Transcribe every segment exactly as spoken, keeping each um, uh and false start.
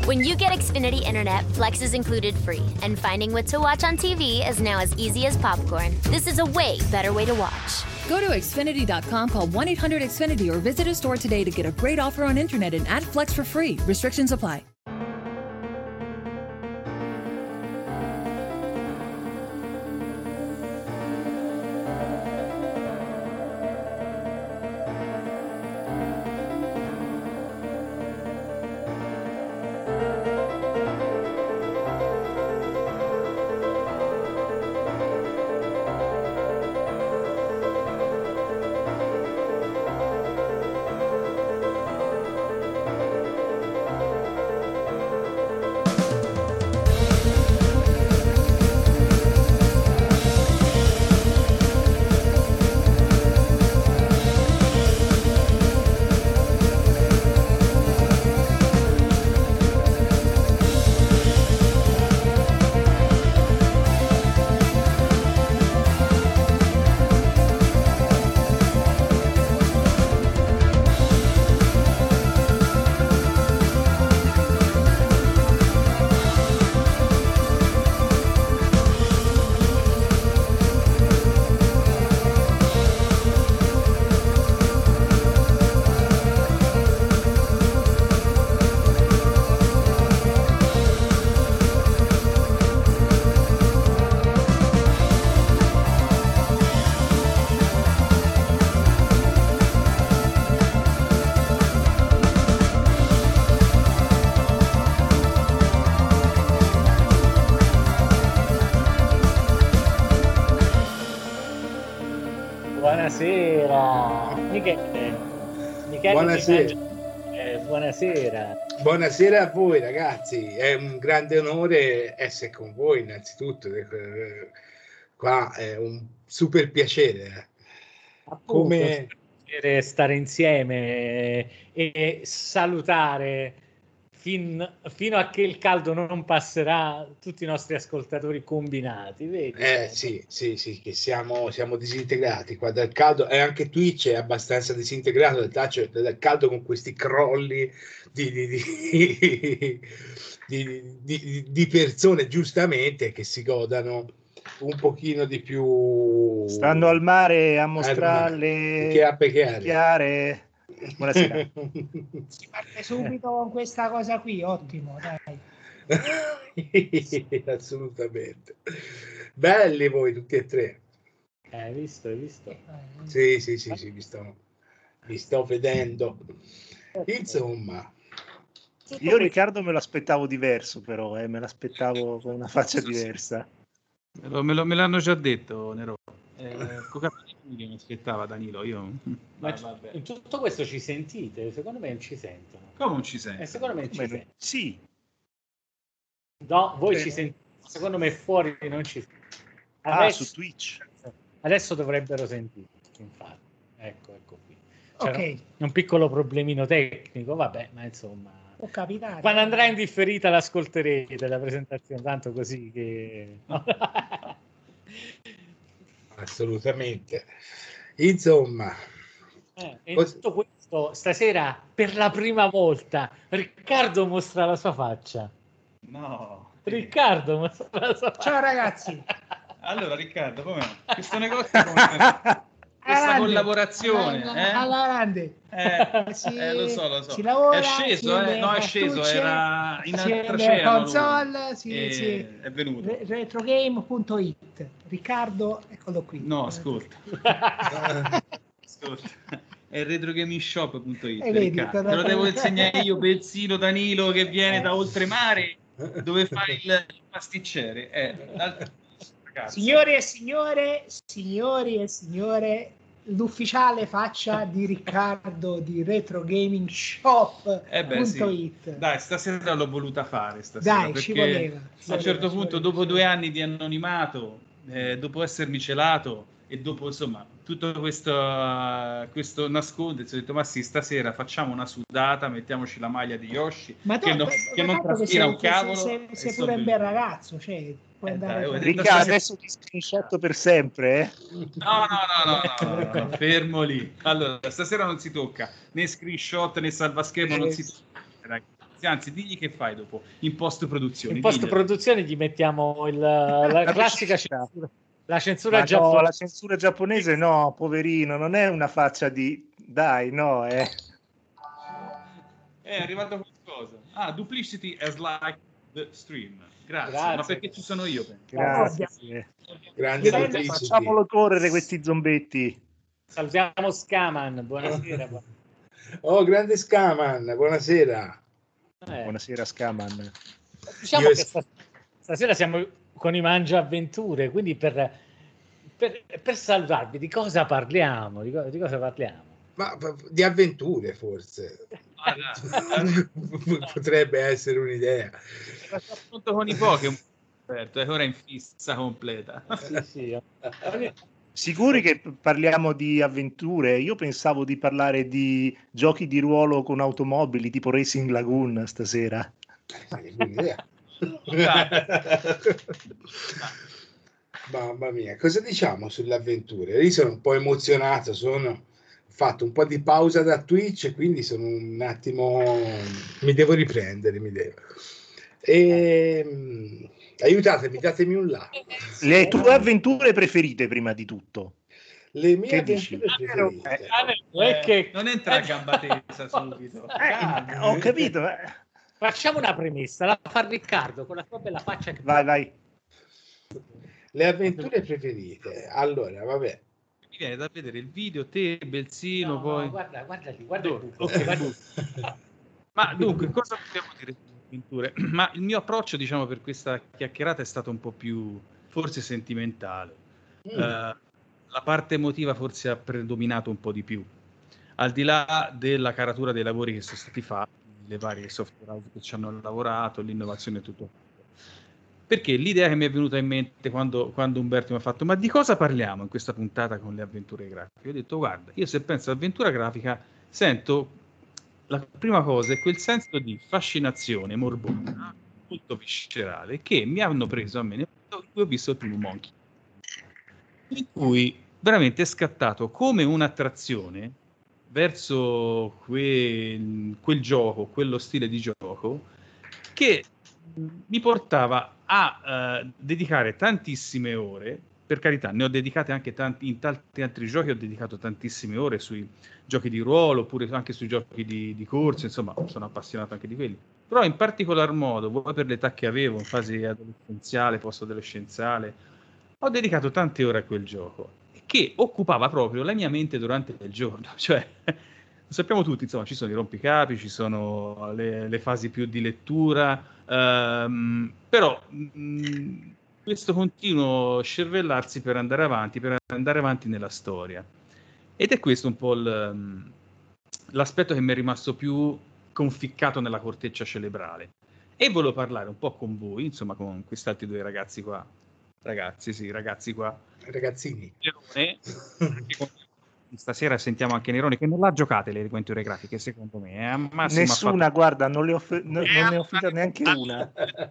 When you get Xfinity Internet, Flex is included free, and finding what to watch on T V is now as easy as popcorn. This is a way better way to watch. Go to Xfinity dot com, call one eight hundred X Finity, or visit a store today to get a great offer on internet and add Flex for free. Restrictions apply. Buonasera, Michele. Michele Buonasera. Eh, buonasera. Buonasera a voi ragazzi, è un grande onore essere con voi innanzitutto, qua è un super piacere. Appunto, Come piacere stare insieme e, e salutare fin, fino a che il caldo non passerà tutti i nostri ascoltatori combinati, vedi? Eh sì, sì, sì, che siamo, siamo disintegrati qua dal caldo, e anche Twitch è abbastanza disintegrato dal, taccio, dal caldo, con questi crolli di, di, di, di, di, di persone giustamente che si godano un pochino di più, stanno al mare a mostrare che a pecchiare. Chiare. Buonasera. Si parte subito con questa cosa qui, ottimo, dai. Assolutamente. Belli voi tutti e tre. Hai visto, hai visto? Sì, sì, sì, sì, vi sto, vi sto vedendo. Insomma, io Riccardo me lo aspettavo diverso, però eh, me l'aspettavo con una faccia diversa. Me, lo, me, lo, me l'hanno già detto, Nero. Eh, che mi aspettava Danilo, io. Ma vabbè. In tutto questo ci sentite? Secondo me non ci sentono. Come non ci sentono? Eh, secondo me non ci Beh, sentono. sì. No, voi Beh. ci sentite. Secondo me fuori non ci sentono. Ah, Adesso, su Twitch. adesso dovrebbero sentire, infatti. Ecco, ecco qui. C'era Ok. un piccolo problemino tecnico, vabbè, ma insomma. Può capitare. Quando andrà in differita l'ascolterete la presentazione, tanto così che. assolutamente. Insomma, Eh, e in tutto questo, stasera per la prima volta Riccardo mostra la sua faccia. No. Riccardo mostra la sua faccia. Ciao ragazzi. Allora Riccardo, come questo negozio come questa Grande. collaborazione, alla, eh? alla grande. Eh, Si- eh, lo so, lo so. si lavora, è sceso, si eh? vede No, è sceso, cartucce, era in si vede altraciano lui. console, si- E si- è venuto. Re- retrogame punto it. Riccardo, eccolo qui. No, ascolta. Ascolta. È retrogamingshop punto it, E vedi, Riccardo. Te lo devo insegnare io, Pezzino Danilo, che viene da oltremare, dove fa il pasticcere. Eh, ragazzi. Signori e signore, signori e signore, l'ufficiale faccia di Riccardo di retrogamingshop Eh beh, punto sì. it. Dai, stasera l'ho voluta fare stasera, Dai, perché ci voleva. ci a un certo voleva, ci punto, voleva, dopo ci due voleva. anni di anonimato, eh, dopo essermi celato e dopo insomma tutto questo, questo nascondersi, ho detto ma sì, stasera facciamo una sudata, mettiamoci la maglia di Yoshi Ma tu, che non, ma che non tanto che traspira sei, un cavolo. sei, e sei sto pure un bel benissimo. ragazzo, cioè puoi Eh, andare dai, con- ho detto, Riccardo, stasera- adesso ti screenshot per sempre, eh? No, no, no, no, no, no, no, fermo lì. Allora, stasera non si tocca né screenshot né salvaschermo, non si tocca, ragazzi. anzi, digli che fai dopo, in post-produzione. In post-produzione gli mettiamo il, la, la classica censura, la censura Ma giapponese. No, la censura giapponese no, poverino, non è una faccia di... Dai, no, è... È arrivato qualcosa. Ah, Duplicity has liked the stream. Grazie, Grazie. ma perché ci sono io? Grazie. Sì. Grande Grande- Duplicity. Facciamolo correre questi zombetti. Salutiamo Scaman, buonasera. Oh, grande Scaman, buonasera. Eh, Buonasera Scaman. diciamo Io- che sta- stasera siamo con i Mangia Avventure, quindi per, per, per salutarvi, di cosa parliamo? Di, co- di cosa parliamo? Ma ma di avventure forse. Ah, Potrebbe essere un'idea. appunto con i Pokémon, certo, è ora in fissa completa. Sì, sì. Sicuri che parliamo di avventure? Io pensavo di parlare di giochi di ruolo con automobili tipo Racing Lagoon stasera. Sarebbe un'idea. Mamma mia, cosa diciamo sulle avventure? Io sono un po' emozionato, sono ho fatto un po' di pausa da Twitch e quindi sono un attimo, mi devo riprendere, mi devo. E, mm, aiutatemi, datemi un là. Le tue avventure preferite prima di tutto? Le mie Che avventure dici? preferite. È che Non entra a gamba tesa subito. Eh, ho capito. eh. facciamo una premessa, la fa Riccardo con la sua bella faccia che Vai, vai. Le avventure preferite. Allora, vabbè. Mi viene da vedere il video, te, Belzino, No, poi... no, guarda, guarda lì, guarda il Dove? buco, Ok, guarda- Ma dunque, cosa dobbiamo dire sulle avventure? Ma il mio approccio, diciamo, per questa chiacchierata è stato un po' più, forse, sentimentale. Mm. Eh, la parte emotiva forse ha predominato un po' di più. Al di là della caratura dei lavori che sono stati fatti, le varie software house che ci hanno lavorato, l'innovazione e tutto. Perché l'idea che mi è venuta in mente quando, quando Umberto mi ha fatto ma di cosa parliamo in questa puntata con le avventure grafiche? Io ho detto guarda, io se penso all'avventura grafica sento la prima cosa è quel senso di fascinazione morbosa, molto viscerale, che mi hanno preso a me nel momento in cui ho visto il primo Monkey, in cui veramente è scattato come un'attrazione verso quel, quel gioco, quello stile di gioco, che mi portava a uh, dedicare tantissime ore. Per carità, ne ho dedicate anche tanti in tanti altri giochi, ho dedicato tantissime ore sui giochi di ruolo, oppure anche sui giochi di, di corsa, insomma, sono appassionato anche di quelli. Però in particolar modo, vuoi per l'età che avevo, in fase adolescenziale, post-adolescenziale, ho dedicato tante ore a quel gioco, che occupava proprio la mia mente durante il giorno. Cioè, lo sappiamo tutti, insomma, ci sono i rompicapi, ci sono le, le fasi più di lettura, ehm, però... Mh, questo continuo scervellarsi per andare avanti, per andare avanti nella storia. Ed è questo un po' il, l'aspetto che mi è rimasto più conficcato nella corteccia cerebrale. E volevo parlare un po' con voi, insomma, con questi altri due ragazzi qua. Ragazzi, sì, ragazzi qua. Ragazzini. Nerone, stasera sentiamo anche Nerone, che non l'ha giocate le avventure grafiche, secondo me. Eh? Al massimo Nessuna, ha fatto... guarda, non, le ho fe- no- non ne ho finita neanche una.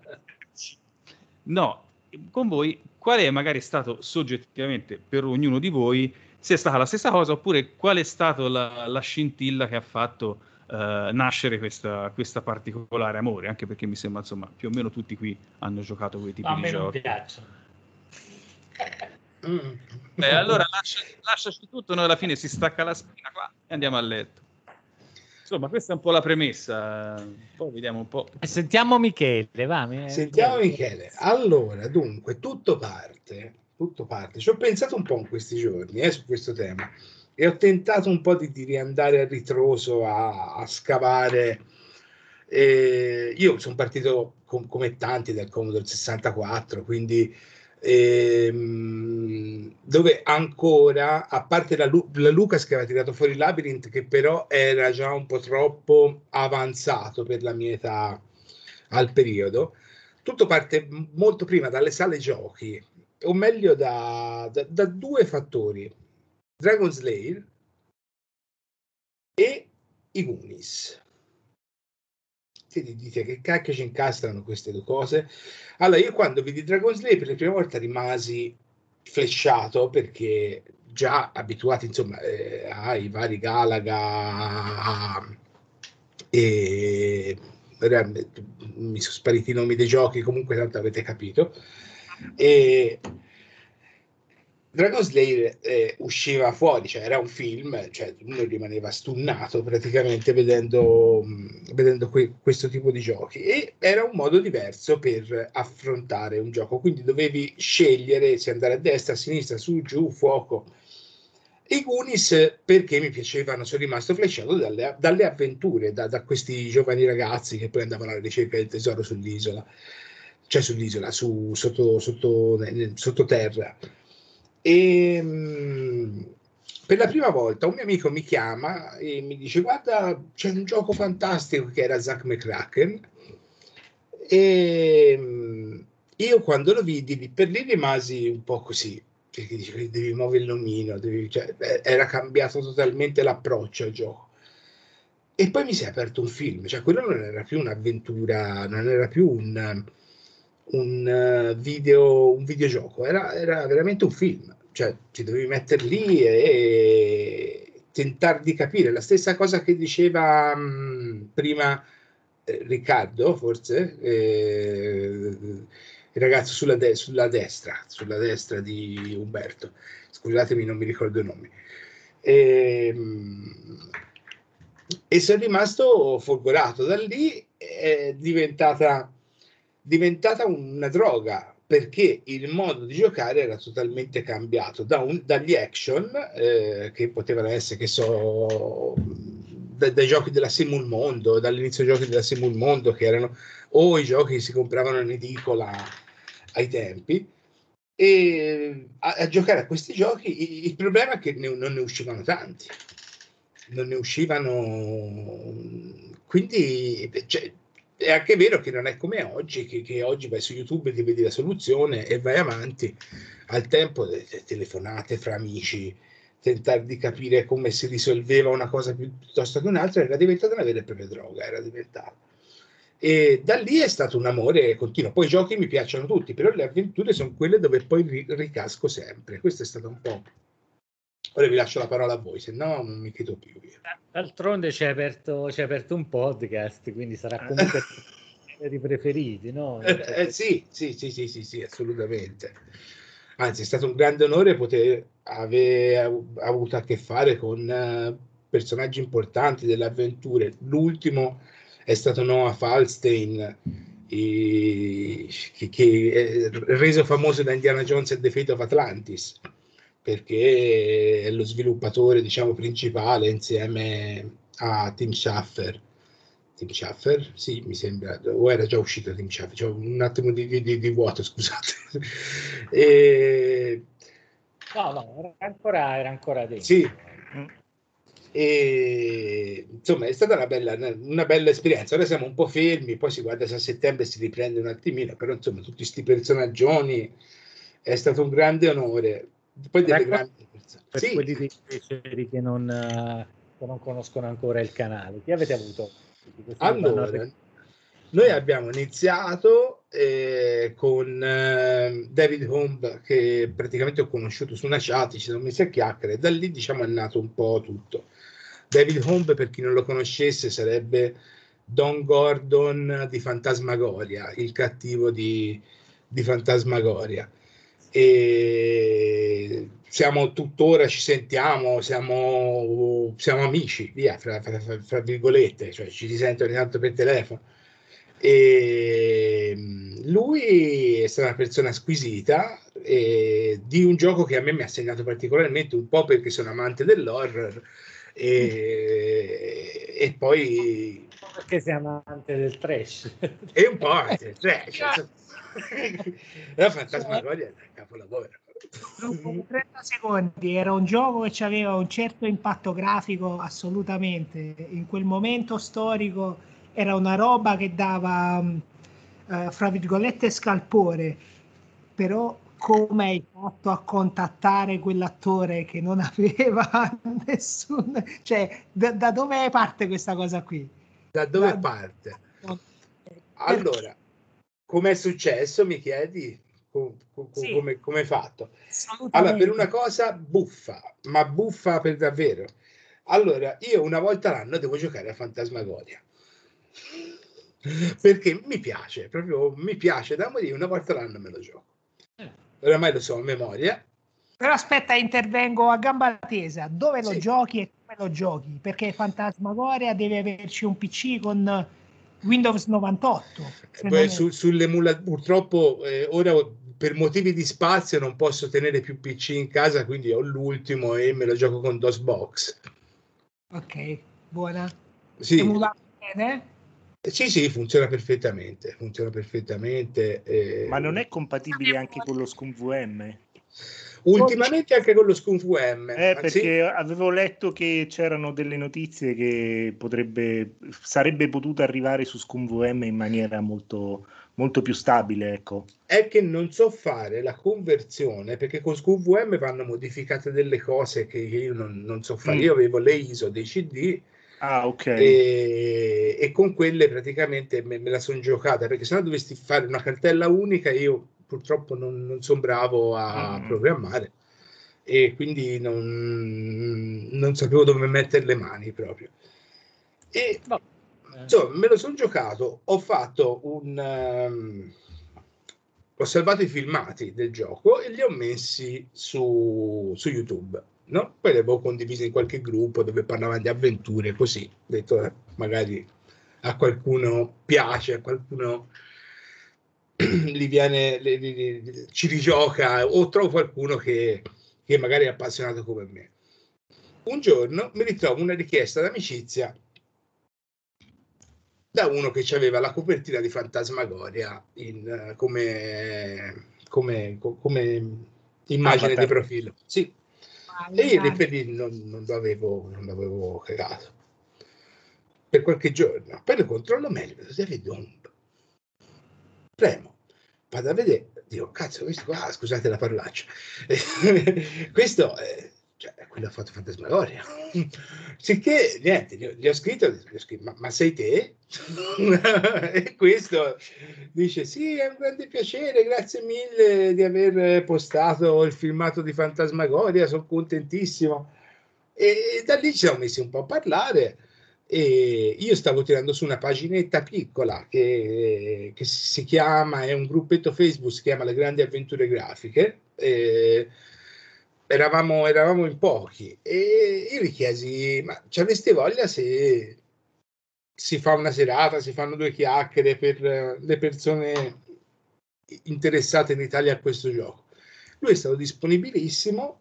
No, con voi, qual è magari stato soggettivamente per ognuno di voi, se è stata la stessa cosa, oppure qual è stata la, la scintilla che ha fatto uh, nascere questa, questa particolare amore, anche perché mi sembra, insomma, più o meno tutti qui hanno giocato quei tipi a di me non giochi. piacciono. Mm. Beh, allora lascia, lasciaci tutto, noi alla fine si stacca la spina qua e andiamo a letto. Insomma, questa è un po' la premessa, poi vediamo un po'. E sentiamo Michele, va. mi- Sentiamo Michele. Allora, dunque, tutto parte, tutto parte. Ci ho pensato un po' in questi giorni eh, su questo tema e ho tentato un po' di, di riandare a ritroso a, a scavare. Eh, io sono partito com- come tanti dal Commodore sessantaquattro, quindi ehm, dove ancora, a parte la, Lu- la Lucas che aveva tirato fuori Labyrinth, che però era già un po' troppo avanzato per la mia età al periodo, tutto parte m- molto prima dalle sale giochi, o meglio da, da, da due fattori: Dragon Slayer e i Goonies. Ti dite che cacchio ci incastrano queste due cose? Allora, io quando vidi Dragon Slayer per la prima volta rimasi flesciato, perché già abituati, insomma, eh, ai vari Galaga a, e mi sono spariti i nomi dei giochi, comunque tanto avete capito. E Dragon Slayer eh, usciva fuori, cioè era un film, cioè uno rimaneva stunnato praticamente vedendo, vedendo que- questo tipo di giochi, e era un modo diverso per affrontare un gioco, quindi dovevi scegliere se andare a destra, a sinistra, su, giù, fuoco. I Goonies, perché mi piacevano, sono rimasto flashato dalle, dalle avventure, da, da questi giovani ragazzi che poi andavano alla ricerca del tesoro sull'isola, cioè sull'isola, su, sotto, sotto, sottoterra. E mh, per la prima volta un mio amico mi chiama e mi dice: guarda, c'è un gioco fantastico, che era Zack McCracken, e mh, io quando lo vidi lì per lì rimasi un po' così, perché dice, devi muovere l'omino, devi, cioè, era cambiato totalmente l'approccio al gioco. E poi mi si è aperto un film, cioè quello non era più un'avventura, non era più un un video, un videogioco, era, era veramente un film, cioè ti dovevi mettere lì e, e tentare di capire la stessa cosa che diceva mh, prima eh, Riccardo, forse eh, il ragazzo sulla, de- sulla destra, sulla destra di Umberto, scusatemi, non mi ricordo i nomi. E, mh, e sono rimasto folgorato. Da lì è diventata diventata una droga, perché il modo di giocare era totalmente cambiato da un, dagli action eh, che potevano essere, che so, da, dai giochi della Simul Mondo, dall'inizio dei giochi della Simul Mondo, che erano o i giochi che si compravano in edicola ai tempi, e a, a giocare a questi giochi il, il problema è che ne, non ne uscivano tanti, non ne uscivano, quindi cioè, è anche vero che non è come oggi, che, che oggi vai su YouTube e ti vedi la soluzione e vai avanti. Al tempo le, le telefonate fra amici, tentare di capire come si risolveva una cosa piuttosto che un'altra, era diventata una vera e propria droga, era diventata. E da lì è stato un amore continuo. Poi i giochi mi piacciono tutti, però le avventure sono quelle dove poi ri- ricasco sempre. Questo è stato un po'. Ora vi lascio la parola a voi, se no non mi chiedo più io. D'altronde ci hai aperto, ci hai aperto un podcast, quindi sarà comunque i preferiti, no? Eh, eh, sì, sì, sì, sì, sì, sì, assolutamente. Anzi, è stato un grande onore poter aver avuto a che fare con uh, personaggi importanti delle avventure. L'ultimo è stato Noah Falstein, e, che, che è reso famoso da Indiana Jones e The Fate of Atlantis, perché è lo sviluppatore, diciamo, principale insieme a Tim Schafer. Tim Schafer? Sì, mi sembra, o era già uscito Tim Schafer, cioè un attimo di, di, di vuoto, scusate. E... No, no, era ancora, era ancora dentro. Sì. E insomma è stata una bella, una bella esperienza. Ora siamo un po' fermi, poi si guarda se a settembre si riprende un attimino, però insomma tutti questi personaggioni è stato un grande onore. Poi delle grandi persone. Per Sì. quelli dei piaceri che non, che non conoscono ancora il canale, chi avete avuto? Allora, noi abbiamo iniziato eh, con eh, David Home, che praticamente ho conosciuto su una chat, ci siamo messi a chiacchiere, e da lì diciamo è nato un po' tutto. David Home, per chi non lo conoscesse, sarebbe Don Gordon di Fantasmagoria, il cattivo di, di Fantasmagoria. E siamo tuttora, ci sentiamo, siamo, siamo amici, via, fra, fra, fra, fra virgolette, cioè ci si sente ogni tanto per telefono. E lui è stata una persona squisita e di un gioco che a me mi ha segnato particolarmente, un po' perché sono amante dell'horror e, e poi perché sei amante del trash e un po' anche del trash. La Fantasmagoria è un capolavoro. trenta secondi, era un gioco che aveva un certo impatto grafico, assolutamente. In quel momento storico era una roba che dava uh, fra virgolette scalpore, però come hai fatto a contattare quell'attore che non aveva nessun, cioè da, da dove parte questa cosa qui? Da dove da... parte? Allora, come è successo, mi chiedi? Com- com- sì. come, come è fatto? Allora, per una cosa buffa, ma buffa per davvero. Allora, io una volta l'anno devo giocare a Fantasmagoria. perché mi piace, proprio mi piace da morire, una volta l'anno me lo gioco. Oramai lo so a memoria. Però aspetta, intervengo a gamba tesa. Dove lo Sì. giochi e come lo giochi? Perché Fantasmagoria deve averci un P C con Windows novantotto. se non Poi è- su, sull'emula purtroppo eh, ora per motivi di spazio non posso tenere più P C in casa, quindi ho l'ultimo e me lo gioco con DOSBox. Ok, buona. Sì, Emulato bene? sì, sì, funziona perfettamente, funziona perfettamente. eh. Ma non è compatibile anche con lo ScumVM? Ultimamente anche con lo ScumVM. Eh, Anzi, perché avevo letto che c'erano delle notizie che potrebbe, sarebbe potuto arrivare su ScumVM in maniera molto, molto più stabile, ecco. è che non so fare la conversione perché con ScumVM vanno modificate delle cose che io non, non so fare. Mm. Io avevo le I S O dei C D Ah, ok. e, e con quelle praticamente me, me la sono giocata, perché sennò dovresti fare una cartella unica e io purtroppo non, non sono bravo a Mm. programmare e quindi non, non sapevo dove mettere le mani proprio. E No. insomma, me lo sono giocato, ho fatto un um, ho salvato i filmati del gioco e li ho messi su, su YouTube, no? Poi li avevo condivisi in qualche gruppo dove parlavano di avventure, così ho detto eh, magari a qualcuno piace, a qualcuno gli viene li, li, li, ci rigioca o trovo qualcuno che, che magari è appassionato come me. Un giorno mi ritrovo una richiesta d'amicizia da uno che aveva la copertina di Fantasmagoria in, come, come, come immagine Avatar. di profilo. Sì. E io lì per lì non, non l'avevo non l'avevo cagato per qualche giorno. Poi lo controllo meglio, vedo David Dumb. Premo, vado a vedere, dico, cazzo, questo qua, ah, scusate la parolaccia, questo è cioè, quello ha fatto Fantasmagoria. Sicché, niente, gli ho, gli ho scritto, gli ho scritto ma, ma sei te? E questo dice, sì, è un grande piacere, grazie mille di aver postato il filmato di Fantasmagoria, sono contentissimo. E da lì ci siamo messi un po' a parlare e io stavo tirando su una paginetta piccola che, che si chiama, è un gruppetto Facebook, si chiama Le Grandi Avventure Grafiche. E, Eravamo, eravamo in pochi e io gli chiesi, ma ci avreste voglia se si fa una serata, si fanno due chiacchiere per le persone interessate in Italia a questo gioco? Lui è stato disponibilissimo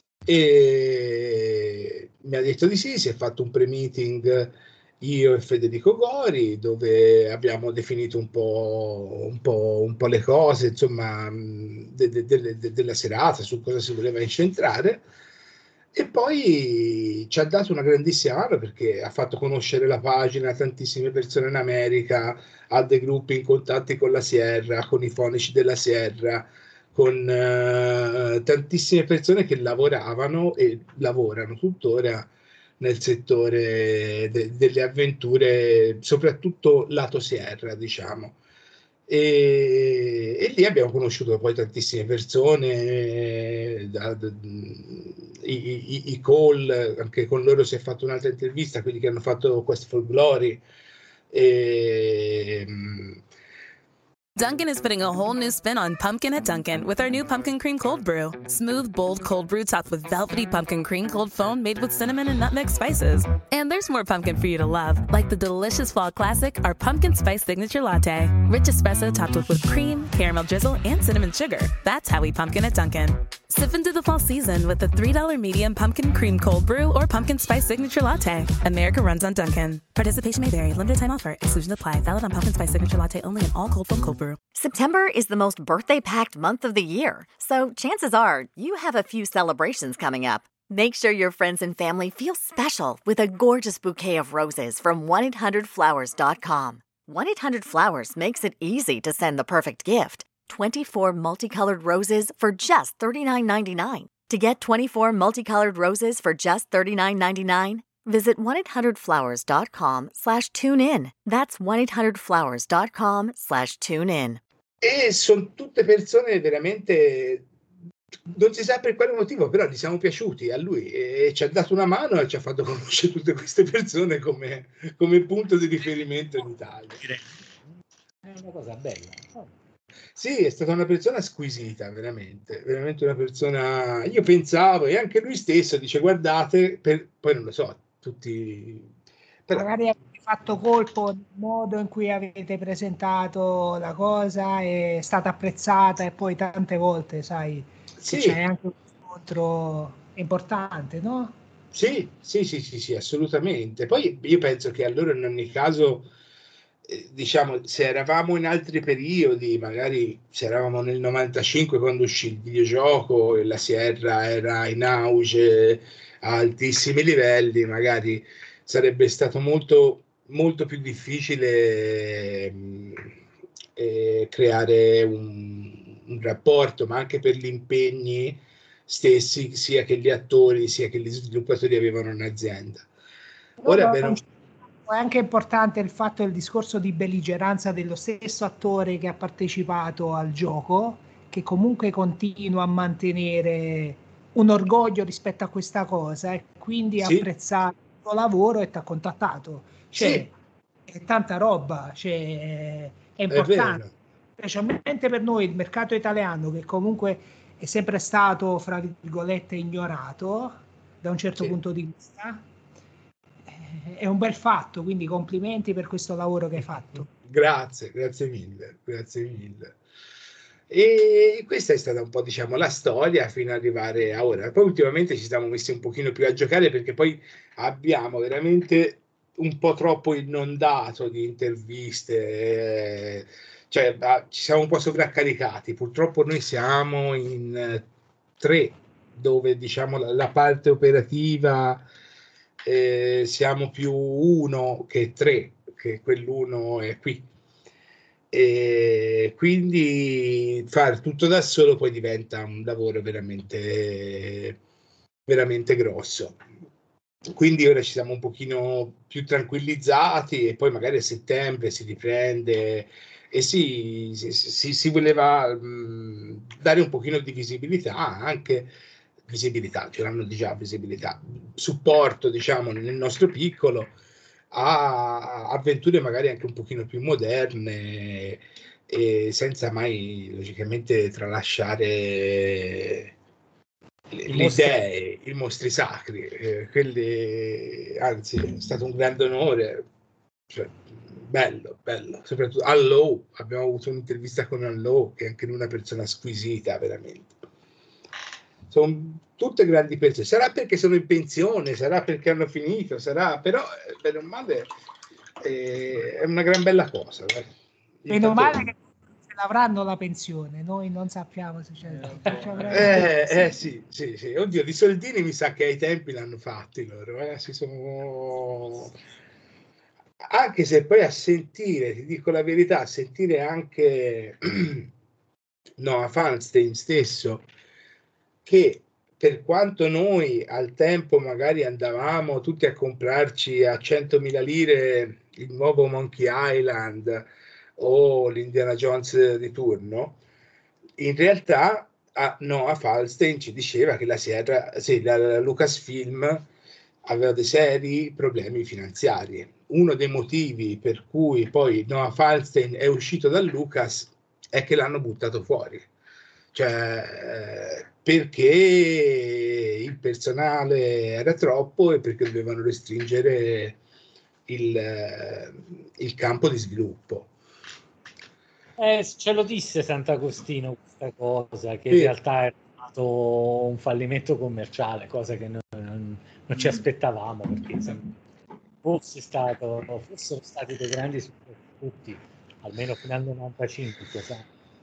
e mi ha detto di sì, si è fatto un pre-meeting io e Federico Gori dove abbiamo definito un po', un po', un po' le cose, insomma, de, de, de, de, della serata, su cosa si voleva incentrare, e poi ci ha dato una grandissima mano perché ha fatto conoscere la pagina a tantissime persone in America, ha dei gruppi in contatti con la Sierra, con i fonici della Sierra, con uh, tantissime persone che lavoravano e lavorano tuttora nel settore de- delle avventure, soprattutto lato Sierra, diciamo. E, e lì abbiamo conosciuto poi tantissime persone, da, da, i, i, i call, anche con loro si è fatto un'altra intervista, quelli che hanno fatto Quest for Glory. E, Dunkin' is putting a whole new spin on pumpkin at Dunkin' with our new Pumpkin Cream Cold Brew. Smooth, bold cold brew topped with velvety pumpkin cream cold foam made with cinnamon and nutmeg spices. And there's more pumpkin for you to love, like the delicious fall classic, our Pumpkin Spice Signature Latte. Rich espresso topped with whipped cream, caramel drizzle, and cinnamon sugar. That's how we pumpkin at Dunkin'. Sip into the fall season with the three dollar medium Pumpkin Cream Cold Brew or Pumpkin Spice Signature Latte. America runs on Dunkin'. Participation may vary. Limited time offer. Exclusions apply. Valid on Pumpkin Spice Signature Latte only in all cold foam cold brew. September is the most birthday-packed month of the year, so chances are you have a few celebrations coming up. Make sure your friends and family feel special with a gorgeous bouquet of roses from one eight hundred flowers dot com. one eight hundred flowers makes it easy to send the perfect gift. twenty-four multicolored roses for just thirty-nine ninety-nine. To get twenty-four multicolored roses for just thirty-nine ninety-nine, visit one eight hundred flowers dot com slash tune in. That's one eight hundred flowers dot com slash tune in. E sono tutte persone veramente, non si sa per quale motivo, però gli siamo piaciuti a lui e ci ha dato una mano e ci ha fatto conoscere tutte queste persone come, come punto di riferimento in Italia. È una cosa bella. Oh. Sì, è stata una persona squisita, veramente, veramente una persona. Io pensavo, e anche lui stesso dice: guardate, per... poi non lo so, tutti. Però... Magari avete fatto colpo nel modo in cui avete presentato la cosa, è stata apprezzata, e poi tante volte, sai, sì. c'è anche un scontro importante, no? Sì, sì, sì, sì, sì, assolutamente. Poi io penso che allora in ogni caso, eh, diciamo, se eravamo in altri periodi, magari se eravamo nel novantacinque quando uscì il videogioco e la Sierra era in auge a altissimi livelli, magari sarebbe stato molto, molto più difficile mh, eh, creare un, un rapporto, ma anche per gli impegni stessi, sia che gli attori sia che gli sviluppatori avevano un'azienda. Ora no, però... è anche importante il fatto del discorso di belligeranza dello stesso attore che ha partecipato al gioco, che comunque continua a mantenere un orgoglio rispetto a questa cosa e quindi sì. apprezzare il tuo lavoro e ti ha contattato. Cioè, sì. è tanta roba, cioè, è importante, è specialmente per noi, il mercato italiano, che comunque è sempre stato, fra virgolette, ignorato da un certo sì. punto di vista. È un bel fatto, quindi complimenti per questo lavoro che hai fatto. Grazie, grazie mille, grazie mille. E questa è stata un po', diciamo, la storia fino ad arrivare a ora. Poi ultimamente ci siamo messi un pochino più a giocare perché poi abbiamo veramente un po' troppo inondato di interviste, cioè ci siamo un po' sovraccaricati. Purtroppo noi siamo in tre, dove diciamo la, la parte operativa eh, siamo più uno che tre, che quell'uno è qui. E quindi fare tutto da solo poi diventa un lavoro veramente veramente grosso. Quindi ora ci siamo un pochino più tranquillizzati e poi magari a settembre si riprende e si, si, si, si voleva mh, dare un pochino di visibilità, anche visibilità, ce l'hanno già visibilità, supporto diciamo nel nostro piccolo a avventure magari anche un pochino più moderne e senza mai logicamente tralasciare I le mostri. idee, i mostri sacri, eh, quelli, anzi è stato un grande onore, cioè, bello, bello, soprattutto Allo, abbiamo avuto un'intervista con Allo che è anche lui una persona squisita veramente. Sono tutte grandi persone, sarà perché sono in pensione, sarà perché hanno finito, sarà, però bene o male eh, è una gran bella cosa. Meno male che avranno la pensione, noi non sappiamo se c'è. Eh, eh sì, sì, sì, oddio, di soldini mi sa che ai tempi l'hanno fatti loro, eh? Si sono... anche se poi a sentire, ti dico la verità, a sentire anche Noah Falstein stesso, che per quanto noi al tempo magari andavamo tutti a comprarci a centomila lire il nuovo Monkey Island o l'Indiana Jones di turno, in realtà a Noah Falstein ci diceva che la Sierra, sì, la, la Lucasfilm aveva dei seri problemi finanziari. Uno dei motivi per cui poi Noah Falstein è uscito da Lucas è che l'hanno buttato fuori, cioè perché il personale era troppo e perché dovevano restringere il, il campo di sviluppo. Eh, ce lo disse Sant'Agostino questa cosa, che sì. in realtà è stato un fallimento commerciale, cosa che non, non, non ci aspettavamo, perché se fosse stato, fossero stati dei grandi successi tutti, almeno fino al novantacinque, sa?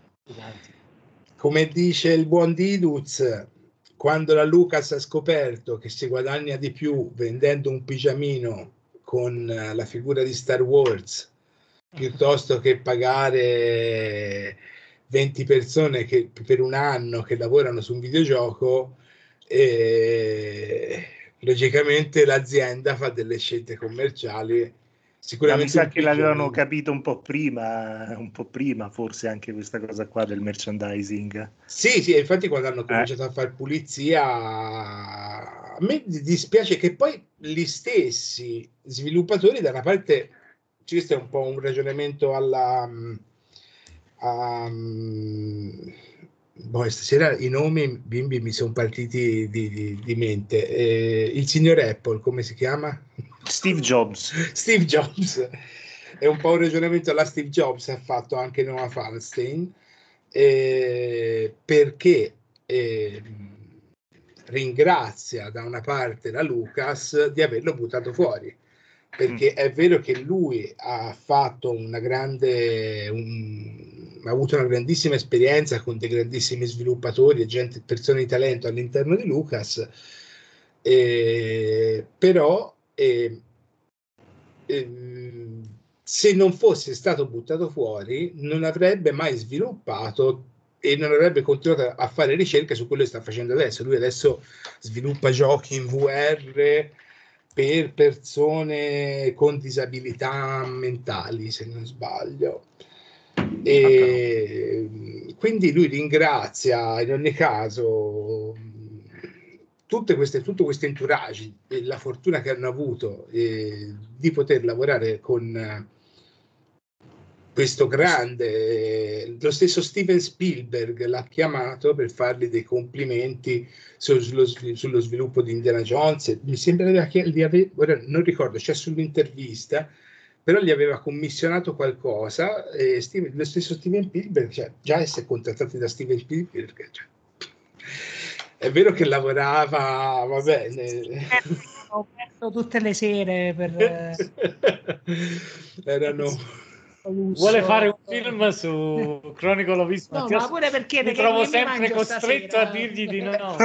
Come dice il buon Diduz, quando la Lucas ha scoperto che si guadagna di più vendendo un pigiamino con la figura di Star Wars piuttosto che pagare venti persone che per un anno che lavorano su un videogioco, eh, logicamente l'azienda fa delle scelte commerciali. Sicuramente ma mi sa che l'avevano capito un po' prima, un po' prima forse anche questa cosa qua del merchandising. Sì, sì, infatti quando hanno cominciato eh. a fare pulizia, a me dispiace che poi gli stessi sviluppatori da una parte questo è un po' un ragionamento alla um, boh, stasera i nomi bimbi mi sono partiti di, di, di mente. Eh, il signor Apple, come si chiama? Steve Jobs. Steve Jobs è un po' un ragionamento alla Steve Jobs, ha fatto anche Noah Falstein, eh, perché eh, ringrazia da una parte la Lucas di averlo buttato fuori, perché è vero che lui ha fatto una grande un, ha avuto una grandissima esperienza con dei grandissimi sviluppatori e gente, persone di talento all'interno di Lucas, eh, però eh, eh, se non fosse stato buttato fuori non avrebbe mai sviluppato e non avrebbe continuato a fare ricerche su quello che sta facendo adesso. Lui adesso sviluppa giochi in V R per persone con disabilità mentali, se non sbaglio. E quindi lui ringrazia in ogni caso tutte queste, tutto questo entourage e la fortuna che hanno avuto eh, di poter lavorare con questo grande, lo stesso Steven Spielberg l'ha chiamato per fargli dei complimenti sullo, sullo sviluppo di Indiana Jones. Mi sembra che gli ave, ora non ricordo, c'è sull'intervista, però gli aveva commissionato qualcosa e Steven, lo stesso Steven Spielberg, cioè, già essere contrattati da Steven Spielberg, cioè, è vero che lavorava, va bene. Ho perso tutte le sere per... erano... Vuole fare un film su Chronicle of East no, ma pure perché mi trovo sempre costretto stasera a dirgli di no.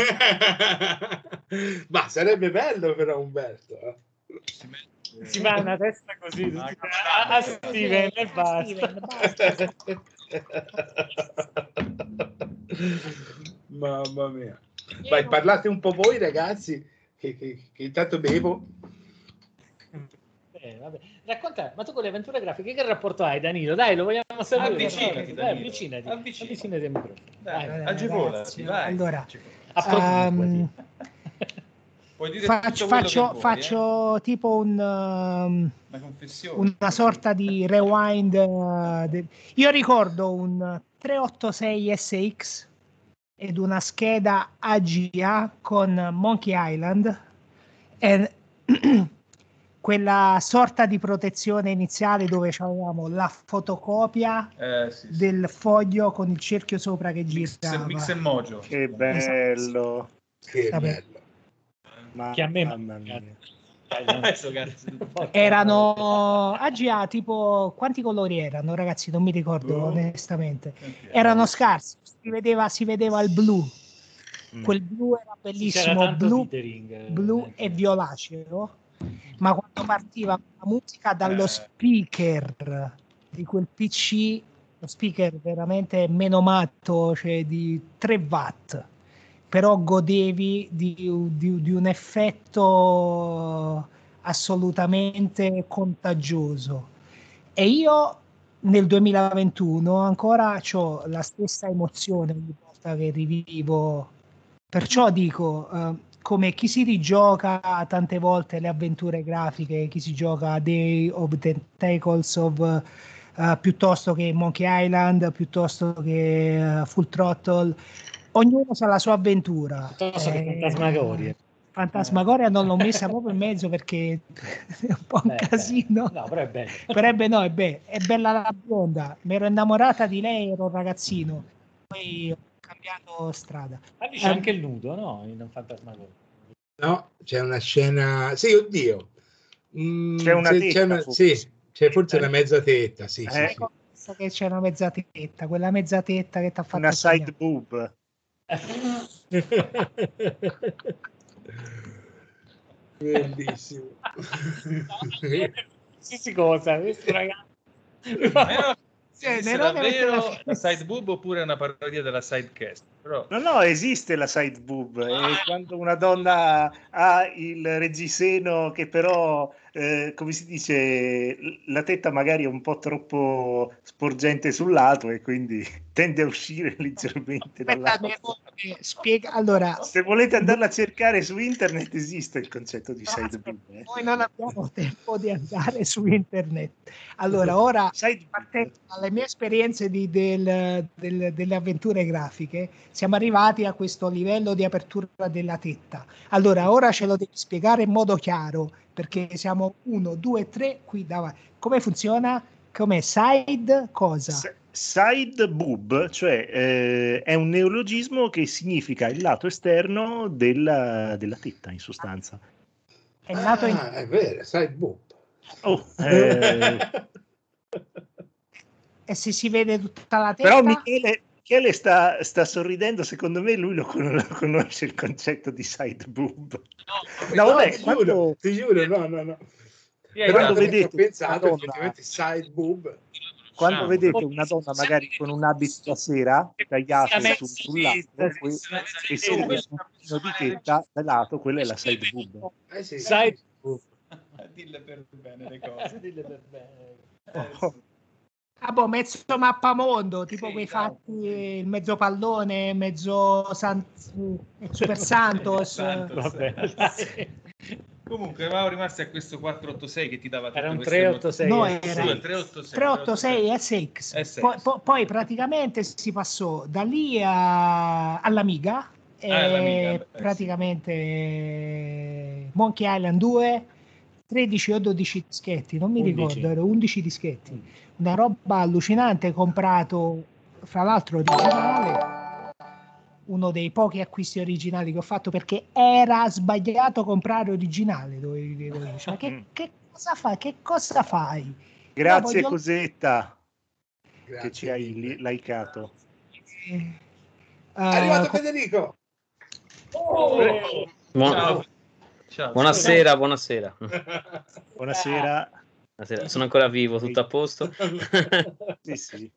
Ma sarebbe bello però Umberto, eh? Si fa una testa così a, a, a Steven e basta. Mamma mia. Vai, parlate un po' voi ragazzi che, che, che intanto bevo. Eh, vabbè. Racconta, ma tu con le avventure grafiche che rapporto hai, Danilo? Dai, lo vogliamo sapere. Avvicinati, dai, avvicinati, avvicinati, avvicinati al microfono. Dai, agevolati, vai. Allora, um, puoi dire faccio, faccio, vuoi, faccio eh? tipo un, um, una confessione, una sorta di rewind. Uh, de... Io ricordo un trecentoottantasei S X ed una scheda A G A con Monkey Island e quella sorta di protezione iniziale dove avevamo la fotocopia eh, sì, sì. del foglio con il cerchio sopra che girava. Mix and Mojo. Che bello. Che Vabbè. bello. Ma, che a me mamma mia. Erano A G A, tipo quanti colori erano, ragazzi? Non mi ricordo oh. onestamente. Okay. Erano scarsi, si vedeva, si vedeva il blu. Mm. Quel blu era bellissimo, blu, blu e violaceo. Ma quando partiva la musica dallo speaker di quel P C, lo speaker veramente menomato, cioè di tre watt, però godevi di, di, di un effetto assolutamente contagioso. E io nel duemilaventuno ancora ho la stessa emozione ogni volta che rivivo, perciò dico... Uh, come chi si rigioca tante volte le avventure grafiche, chi si gioca Day of the Tentacles of uh, piuttosto che Monkey Island, piuttosto che uh, Full Throttle, ognuno ha la sua avventura. Piuttosto che Fantasmagoria. Fantasmagoria non l'ho messa proprio in mezzo perché è un po' un beh, casino. Beh. No, però è bello. Però è, be- no, è, be- è bella la bionda. Mi ero innamorata di lei, ero un ragazzino. Poi cambiato strada. Ma c'è eh, anche il nudo, no? In un Fantasmagoria. No, c'è una scena. Sì, oddio. Mm, c'è una c'è, tetta, c'è una... forse. Sì, c'è forse eh. una mezza tetta. Sì, eh. sì, sì. Che c'è una mezza tetta, quella mezza tetta che ti ha fatto una side boob. Bellissimo. Sì, cosa, questo ragazzi. Sì, se davvero la side boob oppure una parodia della sidecast. però... No, no, esiste la side boob, è quando una donna ha il reggiseno che però, eh, come si dice, la tetta magari è un po' troppo sporgente sul lato e quindi tende a uscire leggermente dal lato. Spiega, allora, se volete andarla a cercare su internet esiste il concetto di side boob. Eh. Noi non abbiamo tempo di andare su internet. Allora, ora, partendo dalle mie esperienze di, del, del, delle avventure grafiche, siamo arrivati a questo livello di apertura della tetta. Allora, ora ce lo devi spiegare in modo chiaro, perché siamo uno, due, tre qui davanti. Come funziona? Com'è? Side cosa? S- side boob, cioè eh, è un neologismo che significa il lato esterno della, della tetta, in sostanza. È nato ah, in... è vero, side boob. Oh, eh... e se si vede tutta la testa? Però Michele, Michele sta, sta sorridendo, secondo me lui lo con- conosce il concetto di side boob. No, no, vabbè, ti, quando... giuro, ti giuro, no, no, no. Yeah, quando vedete ho pensato donna, effettivamente side boob. Quando vedete una donna magari con un abito da sera tagliato su, sul lato e si vede un pochino di tetta da lato, quella è la side boob. Eh sì, side boob. Dille per bene le cose. Dille per bene. Oh. Ah, boh, mezzo mappamondo, tipo sì, quei fatti, il mezzo pallone, mezzo San... Super Santos. Santos. Comunque eravamo rimasti a questo quattrocentottantasei che ti dava era un trecentottantasei. No, era trecentottantasei S X. Poi, poi, poi praticamente si passò da lì a... all'Amiga. E ah, all'Amiga, praticamente sì. Monkey Island due, tredici o dodici dischetti, non mi undici. Ricordo, ero undici dischetti. Una roba allucinante, comprato fra l'altro originale. Uno dei pochi acquisti originali che ho fatto, perché era sbagliato comprare originale. Dove vivevo io. Cioè, che, che cosa fai? Che cosa fai? Grazie voglio... Cosetta. Grazie che ci hai li- laicato. Uh, È arrivato con... Federico. Oh! Buon... Ciao. Ciao. Buonasera, buonasera. Buonasera. Buonasera. Sono ancora vivo, tutto a posto? Sì, sì.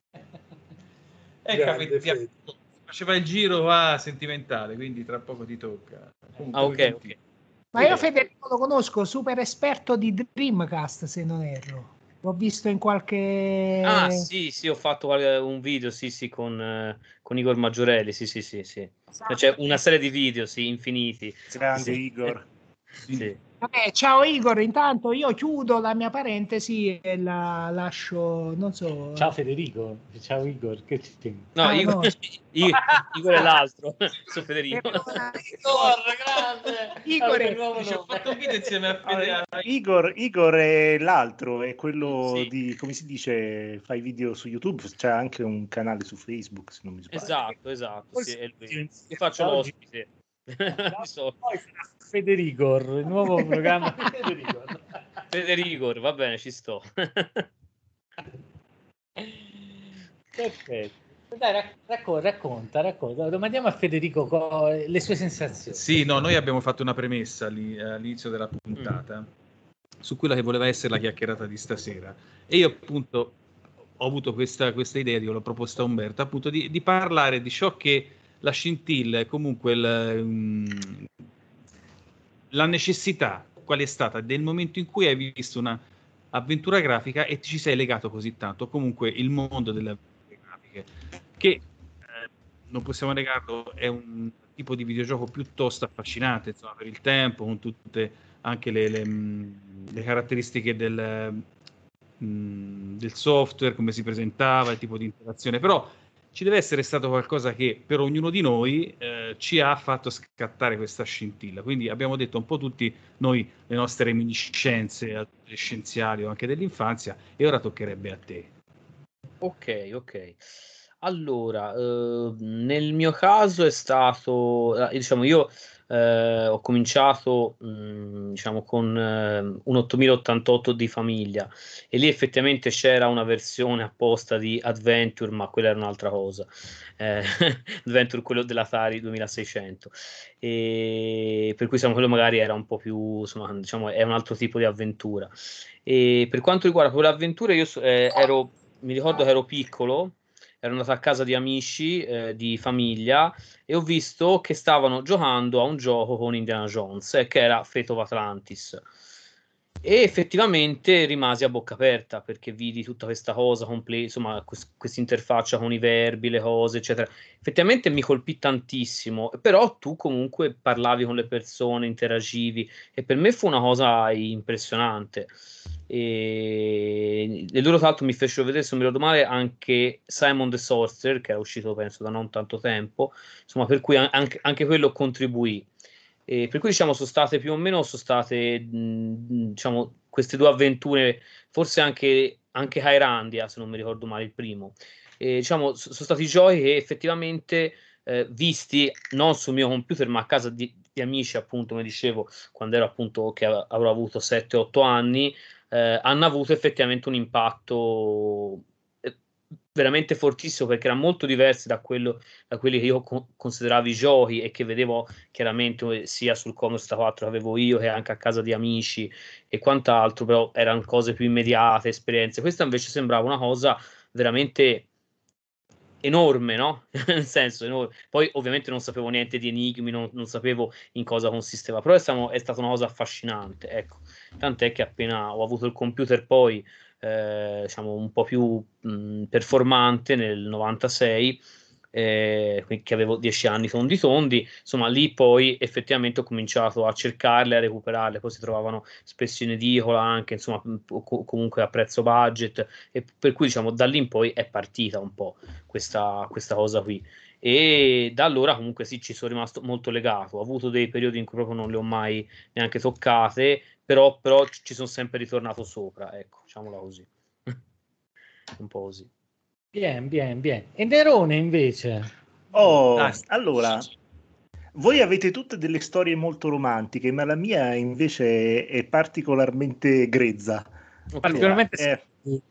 Ecco, faceva il giro va sentimentale, quindi tra poco ti tocca. Comunque, ah, ok, ok. Ma io Federico lo conosco, super esperto di Dreamcast, se non erro. L'ho visto in qualche... Ah, sì, sì, ho fatto un video, sì, sì, con, uh, con Igor Maggiorelli, sì, sì, sì, sì. C'è cioè, una serie di video, sì, infiniti. Grande sì. Igor. Sì. Vabbè, ciao Igor, intanto io chiudo la mia parentesi e la lascio, non so... Ciao Federico, ciao Igor, che ci No, ah, Igor, no. Igor, Igor è l'altro, sono Federico. Igor, grande! Igor è ho fatto un video insieme a Federico. Igor, Igor è l'altro, è quello sì. di, come si dice, fai video su YouTube, c'è anche un canale su Facebook, se non mi sbaglio. Esatto, esatto, sì, è lui. Io faccio l'ospite. So. Federico, il nuovo programma Federico. Federico, va bene, ci sto. Perfetto. Dai, racconta, racconta, racconta. Domandiamo a Federico co- le sue sensazioni. Sì, no, noi abbiamo fatto una premessa lì, all'inizio della puntata mm. su quella che voleva essere la chiacchierata di stasera. E io appunto ho avuto questa, questa idea, io l'ho proposta a Umberto, appunto di, di parlare di ciò che la scintilla è comunque il, um, la necessità, qual è stata del momento in cui hai visto una avventura grafica e ci sei legato così tanto, comunque il mondo delle avventure grafiche, che eh, non possiamo negarlo, è un tipo di videogioco piuttosto affascinante, insomma, per il tempo, con tutte anche le, le, le caratteristiche del, del software, come si presentava, il tipo di interazione, però ci deve essere stato qualcosa che per ognuno di noi eh, ci ha fatto scattare questa scintilla. Quindi abbiamo detto un po' tutti noi le nostre reminiscenze adolescenziali o anche dell'infanzia, e ora toccherebbe a te. Ok, ok. Allora, eh, nel mio caso è stato, eh, diciamo, io eh, ho cominciato mh, diciamo con eh, un ottomila ottantotto di famiglia, e lì effettivamente c'era una versione apposta di Adventure, ma quella era un'altra cosa, eh, Adventure, quello dell'Atari duemilaseicento, e per cui insomma, quello magari era un po' più, insomma, diciamo, è un altro tipo di avventura. E per quanto riguarda quell'avventura, io eh, ero, mi ricordo che ero piccolo, ero andato a casa di amici eh, di famiglia e ho visto che stavano giocando a un gioco con Indiana Jones, eh, che era Fate of Atlantis. E effettivamente rimasi a bocca aperta perché vidi tutta questa cosa completa, insomma, questa interfaccia con i verbi, le cose, eccetera. Effettivamente mi colpì tantissimo, però tu comunque parlavi con le persone, interagivi, e per me fu una cosa impressionante. E, e loro, tra l'altro, mi fecero vedere, se non mi ricordo male, anche Simon the Sorcerer, che era uscito penso da non tanto tempo, insomma, per cui anche, anche quello contribuì. E per cui diciamo sono state più o meno sono state mh, diciamo queste due avventure, forse anche anche Hyrandia, se non mi ricordo male il primo, e, diciamo sono stati giochi che effettivamente eh, visti non sul mio computer ma a casa di, di amici, appunto, come dicevo, quando ero appunto che avrò avuto sette otto anni, eh, hanno avuto effettivamente un impatto veramente fortissimo, perché erano molto diversi da quello da quelli che io co- consideravo i giochi e che vedevo chiaramente sia sul Commodore sessantaquattro che avevo io che anche a casa di amici e quant'altro, però erano cose più immediate, esperienze. Questa invece sembrava una cosa veramente enorme, no? Nel senso enorme. Poi ovviamente non sapevo niente di enigmi, non, non sapevo in cosa consisteva, però è, stato, è stata una cosa affascinante, ecco. Tant'è che appena ho avuto il computer poi Eh, diciamo un po' più mh, performante nel novantasei, eh, che avevo dieci anni tondi tondi, insomma lì poi effettivamente ho cominciato a cercarle, a recuperarle, poi si trovavano spesso in edicola anche, insomma co- comunque a prezzo budget, e per cui diciamo da lì in poi è partita un po' questa, questa cosa qui, e da allora comunque sì, ci sono rimasto molto legato. Ho avuto dei periodi in cui proprio non le ho mai neanche toccate, però, però ci sono sempre ritornato sopra, ecco, diciamola così. Un po' così. Bien, bien, bien. E Nerone invece? Oh, Dai. allora, voi avete tutte delle storie molto romantiche, ma la mia invece è particolarmente grezza. Particolarmente eh,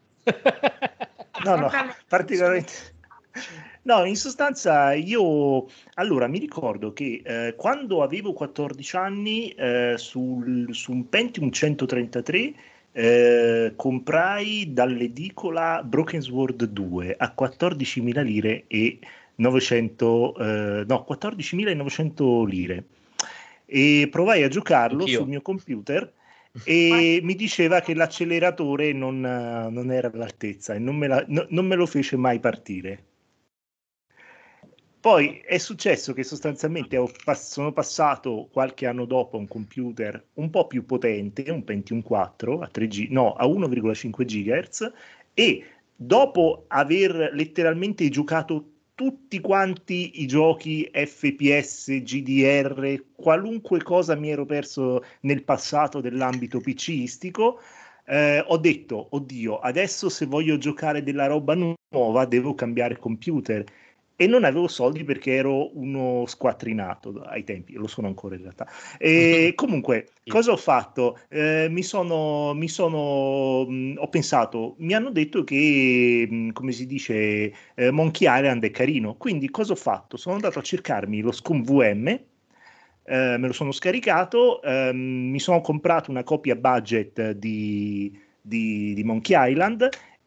no, no, particolarmente. No, in sostanza io, allora, mi ricordo che eh, quando avevo quattordici anni eh, sul, su un Pentium centotrentatré eh, comprai dall'edicola Broken Sword due a quattordicimila lire e novecento, eh, no, quattordicimilanovecento lire, e provai a giocarlo Anch'io. sul mio computer e mi diceva che l'acceleratore non, non era all'altezza e non me, la, no, non me lo fece mai partire. Poi è successo che sostanzialmente ho pass- sono passato qualche anno dopo a un computer un po' più potente, un Pentium quattro a tre G, no, a uno virgola cinque gigahertz, e dopo aver letteralmente giocato tutti quanti i giochi F P S, G D R, qualunque cosa mi ero perso nel passato dell'ambito PCistico, eh, ho detto, oddio, adesso se voglio giocare della roba nuova devo cambiare computer. E non avevo soldi perché ero uno squattrinato ai tempi, lo sono ancora in realtà. E comunque, cosa ho fatto? Eh, mi sono, mi sono, mh, ho pensato, mi hanno detto che, mh, come si dice, eh, Monkey Island è carino. Quindi cosa ho fatto? Sono andato a cercarmi lo Scum V M, eh, me lo sono scaricato, ehm, mi sono comprato una copia budget di, di, di Monkey Island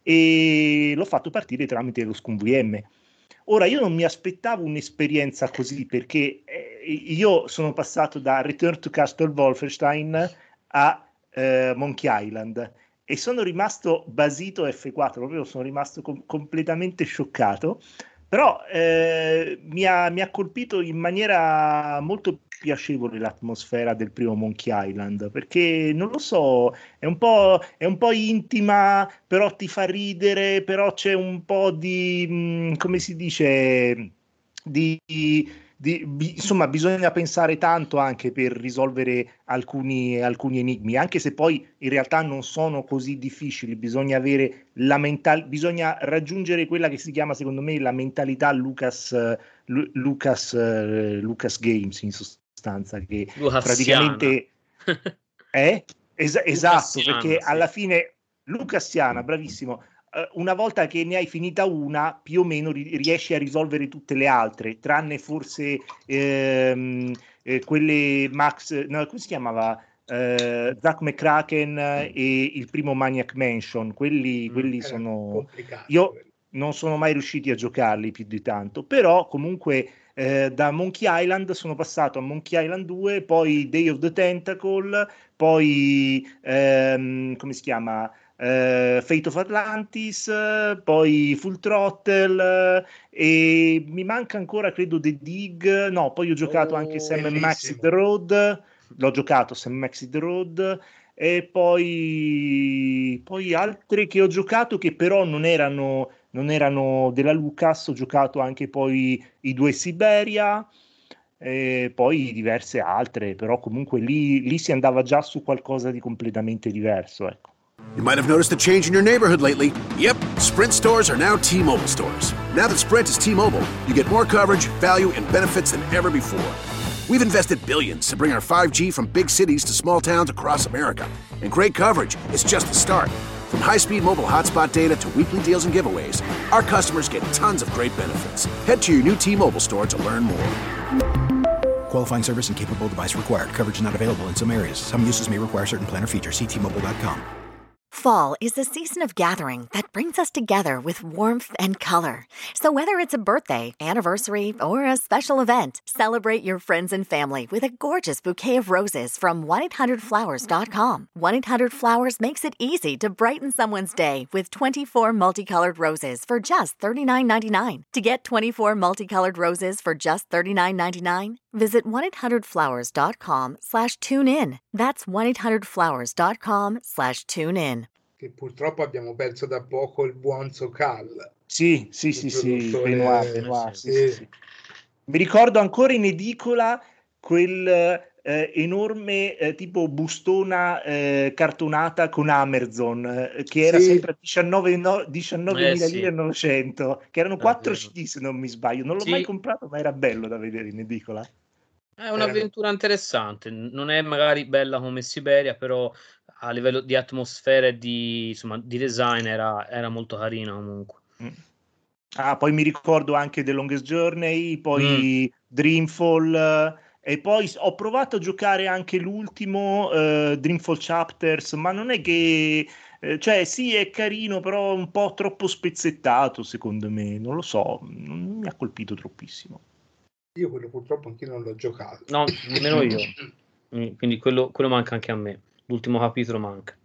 e l'ho fatto partire tramite lo Scum V M. Ora, io non mi aspettavo un'esperienza così, perché eh, io sono passato da Return to Castle Wolfenstein a eh, Monkey Island e sono rimasto basito F quattro, proprio sono rimasto com- completamente scioccato, però eh, mi ha, mi ha colpito in maniera molto piacevole l'atmosfera del primo Monkey Island, perché non lo so, è un po', è un po' intima, però ti fa ridere, però c'è un po' di, mh, come si dice, di, di, bi, insomma, bisogna pensare tanto anche per risolvere alcuni, alcuni enigmi, anche se poi in realtà non sono così difficili, bisogna avere la mental, bisogna raggiungere quella che si chiama, secondo me, la mentalità Lucas, uh, Lucas, uh, Lucas Games, in sostanza. Che Lucassiana. Praticamente è es- esatto, Lucassiana, perché sì. alla fine Lucassiana, bravissimo, uh, una volta che ne hai finita una più o meno ri- riesci a risolvere tutte le altre, tranne forse ehm, eh, quelle Max, no, come si chiamava? Uh, Zack McCracken e il primo Maniac Mansion, quelli, Mm, quelli era sono complicato io quello. non sono mai riusciti a giocarli più di tanto, però comunque eh, da Monkey Island sono passato a Monkey Island due, poi Day of the Tentacle, poi ehm, come si chiama? Uh, Fate of Atlantis, uh, poi Full Throttle, uh, e mi manca ancora credo The Dig, no, poi ho giocato Oh, anche Sam bellissimo. Max The Road, l'ho giocato Sam Max The Road, e poi, poi altri che ho giocato che però non erano, non erano della Lucas, ho giocato anche poi i due Siberia, e poi diverse altre, però comunque lì, lì si andava già su qualcosa di completamente diverso, ecco. You might have noticed a change in your neighborhood lately. Yep, Sprint stores are now T-Mobile stores. Now that Sprint is T-Mobile, you get more coverage, value, and benefits than ever before. We've invested billions to bring our five G from big cities to small towns across America. And great coverage is just the start. From high-speed mobile hotspot data to weekly deals and giveaways, our customers get tons of great benefits. Head to your new T-Mobile store to learn more. Qualifying service and capable device required. Coverage not available in some areas. Some uses may require certain plan or features. See T Mobile dot com. Fall is a season of gathering that brings us together with warmth and color. So whether it's a birthday, anniversary, or a special event, celebrate your friends and family with a gorgeous bouquet of roses from one eight hundred flowers dot com. one eight hundred flowers makes it easy to brighten someone's day with twenty-four multicolored roses for just thirty-nine ninety-nine. To get twenty-four multicolored roses for just thirty-nine ninety-nine, visit one eight hundred flowers dot com slash tune in. That's one eight hundred flowers dot com slash tune in. Che purtroppo abbiamo perso da poco il buon Sokal. Sì, sì, sì, sì, Benoit, Benoit, sì, sì. sì, sì. Mi ricordo ancora in edicola quel eh, enorme eh, tipo bustona eh, cartonata con Amazon, eh, che era Sì. sempre a diciannove no, diciannovemila Eh, sì. lire e novecento, che erano quattro Davvero. C D se non mi sbaglio. Non l'ho Sì. mai comprato, ma era bello da vedere in edicola. È un'avventura interessante, n- non è magari bella come Siberia, però a livello di atmosfera e di, insomma, di design era, era molto carina comunque. Mm. Ah, poi mi ricordo anche The Longest Journey, poi Dreamfall, eh, e poi s- ho provato a giocare anche l'ultimo eh, Dreamfall Chapters, ma non è che, eh, cioè sì è carino, però un po' troppo spezzettato secondo me, non lo so, non mi ha colpito troppissimo. Io quello purtroppo anche non l'ho giocato. No, nemmeno io. Mm, Quindi quello, quello manca anche a me. L'ultimo capitolo manca.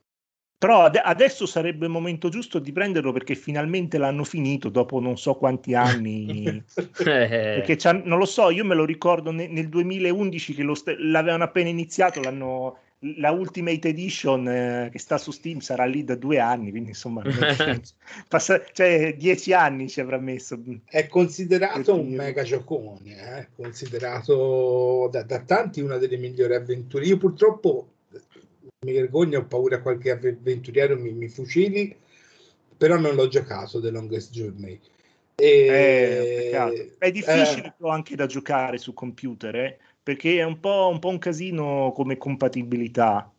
Però ade- adesso sarebbe il momento giusto di prenderlo perché finalmente l'hanno finito dopo non so quanti anni. Eh, Perché c'han- non lo so, io me lo ricordo ne- nel duemilaundici che lo st- l'avevano appena iniziato, l'hanno, la Ultimate Edition eh, che sta su Steam sarà lì da due anni, quindi insomma non è che- passa- cioè dieci anni ci avrà messo. È considerato Per un dire. mega giocone, eh? Considerato da, da tanti una delle migliori avventure. Io purtroppo mi vergogno, ho paura qualche avventuriero mi, mi fucili, però non l'ho giocato The Longest Journey. E, Eh, peccato. È difficile eh, però anche da giocare su computer, eh, perché è un po', un po' un casino come compatibilità.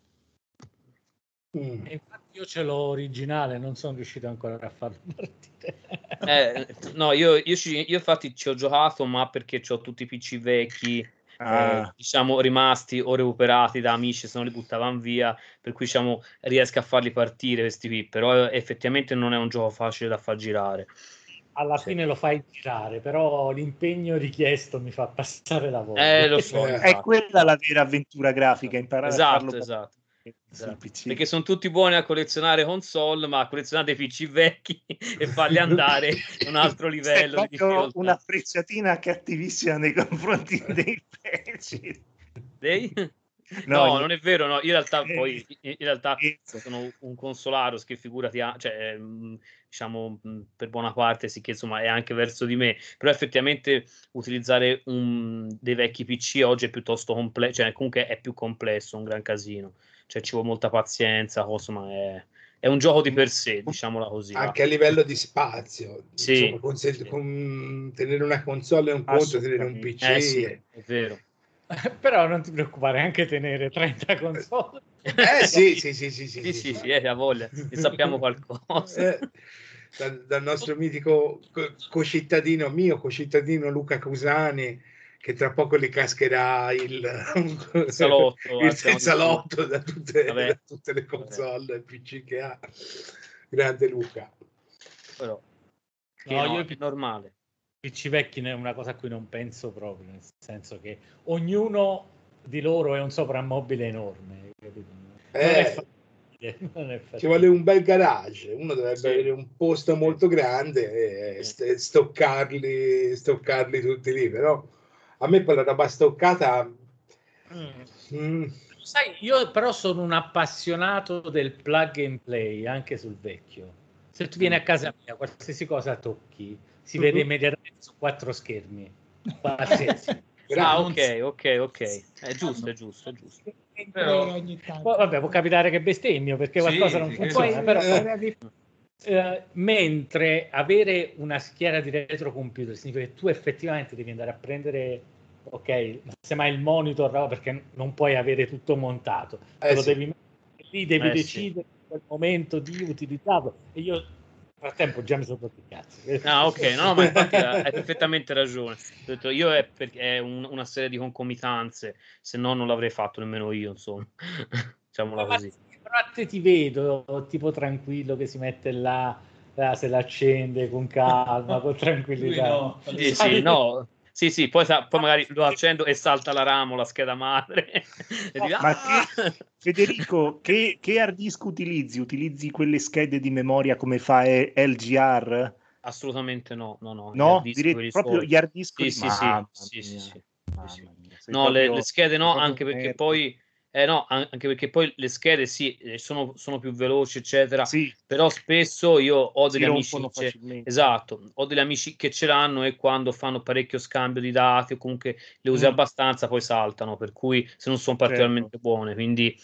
mm. E infatti io ce l'ho originale, non sono riuscito ancora a farlo partire. eh, no, io, io, ci- io infatti ci ho giocato, ma perché ho tutti i P C vecchi, Ah. eh, diciamo, rimasti o recuperati da amici, se non li buttavano via, per cui diciamo riesco a farli partire questi qui, però eh, effettivamente non è un gioco facile da far girare. Alla Sì. fine lo fai girare, però l'impegno richiesto mi fa passare la voglia. Eh, lo so, Eh, È infatti. quella la vera avventura grafica, imparare a Esatto, farlo esatto. sul Esatto. P C. Perché sono tutti buoni a collezionare console, ma a collezionare dei P C vecchi e farli andare a un altro C'è livello di proprio difficoltà. una frecciatina cattivissima nei confronti dei pezzi. Dei? No, No, gli- non è vero, no. Io in realtà Eh, poi in in realtà scherzo. sono un consolaros che figurati ha, cioè mh, diciamo mh, per buona parte sì che insomma è anche verso di me, però effettivamente utilizzare un, dei vecchi P C oggi è piuttosto complesso, cioè comunque è più complesso, un gran casino, cioè ci vuole molta pazienza, cosa, ma è, è un gioco di per sé, diciamola così. va. Anche a livello di spazio, Sì, insomma, consent- sì. con- tenere una console è un conto, tenere un P C Eh sì, è- è vero. Però non ti preoccupare, anche tenere trenta console. Eh sì, sì, sì, sì, sì, Sì, sì, sì, eh, ha voglia, ne sappiamo qualcosa. Eh, dal, dal nostro mitico co- concittadino mio, concittadino Luca Cusani, che tra poco le cascherà il, Il salotto, il eh, siamo salotto da tutte, Vabbè. da tutte le console e P C che ha. Grande Luca. Però Che No, no, io è normale. P C vecchi è una cosa a cui non penso proprio, nel senso che ognuno di loro è un soprammobile enorme, capito? Non Eh, è facile, non è ci facile. vuole un bel garage, uno dovrebbe Sì. avere un posto molto grande e st- stoccarli, stoccarli tutti lì, però a me quella roba stoccata... Mm. mm, Sai, io però sono un appassionato del plug and play anche sul vecchio. Se tu vieni a casa mia, qualsiasi cosa tocchi, si Mhm. vede immediatamente su quattro schermi. Qualsiasi. Ah, Non ok, ok, ok. È giusto, è giusto, è giusto. Però- ogni tanto. Poi, vabbè, può capitare che bestemmio perché Sì, qualcosa non sì, funziona, Poi, però eh, eh, mentre avere una schiera di retro computer significa che tu effettivamente devi andare a prendere, ok, semmai il monitor, no, perché non puoi avere tutto montato, te Eh lo sì. devi mettere lì, devi Eh sì. decidere in quel momento di utilizzarlo, e io nel frattempo già mi sono rotto il cazzo. Ah, ok, no, no, ma infatti ha- hai perfettamente ragione. Ho detto, io è, perché è un- una serie di concomitanze, se no non l'avrei fatto nemmeno io, insomma. Diciamola Ma così. però a te ti vedo tipo tranquillo che si mette là, là, se l'accende con calma, con tranquillità. Lui no. Sì, Sai- sì, no. Sì, sì, poi, sa- poi magari lo accendo e salta la ramo, la scheda madre. E dico, Ma "Ah!" che, Federico, che, che hard disk utilizzi? Utilizzi quelle schede di memoria come fa eh, L G R? Assolutamente no, no, no. Gli No, hard disk, direi quelli proprio solidi. gli hard disk. Sì, sì, Mamma sì, sì, mia, sì, sì, mamma sì. mia, sei No, le, proprio- le schede no, sei proprio anche un perché nerd. poi eh, no, an- anche perché poi le schede sì, eh, sono, sono più veloci, eccetera. Sì, Però spesso io ho si degli amici rompono che, facilmente. esatto, ho degli amici che ce l'hanno e quando fanno parecchio scambio di dati o comunque le usi Mm. abbastanza poi saltano, per cui se non sono particolarmente Certo. buone, quindi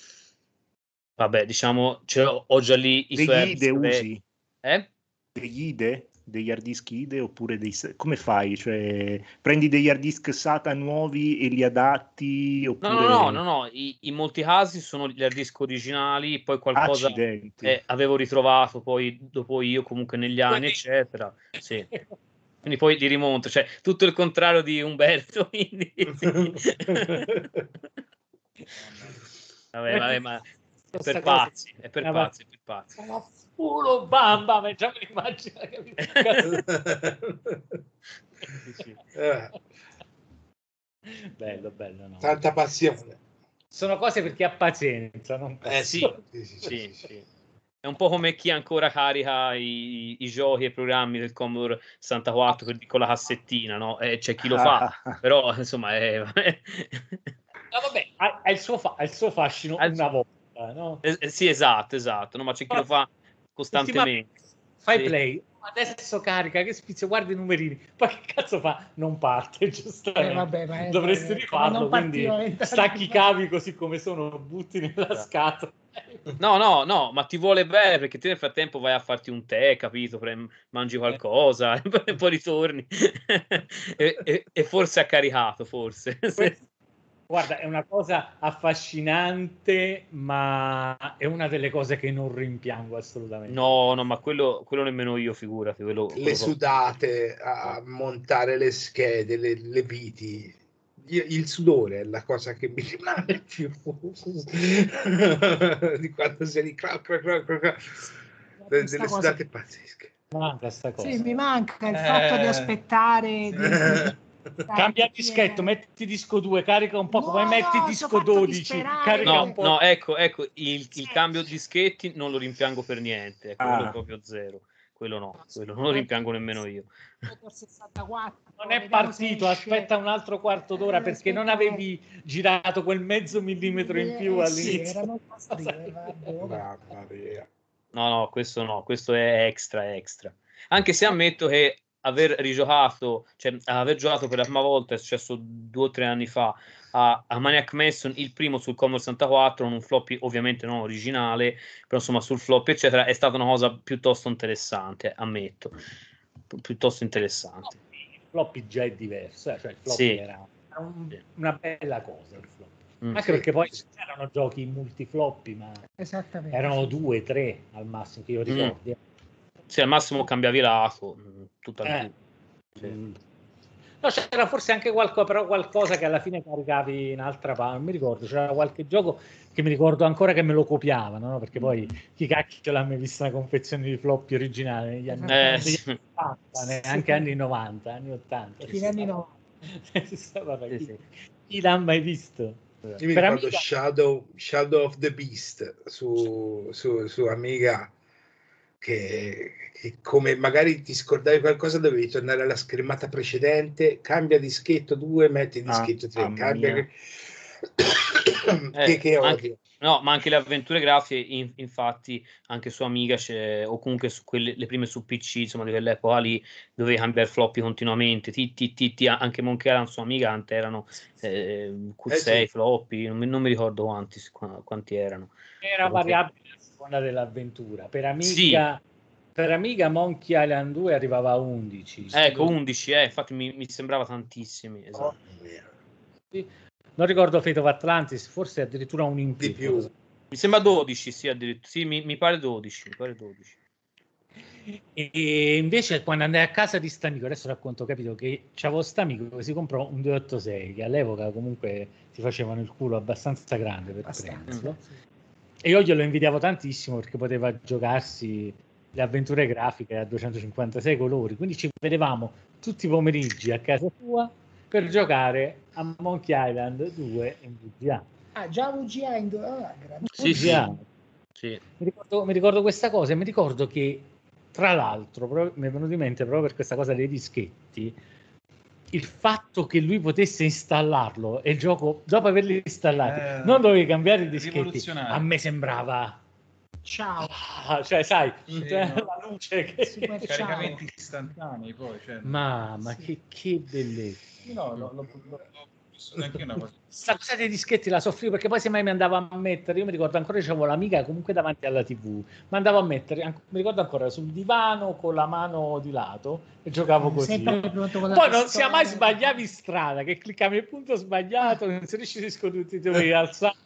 vabbè, diciamo, ce l'ho- ho già lì i Degli suoi hard I D E disk vecchi. usi? Eh? Degli I D E? Degli hard disk I D E oppure dei... se- come fai? Cioè, prendi degli hard disk SATA nuovi e li adatti No, oppure... no, no, no, no. I- in molti casi sono gli hard disk originali, poi qualcosa Accidenti. eh, avevo ritrovato poi dopo io comunque negli anni, eccetera. Sì. Quindi poi li rimonto, cioè tutto il contrario di Umberto, quindi sì. Vabbè, vabbè, ma è per pazzi, è per pazzi, è per pazzi. Culo, bamba, ma già me l'immagino, capito? Eh, Bello, bello, no. tanta passione. Sono cose per chi ha pazienza, non Eh sì, passione. Sì, sì, sì, sì, sì, sì. sì. È un po' come chi ancora carica i, i giochi e i programmi del Commodore sessantaquattro per- con la cassettina, no? Eh, c'è chi lo fa, però insomma è... No, vabbè, ha, ha il suo fa- ha il suo fascino Ha il una suo- volta, no? Eh, eh, sì, esatto, esatto, no? Ma c'è chi lo fa costantemente. Fai Sì. play, adesso carica, che spizio, guarda i numerini, poi che cazzo fa? Non parte, giustamente. Eh, vabbè, ma è- Dovresti eh, rifarlo, non quindi partiva vent'anni stacchi i fa. cavi così come sono, butti nella Esatto. scatola. No, no, no, ma ti vuole bene perché te nel frattempo vai a farti un tè, capito? Pre- mangi qualcosa e poi ritorni e, e- e forse ha caricato, forse. Questo- Guarda, è una cosa affascinante, ma è una delle cose che non rimpiango assolutamente. No, no, ma quello, quello nemmeno io, figurati. Quello, quello Le proprio- sudate a montare le schede, le, le viti. Io- il sudore è la cosa che mi rimane più di quando sei lì crac, crac, crac, crac, crac. De- Questa delle cosa- sudate pazzesche. Manca sta cosa. Sì, mi manca il Eh. fatto di aspettare. Di... Cambia dischetto, metti disco due, carica un po', No, poi metti no, disco so fatto dodici, disperare. carica No, un po'. no, ecco, ecco, il, il Sì. cambio dischetti non lo rimpiango per niente, ecco, quello Ah. è proprio zero, quello no, quello non lo rimpiango nemmeno io. sessantaquattro, Non è vediamo se partito, esce. aspetta un altro quarto d'ora Eh, perché non aspetta, avevi girato quel mezzo millimetro in più Eh, sì, all'inizio. erano costretti, vabbè. Mamma mia. No, no, questo no, questo è extra, extra. Anche se ammetto che aver rigiocato, cioè aver giocato per la prima volta, è successo due o tre anni fa, a, a Maniac Mansion, il primo sul Commodore sessantaquattro, con un floppy ovviamente non originale, però insomma sul floppy eccetera, è stata una cosa piuttosto interessante, ammetto, Pi- piuttosto interessante. Il floppy già è diverso, eh, cioè il floppy Sì. era un- Sì. una bella cosa. Il floppy. Mm. Anche Sì, perché poi sì. c'erano giochi multifloppy, ma Esattamente. erano due, tre al massimo che io ricordi. Sì, al massimo cambiavi lato, mm, tutto al Eh. tutto. Sì. Mm. No, c'era forse anche qualcosa, però qualcosa che alla fine caricavi in altra parte, non mi ricordo, c'era qualche gioco che mi ricordo ancora che me lo copiavano, no? Perché poi chi cacchio l'ha mai vista una confezione di floppy originale negli anni, Eh, negli sì. anni ottanta, neanche anni novanta, anni ottanta. Fine anni novanta. Si stava- chi, chi l'ha mai visto? Io mi Per ricordo Amiga- Shadow, Shadow of the Beast su, su, su Amiga, che, che come magari ti scordavi qualcosa dovevi tornare alla schermata precedente, cambia dischetto due, metti dischetto tre, mamma cambia mia. che, Eh, che odio. anche, no, ma anche le avventure grafiche, in- infatti, anche su Amiga c'è, o comunque su quelle, le prime su P C, insomma, di quell'epoca lì, dovevi cambiare floppy continuamente. Ti, ti, ti, ti- anche Monkey Island su Amiga anche erano eh, Q sei Eh sì. floppy, non mi, non mi ricordo quanti, qua- quanti erano. Era Comunque- variabile a seconda dell'avventura. Per Amiga, per Amiga Monkey Island due arrivava a undici. Ecco, undici, eh, infatti mi, mi sembrava tantissimi. Esatto. Non ricordo Fate of Atlantis, forse addirittura un in più. Di più. Mi sembra dodici, sì, addirittura. Sì, mi, mi pare dodici, mi pare dodici. E invece quando andai a casa di st'amico, adesso racconto, ho capito che c'avevo st'amico che si comprò un duecentoottantasei, che all'epoca comunque ti facevano il culo abbastanza grande per Abbastanza, prenderlo. sì. E io glielo invidiavo tantissimo perché poteva giocarsi le avventure grafiche a duecentocinquantasei colori, quindi ci vedevamo tutti i pomeriggi a casa sua per giocare a Monkey Island due in V G A. Ah, già V G A in due. Ah, grande. Sì, V G A. sì. Mi ricordo, mi ricordo questa cosa e mi ricordo che tra l'altro proprio- mi è venuto in mente proprio per questa cosa dei dischetti il fatto che lui potesse installarlo e il gioco dopo averli installati Eh, non dovevi cambiare i dischetti, rivoluzionario. a me sembrava Ciao. ah, cioè sai Sì, cioè, no. la luce che Super ciao. Caricamenti istantanei poi. Cioè, ma, ma Sì. che, che bellezza. no, l'ho, l'ho, l'ho visto neanche una cosa. Sta cosa dei dischetti la soffrivo perché poi semmai mi andavo a mettere, io mi ricordo ancora c'avevo l'amica comunque davanti alla tivù, mi andavo a mettere, an- mi ricordo ancora sul divano con la mano di lato e giocavo così. Sempre pronto con la Poi non pistola. sia mai sbagliavi in strada, che cliccavi il punto sbagliato, non si riusciscono tutti, ti dovevi alzare.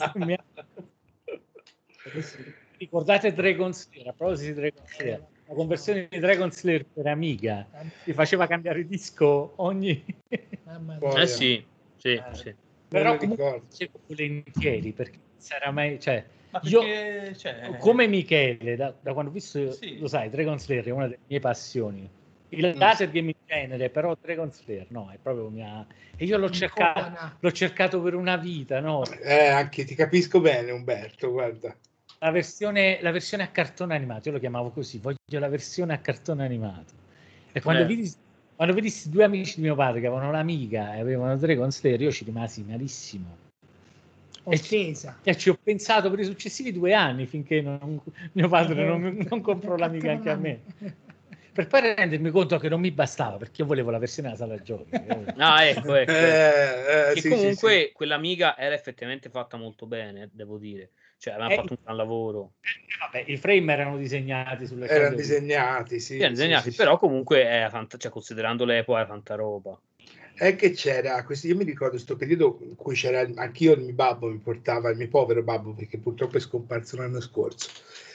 Ricordate Dragon's Lair, a proposito di Dragon's Lair, la conversione di Dragon's Lair per Amiga ti faceva cambiare disco ogni... Mamma mia. Poi, Eh sì, sì, Eh. sì. Però lo comunque ricordo. facevo volentieri perché non sarà mai... Cioè, Ma io, perché, cioè, come Michele, da, da quando ho visto, Sì. lo sai, Dragon's Lair è una delle mie passioni. Il Mm. laser game in genere, però Dragon's Lair no, è proprio mia... E io l'ho cercato, Icona. l'ho cercato per una vita, no? Eh, anche ti capisco bene, Umberto, guarda. La versione, la versione a cartone animato, io lo chiamavo così, voglio la versione a cartone animato. E quando Eh. vidi, quando vedi questi due amici di mio padre che avevano l'Amiga e avevano Dragon's Lair, io ci rimasi malissimo. E ci, Offesa. e ci ho pensato per i successivi due anni finché non- mio padre non, non comprò l'Amiga anche a me. Per poi rendermi conto che non mi bastava perché io volevo la versione della sala giochi. Ah, ecco, ecco. Eh, eh, Che sì, comunque sì, sì. quell'amiga era effettivamente fatta molto bene, devo dire. Cioè, avevano Eh, fatto un gran lavoro. Vabbè, i frame erano disegnati sulle Erano cose- disegnati, sì. Sì, disegnati, sì, sì, però comunque era tanta, cioè, considerando l'epoca era tanta roba. è che c'era questo, io mi ricordo questo periodo in cui c'era anch'io, il mio babbo mi portava, il mio povero babbo, perché purtroppo è scomparso l'anno scorso,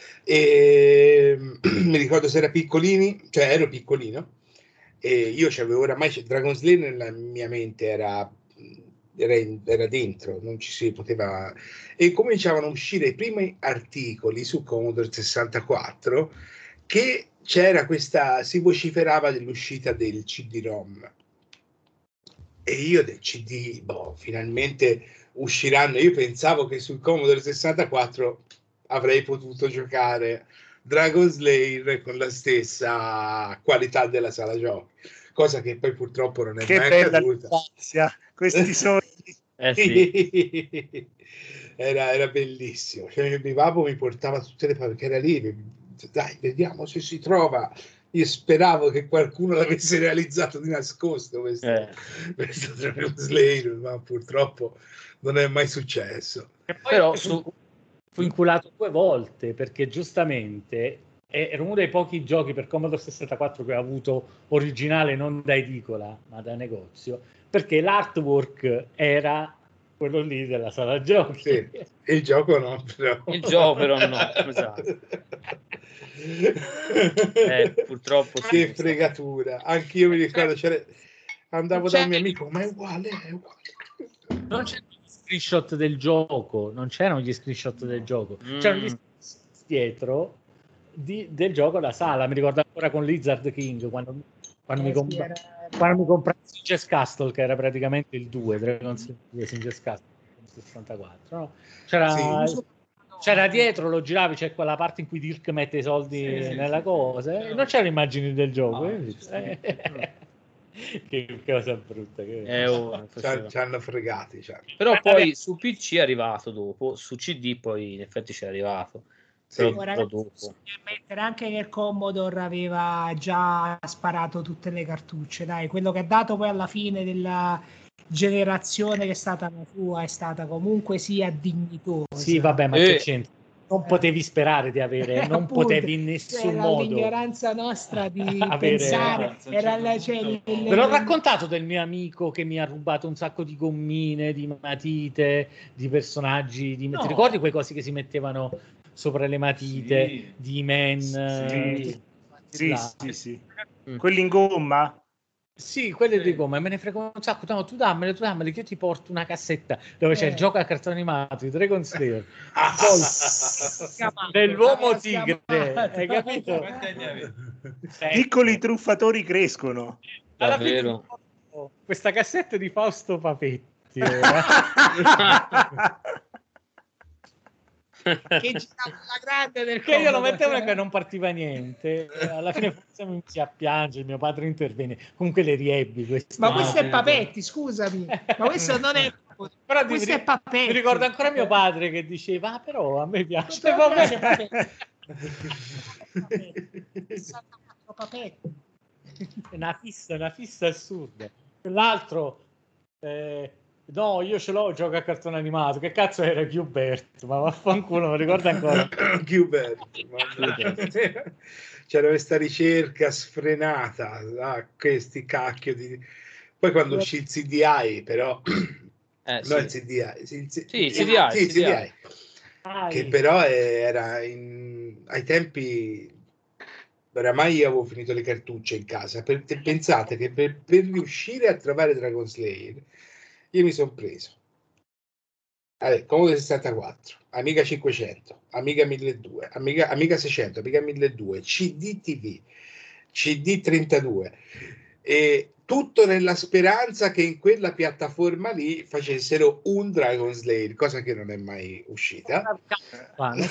e mi ricordo se era piccolini, cioè ero piccolino e io c'avevo oramai Dragon's Lair nella mia mente, era, era, in- era dentro, non ci si poteva, e cominciavano a uscire i primi articoli su Commodore sessantaquattro che c'era questa, si vociferava dell'uscita del C D-ROM. E io del C D, boh, finalmente usciranno. Io pensavo che sul Commodore sessantaquattro avrei potuto giocare Dragon's Lair con la stessa qualità della sala giochi, cosa che poi purtroppo non è Che mai bella accaduta. l'infanzia, questi sogni. Eh sì. era, era bellissimo. Cioè, mio babbo mi portava tutte le parole, perché era lì, dai, vediamo se si trova. Io speravo che qualcuno l'avesse realizzato di nascosto questo, Eh. questo Dragon's Lair, ma purtroppo non è mai successo. E poi Però fu, su- fu inculato due volte perché giustamente è- era uno dei pochi giochi per Commodore sessantaquattro che ho avuto originale non da edicola ma da negozio, perché l'artwork era quello lì della sala giochi. Sì, e il gioco no, però. Il gioco però no, esatto. Eh, purtroppo sì. Che fregatura. Anch'io mi ricordo c'era, andavo dal mio amico, ma è uguale, è uguale. Non c'erano gli screenshot del gioco, non c'erano gli screenshot del gioco, Mm. c'erano gli screenshot dietro di, del gioco da sala. Mi ricordo ancora con Lizard King quando, quando mi Eh, sì, compra- era- quando mi comprai Singe's Castle, che era praticamente il due, Dragon's due Singe's Castle sessantaquattro, no? C'era, Sì. c'era dietro, lo giravi, c'è quella parte in cui Dirk mette i soldi Sì, sì, nella sì. cosa, e non c'erano immagini del gioco. No, eh. ci sta. che cosa brutta che Eh, oh, Ci han- ci hanno fregati, cioè. però poi su P C è arrivato dopo, su C D poi in effetti c'è arrivato, però, Sì, però ragazzi, dopo. bisogna ammettere anche che il Commodore aveva già sparato tutte le cartucce, dai, quello che ha dato poi alla fine della generazione che è stata la sua è stata comunque sia dignitosa. Sì, vabbè, ma Eh. che c'entra? Non potevi sperare di avere, non Appunto, potevi in nessun era modo l'ignoranza nostra di avere- pensare Esatto, era c'è la, cioè, voluto- il- Ve l'ho raccontato del mio amico che mi ha rubato un sacco di gommine, di matite, di personaggi. Di... No. Ti ricordi quei cosi che si mettevano sopra le matite Sì. di Men? Sì, eh, sì, là? sì, sì. Mm. Quelli in gomma? Sì, quelle Sì. di come me ne frego un sacco. No, tu dammele, tu dammele, che io ti porto una cassetta dove c'è Eh. il gioco a cartone animato, i Dragon Slayer. Schiamato, Dell'uomo aveva tigre, schiamato. hai capito? Quanti anni avevi? Piccoli truffatori crescono. Alla fine Davvero? questa cassetta di Fausto Papetti eh. che girava la grande del che io lo Commodore. mettevo e non partiva niente. E alla fine forse mi iniziai a piangere, mio padre intervenne. Comunque le riebbi queste. Ma questo è sì, Papetti, scusami, ma questo non è Però ti- questo mi, è Papetti. mi ricordo ancora mio padre che diceva ah, però a me piace Però Papetti. piace sessantaquattro Papetti. È una fissa, una fissa assurda. L'altro eh, no, io ce l'ho, gioco a cartone animato. Che cazzo era Gilbert? Ma vaffanculo, mi ricordo ancora. Gilbert, c'era questa ricerca sfrenata, ah, questi cacchio di... Poi quando uscì il C D I, però Eh, no, il sì. C D I, sì, il C- Sì, il C D I, sì, il C D I. C D I, Dai. che però era in... ai tempi oramai io avevo finito le cartucce in casa. Per- pensate che per, per riuscire a trovare Dragon Slayer io mi sono preso allora, Commodore sessantaquattro, Amiga cinquecento, Amiga milleduecento, Amiga, Amiga seicento, Amiga milleduecento, C D T V, C D trentadue, e tutto nella speranza che in quella piattaforma lì facessero un Dragon Slayer, cosa che non è mai uscita. Ah, no?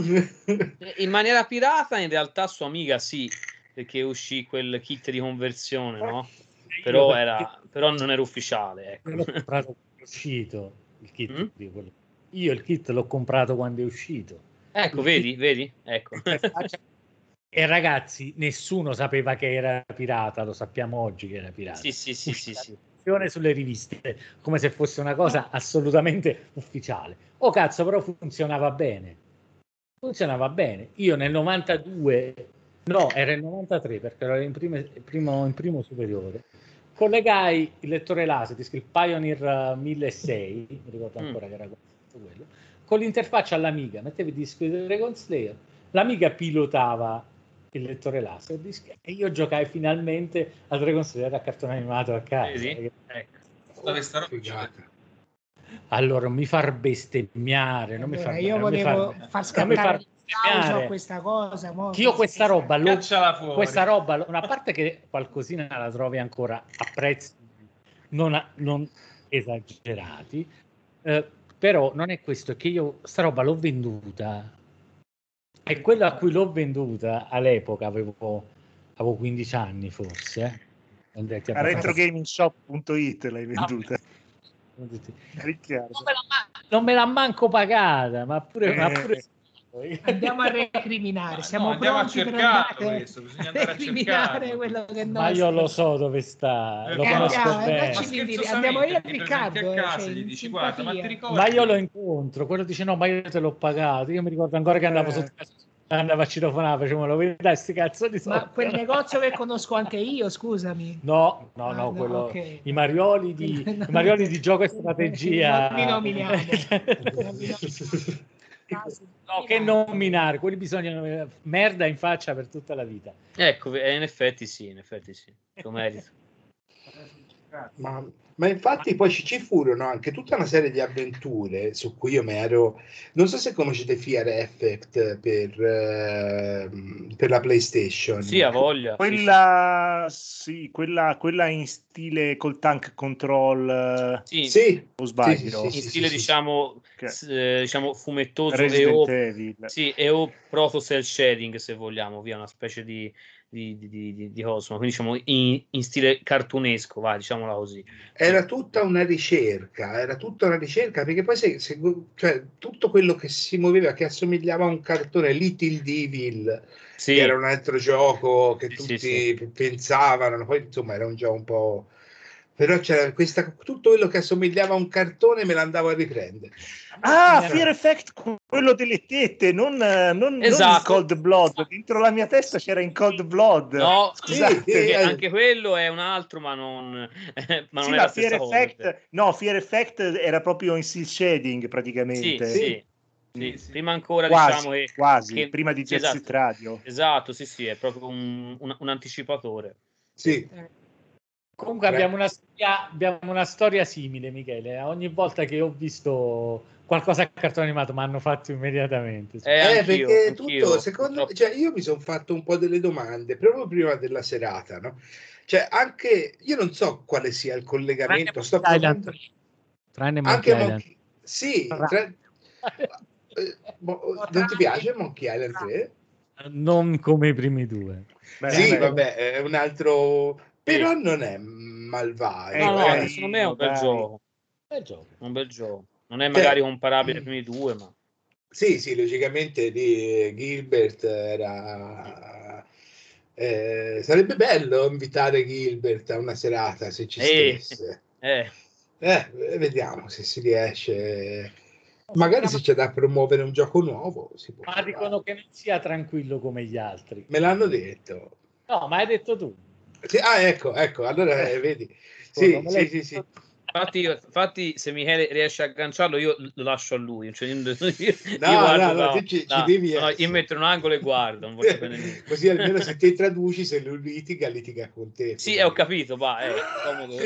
In maniera pirata in realtà su Amiga sì, perché uscì quel kit di conversione, no? Però, era, però non era ufficiale, ecco. Io l'ho comprato quando è uscito il kit Mm? di quello. Io il kit l'ho comprato quando è uscito. Ecco, Il vedi, kit- vedi? Ecco. E ragazzi, nessuno sapeva che era pirata, lo sappiamo oggi che era pirata. Sì, sì, sì, sì, sì. Usciva sulle riviste come se fosse una cosa assolutamente ufficiale. Oh cazzo, però funzionava bene. Funzionava bene. Io nel novantadue, no, era il novantatré perché ero in, prime- primo, in primo superiore. Collegai il lettore Laserdisc, il Pioneer milleseicento, mi ricordo ancora Mm. che era quello, con l'interfaccia all'Amiga, mettevi il disco di Dragon Slayer, l'Amiga pilotava il lettore Laserdisc e io giocai finalmente a Dragon Slayer a cartone animato a casa. Vedi? Ecco. Questa roba Figata. Allora, non mi far bestemmiare, non mi Allora, far io non mi volevo far- far non mi scattare far il causa bestemmiare. a questa cosa. mo- Che io questa roba, lo- Cacciala fuori. questa roba, una parte che qualcosina la trovi ancora a prezzi non, a- non esagerati, eh, però non è questo, è che io sta roba l'ho venduta e quello a cui l'ho venduta all'epoca avevo, avevo quindici anni forse. eh. Andai A retrogamingshop punto it l'hai venduta. Non Riccardo. me l'ha ma- non me l'ha manco pagata, ma pure, ma Eh. pure Andiamo a recriminare, No, siamo andiamo a pronti per cercarlo andare questo, bisogna andare a recriminare cercarlo. quello che ma io lo so dove sta, lo Eh, conosco andiamo, bene. dacci Ma di dire, scherzosamente, andiamo io e ti presenti Riccardo, a casa cioè, e gli in dici guarda, ma ti simpatia. ricordi? Ma io lo incontro, quello dice no, ma io te l'ho pagato. Io mi ricordo ancora che andavo Eh. sotto casa, andavo a citofonare, facevo lo vedi dai sti cazzo di soldi. Ma quel negozio che conosco anche io, scusami. No, no, Ah, no, no, quello, ok. i marioli di, i marioli di gioco e strategia. Non li nominiamo. Non li No, che nominare, quelli bisogna merda in faccia per tutta la vita. Ecco, eh, in effetti sì, in effetti sì. Lo merito. Ma, ma infatti poi ci, ci furono anche tutta una serie di avventure su cui io mi ero... Non so se conoscete Fear Effect per, eh, per la PlayStation. Sì, ha voglia. Quella, sì, sì quella, quella in stile col tank control. Sì, sì. O sbaglio? Sì, sì, sì, in stile sì, diciamo, sì. s- eh, diciamo fumettoso Resident e o, Evil. sì, e o proto cel shading, se vogliamo, via una specie di di, di, di, di Cosmo, quindi diciamo in, in stile cartunesco, vai, diciamola così. Era sì. tutta una ricerca, era tutta una ricerca, perché poi se, se, cioè, tutto quello che si muoveva, che assomigliava a un cartone, Little Devil, sì. che era un altro gioco che sì, tutti sì, sì. pensavano, poi insomma era un gioco un po'... Però c'era questa, tutto quello che assomigliava a un cartone me l'andavo a riprendere. Ah, Fear Effect, quello delle tette, non, non, esatto. non in Cold Blood. Dentro la mia testa c'era in Cold Blood. No, scusate, sì, sì, anche quello è un altro, ma non, eh, ma sì, non è ma la stessa Fear cosa. Effect, no, Fear Effect era proprio in cell shading praticamente. Sì, sì, sì, sì. Prima ancora quasi, diciamo che, quasi, che, prima di Jet esatto, Set Radio. Esatto, sì, sì, è proprio un, un, un anticipatore. Sì. Comunque abbiamo una, storia, abbiamo una storia simile, Michele. Ogni volta che ho visto qualcosa a cartone animato mi hanno fatto immediatamente. Eh, eh perché anch'io, tutto, secondo me, cioè io mi sono fatto un po' delle domande proprio prima della serata, no? Cioè anche, io non so quale sia il collegamento, sto provando... Tranne Monkey Monkey Monkey... Island. Sì, tra... eh, non ti piace Monkey Island tre? Non come i primi due. Beh, sì, beh, vabbè, è un altro... Però sì. Non è malvagio. No, no, eh. secondo me è un bel dai. gioco. Bel gioco. Un bel gioco. Non è magari cioè, comparabile ai primi due, ma... Sì, sì, logicamente di Gilbert era... Eh, sarebbe bello invitare Gilbert a una serata, se ci eh, stesse. Eh. Eh, vediamo se si riesce... Magari se c'è da promuovere un gioco nuovo si può. Ma dicono che non sia tranquillo come gli altri. Me l'hanno detto. No, ma hai detto tu. Sì, ah, ecco, ecco, allora eh, vedi. Sì, sì, sì, sì. Infatti, io, infatti, se Michele riesce a agganciarlo, io lo lascio a lui. Cioè, io, io, no, io guardo, no, no, no, tu ci, no, ci devi no, io metto in un angolo e guardo. Non voglio bene così almeno se ti traduci, se lui litiga, litiga con te. Sì, eh, ho capito, va, è comodo.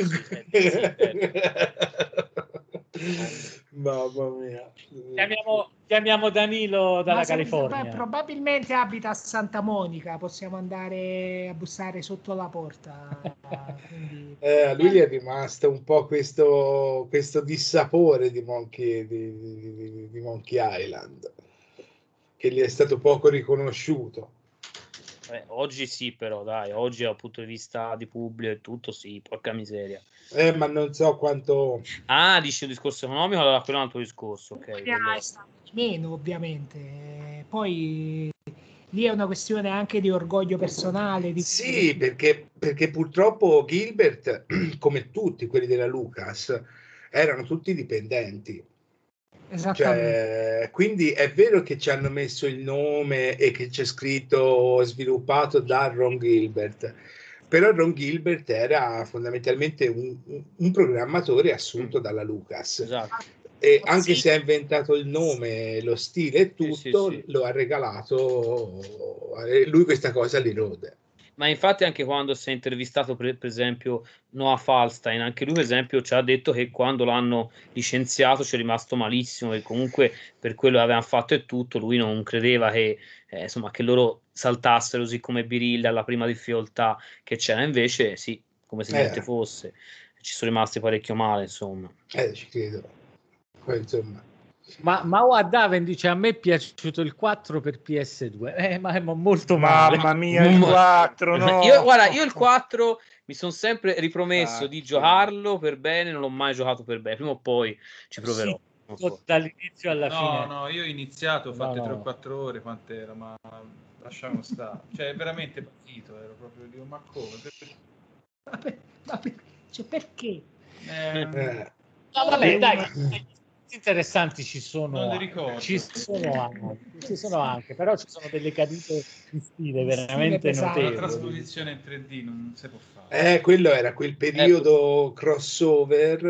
Mamma mia. Chiamiamo, chiamiamo Danilo dalla se, California. Beh, probabilmente abita a Santa Monica, possiamo andare a bussare sotto la porta. Quindi... eh, a lui gli è rimasto un po' questo, questo dissapore di Monkey, di, di, di Monkey Island, che gli è stato poco riconosciuto. Eh, oggi sì, però dai, oggi dal punto di vista di pubblico e tutto sì, porca miseria. Eh, ma non so quanto... Ah, dici un discorso economico, allora quello è un altro discorso, ok. Quello... Meno, ovviamente. Poi lì è una questione anche di orgoglio personale. Di... Sì, perché, perché purtroppo Gilbert, come tutti quelli della Lucas, erano tutti dipendenti. Cioè, quindi è vero che ci hanno messo il nome e che c'è scritto sviluppato da Ron Gilbert, però Ron Gilbert era fondamentalmente un, un programmatore assunto dalla Lucas. Esatto. E anche se ha inventato il nome, lo stile e tutto, sì, sì, sì. Lo ha regalato lui, questa cosa li rode. Ma infatti anche quando si è intervistato per, per esempio Noah Falstein, anche lui per esempio ci ha detto che quando l'hanno licenziato ci è rimasto malissimo, e comunque per quello che avevano fatto e tutto lui non credeva che, eh, insomma, che loro saltassero così come birilla alla prima difficoltà che c'era, invece sì, come se niente eh. fosse, ci sono rimasti parecchio male, insomma. Eh, ci credo. Poi, insomma. Ma Mao Daven dice: a me è piaciuto il quattro per P S due, eh, ma è molto male. Mamma mia, il quattro, no. Io, guarda, io il quattro mi sono sempre ripromesso ah, di giocarlo per bene, non l'ho mai giocato per bene, prima o poi ci proverò. Sì, so. Dall'inizio alla no, fine. No, no, io ho iniziato, ho fatto no, no. tre o quattro ore, quant'era, ma lasciamo stare. Cioè, è veramente partito, ero proprio dico, ma come? Perché? Ma, per, ma per, cioè, perché? Eh, eh. No, vabbè, dai. Interessanti ci sono, non li ricordo. Ci sono, anche, ci sono anche, però ci sono delle cadute di stile veramente notevoli. La trasposizione in tre D non si può fare. Eh, quello era quel periodo crossover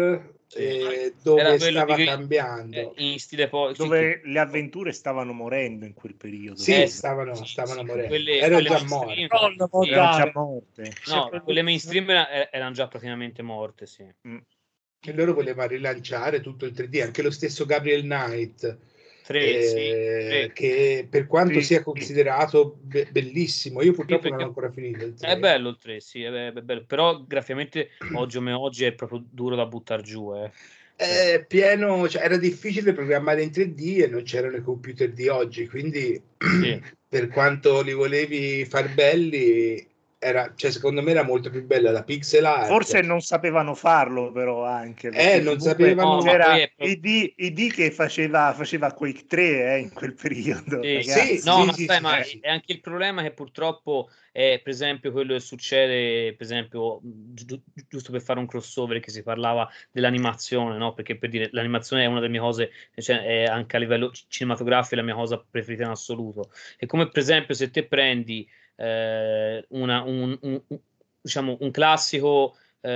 eh, dove Era quello stava di- cambiando. eh, in stile poi sì, dove le avventure stavano morendo in quel periodo. Sì, Eh, stavano, stavano morendo. quelle- Erano quelle già mainstream, morti. sì. Erano già morte. No, quelle mainstream era- erano già praticamente morte, sì. Mm. E loro volevano rilanciare tutto il tre D, anche lo stesso Gabriel Knight, Tre, eh, sì, tre. che per quanto Sì. sia considerato be- bellissimo, io purtroppo Sì, non perché ho ancora finito il tre. È bello il tre, sì, è, è bello. Però graficamente oggi come oggi è proprio duro da buttare giù, eh. È pieno, cioè, era difficile programmare in tre D e non c'erano i computer di oggi, quindi Sì. per quanto li volevi far belli, era, cioè, secondo me era molto più bella la pixel art. Forse non sapevano farlo, però anche Eh, perché non comunque sapevano- No, ma c'era poi è proprio- I D, I D che faceva, faceva Quake tre eh, in quel periodo. Sì, ragazzi. no, sì, ma sì, sai, sì, ma sì. è anche il problema che purtroppo è, per esempio, quello che succede, per esempio, gi- giusto per fare un crossover, che si parlava dell'animazione, no? Perché per dire, l'animazione è una delle mie cose, cioè è anche a livello cinematografico la mia cosa preferita in assoluto. E come per esempio se te prendi eh, una, un, un- un- diciamo, un classico,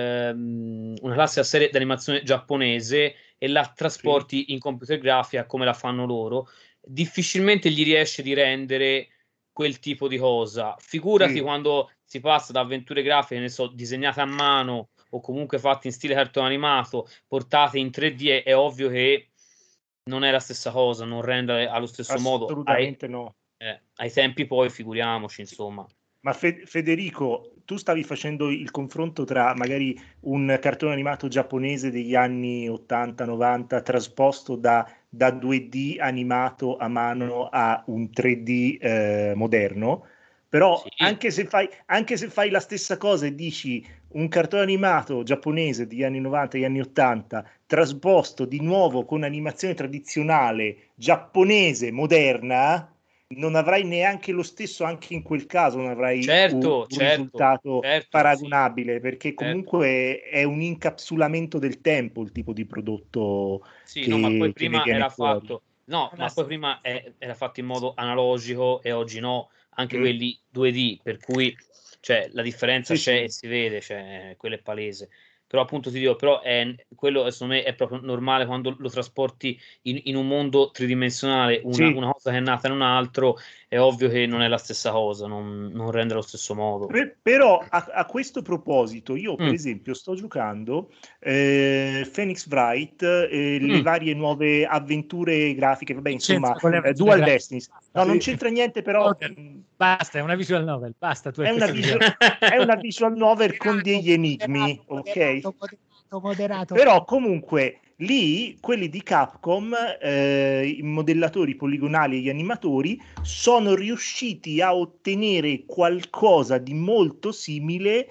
ehm, una classica serie d'animazione giapponese e la trasporti in computer grafica come la fanno loro, difficilmente gli riesce di rendere quel tipo di cosa. Figurati Sì. quando si passa da avventure grafiche, ne so, disegnate a mano o comunque fatte in stile cartone animato, portate in tre D, è, è ovvio che non è la stessa cosa, non rende allo stesso modo. Ai, Assolutamente no. eh, ai tempi poi, figuriamoci, insomma. Ma Fe- Federico, tu stavi facendo il confronto tra magari un cartone animato giapponese degli anni ottanta novanta trasposto da, da due D animato a mano a un tre D eh, moderno, però Sì. anche se fai, anche se fai la stessa cosa e dici un cartone animato giapponese degli anni novanta e degli anni ottanta trasposto di nuovo con animazione tradizionale giapponese moderna, non avrai neanche lo stesso, anche in quel caso non avrai Certo, un, un certo, risultato certo, paragonabile, perché certo. comunque è un incapsulamento del tempo il tipo di prodotto Sì, che, no, ma poi che prima ne viene era fuori. fatto, no, È ma una- poi prima è- era fatto in modo analogico e oggi no, anche Mm. quelli due D, per cui cioè, la differenza Sì, c'è sì. e si vede, cioè, quello è palese. Però appunto ti dico, però è, quello secondo me è proprio normale quando lo trasporti in, in un mondo tridimensionale, una, Sì. una cosa che è nata in un altro, è ovvio che non è la stessa cosa, non, non rende allo stesso modo. Per- però a, a questo proposito io per Mm. esempio sto giocando eh, Phoenix Wright, eh, le Mm. varie nuove avventure grafiche, vabbè, insomma, C'entra con le eh, avventure Dual grafiche. Destinies. No, Sì. non c'entra niente, però Ok, basta, è una visual novel, basta. Tu è una, visual, è una visual novel con degli enigmi, ok? Moderato, moderato, moderato. Però comunque lì quelli di Capcom, eh, i modellatori poligonali e gli animatori sono riusciti a ottenere qualcosa di molto simile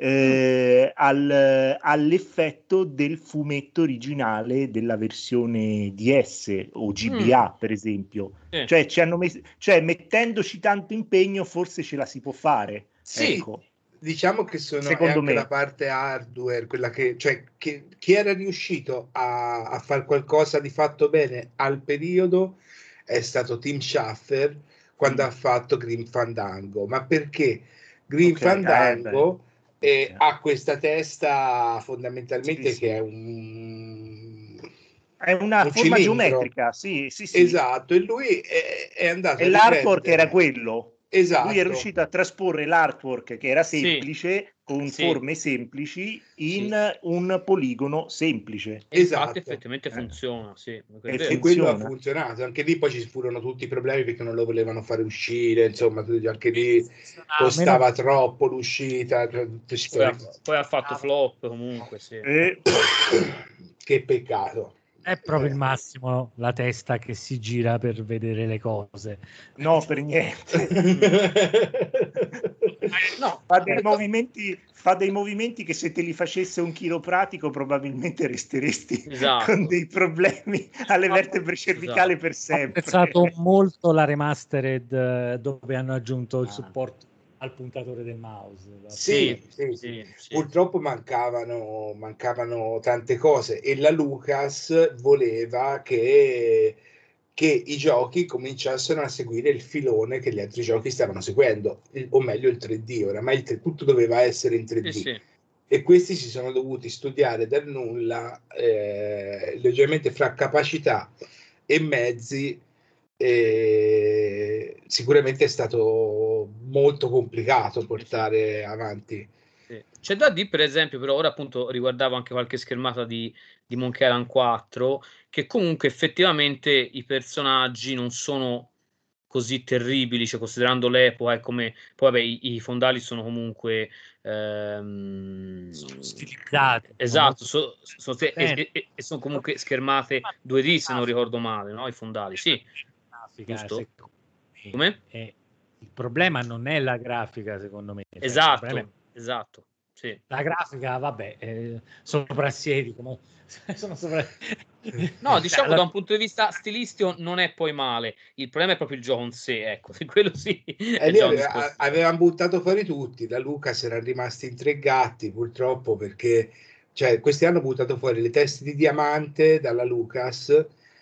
eh, al, all'effetto del fumetto originale della versione D S o G B A, per esempio. Sì. Cioè, ci hanno messo, cioè mettendoci tanto impegno forse ce la si può fare. Sì, Ecco. diciamo che sono è Secondo anche me. la parte hardware, quella che, cioè, che chi era riuscito a, a fare qualcosa di fatto bene al periodo è stato Tim Schafer quando Mm. ha fatto Grim Fandango. Ma perché Grim Ok, Fandango eh, eh, ha questa testa fondamentalmente Sì, sì. che è un È una un forma cilindro. geometrica, sì, sì, sì. Esatto, e lui è, è andato E a l'artwork riprendere- era quello. Esatto. Lui è riuscito a trasporre l'artwork che era Sì. semplice, con Sì. forme semplici, in un poligono semplice. E infatti Esatto. effettivamente funziona, sì. È E vero. E quello ha funziona. funzionato, anche lì poi ci furono tutti i problemi perché non lo volevano fare uscire, insomma, anche lì costava troppo l'uscita, cioè, tutte Poi storie. ha, poi ha fatto flop comunque, sì. E Che peccato. È proprio il massimo la testa che si gira per vedere le cose. no, per niente. No, Fa dei, ecco, movimenti, fa dei movimenti che se te li facesse un chiropratico probabilmente resteresti Esatto. con dei problemi alle vertebre cervicali per Ho sempre. apprezzato molto la remastered eh, dove hanno aggiunto il Ah. supporto al puntatore del mouse. Sì, Sì, sì, sì, sì. Purtroppo mancavano, mancavano tante cose e la Lucas voleva che, che i giochi cominciassero a seguire il filone che gli altri giochi stavano seguendo, il- o meglio il tre D, oramai il tre- tutto doveva essere in tre D. Sì, sì. e questi si sono dovuti studiare dal nulla, eh, leggermente fra capacità e mezzi. E sicuramente è stato molto complicato portare avanti. Sì. C'è da dire, per esempio, però ora appunto riguardavo anche qualche schermata di, di Monkey Island quattro, che comunque effettivamente i personaggi non sono così terribili, cioè considerando l'epoca e come poi vabbè, i, i fondali sono comunque ehm, sono stilizzati, esatto, sono so, so, e, e, e, e sono comunque schermate due D se non ricordo male, no? I fondali, sì. Giusto? Come? È, il problema non è la grafica, secondo me. Cioè, esatto, è... esatto. Sì. La grafica, vabbè, eh, soprassiedi, come... sono sopra... No, diciamo da un punto di vista stilistico non è poi male. Il problema è proprio il gioco in sé, ecco, quello sì. E lì aveva, avevano buttato fuori tutti, da Lucas erano rimasti in tre gatti purtroppo, perché cioè, questi hanno buttato fuori le teste di diamante dalla Lucas,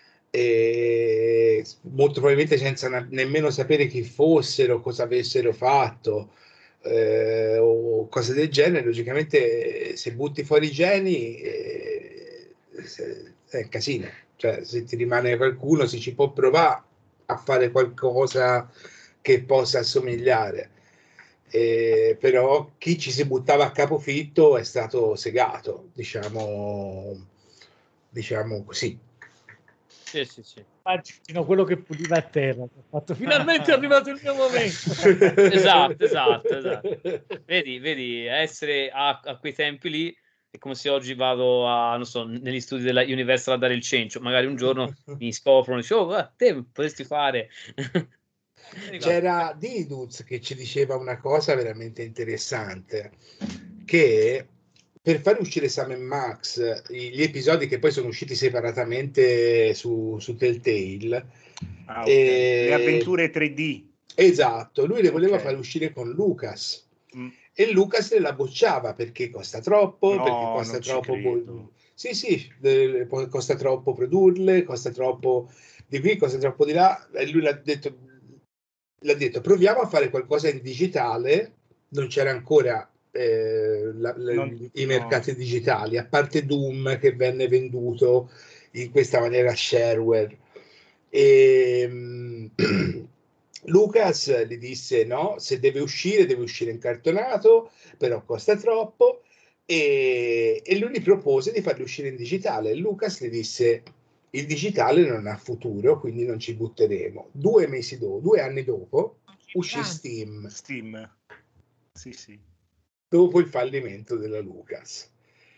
e molto probabilmente senza na- nemmeno sapere chi fossero, cosa avessero fatto, eh, o cose del genere. Logicamente se butti fuori i geni eh, è un casino, cioè se ti rimane qualcuno si ci può provare a fare qualcosa che possa assomigliare, eh, però chi ci si buttava a capofitto è stato segato, diciamo, diciamo così. Sì, sì, sì. Immagino quello che puliva a terra. Ho fatto, finalmente è arrivato il mio momento. esatto, esatto, esatto. Vedi, vedi, essere a, a quei tempi lì è come se oggi vado a, non so, negli studi della Universal a dare il cencio. Magari un giorno mi scoprono e dico, oh, te potresti fare. C'era Diduz che ci diceva una cosa veramente interessante, che per fare uscire Sam e Max, gli episodi che poi sono usciti separatamente su, su Telltale, ah, okay. e... le avventure tre D, esatto, lui le voleva okay. fare uscire con Lucas, mm. e Lucas le la bocciava perché costa troppo, no, perché costa troppo bo- sì sì eh, costa troppo produrle, costa troppo di qui, costa troppo di là, e lui l'ha detto l'ha detto proviamo a fare qualcosa in digitale. Non c'era ancora eh, la, la, non, i mercati no. digitali, a parte Doom che venne venduto in questa maniera shareware, e um, Lucas gli disse no, se deve uscire deve uscire in cartonato, però costa troppo, e, e lui gli propose di farli uscire in digitale. Lucas gli disse il digitale non ha futuro, quindi non ci butteremo. Due mesi dopo, due anni dopo, uscì Steam. Steam, sì, sì. Dopo il fallimento della Lucas.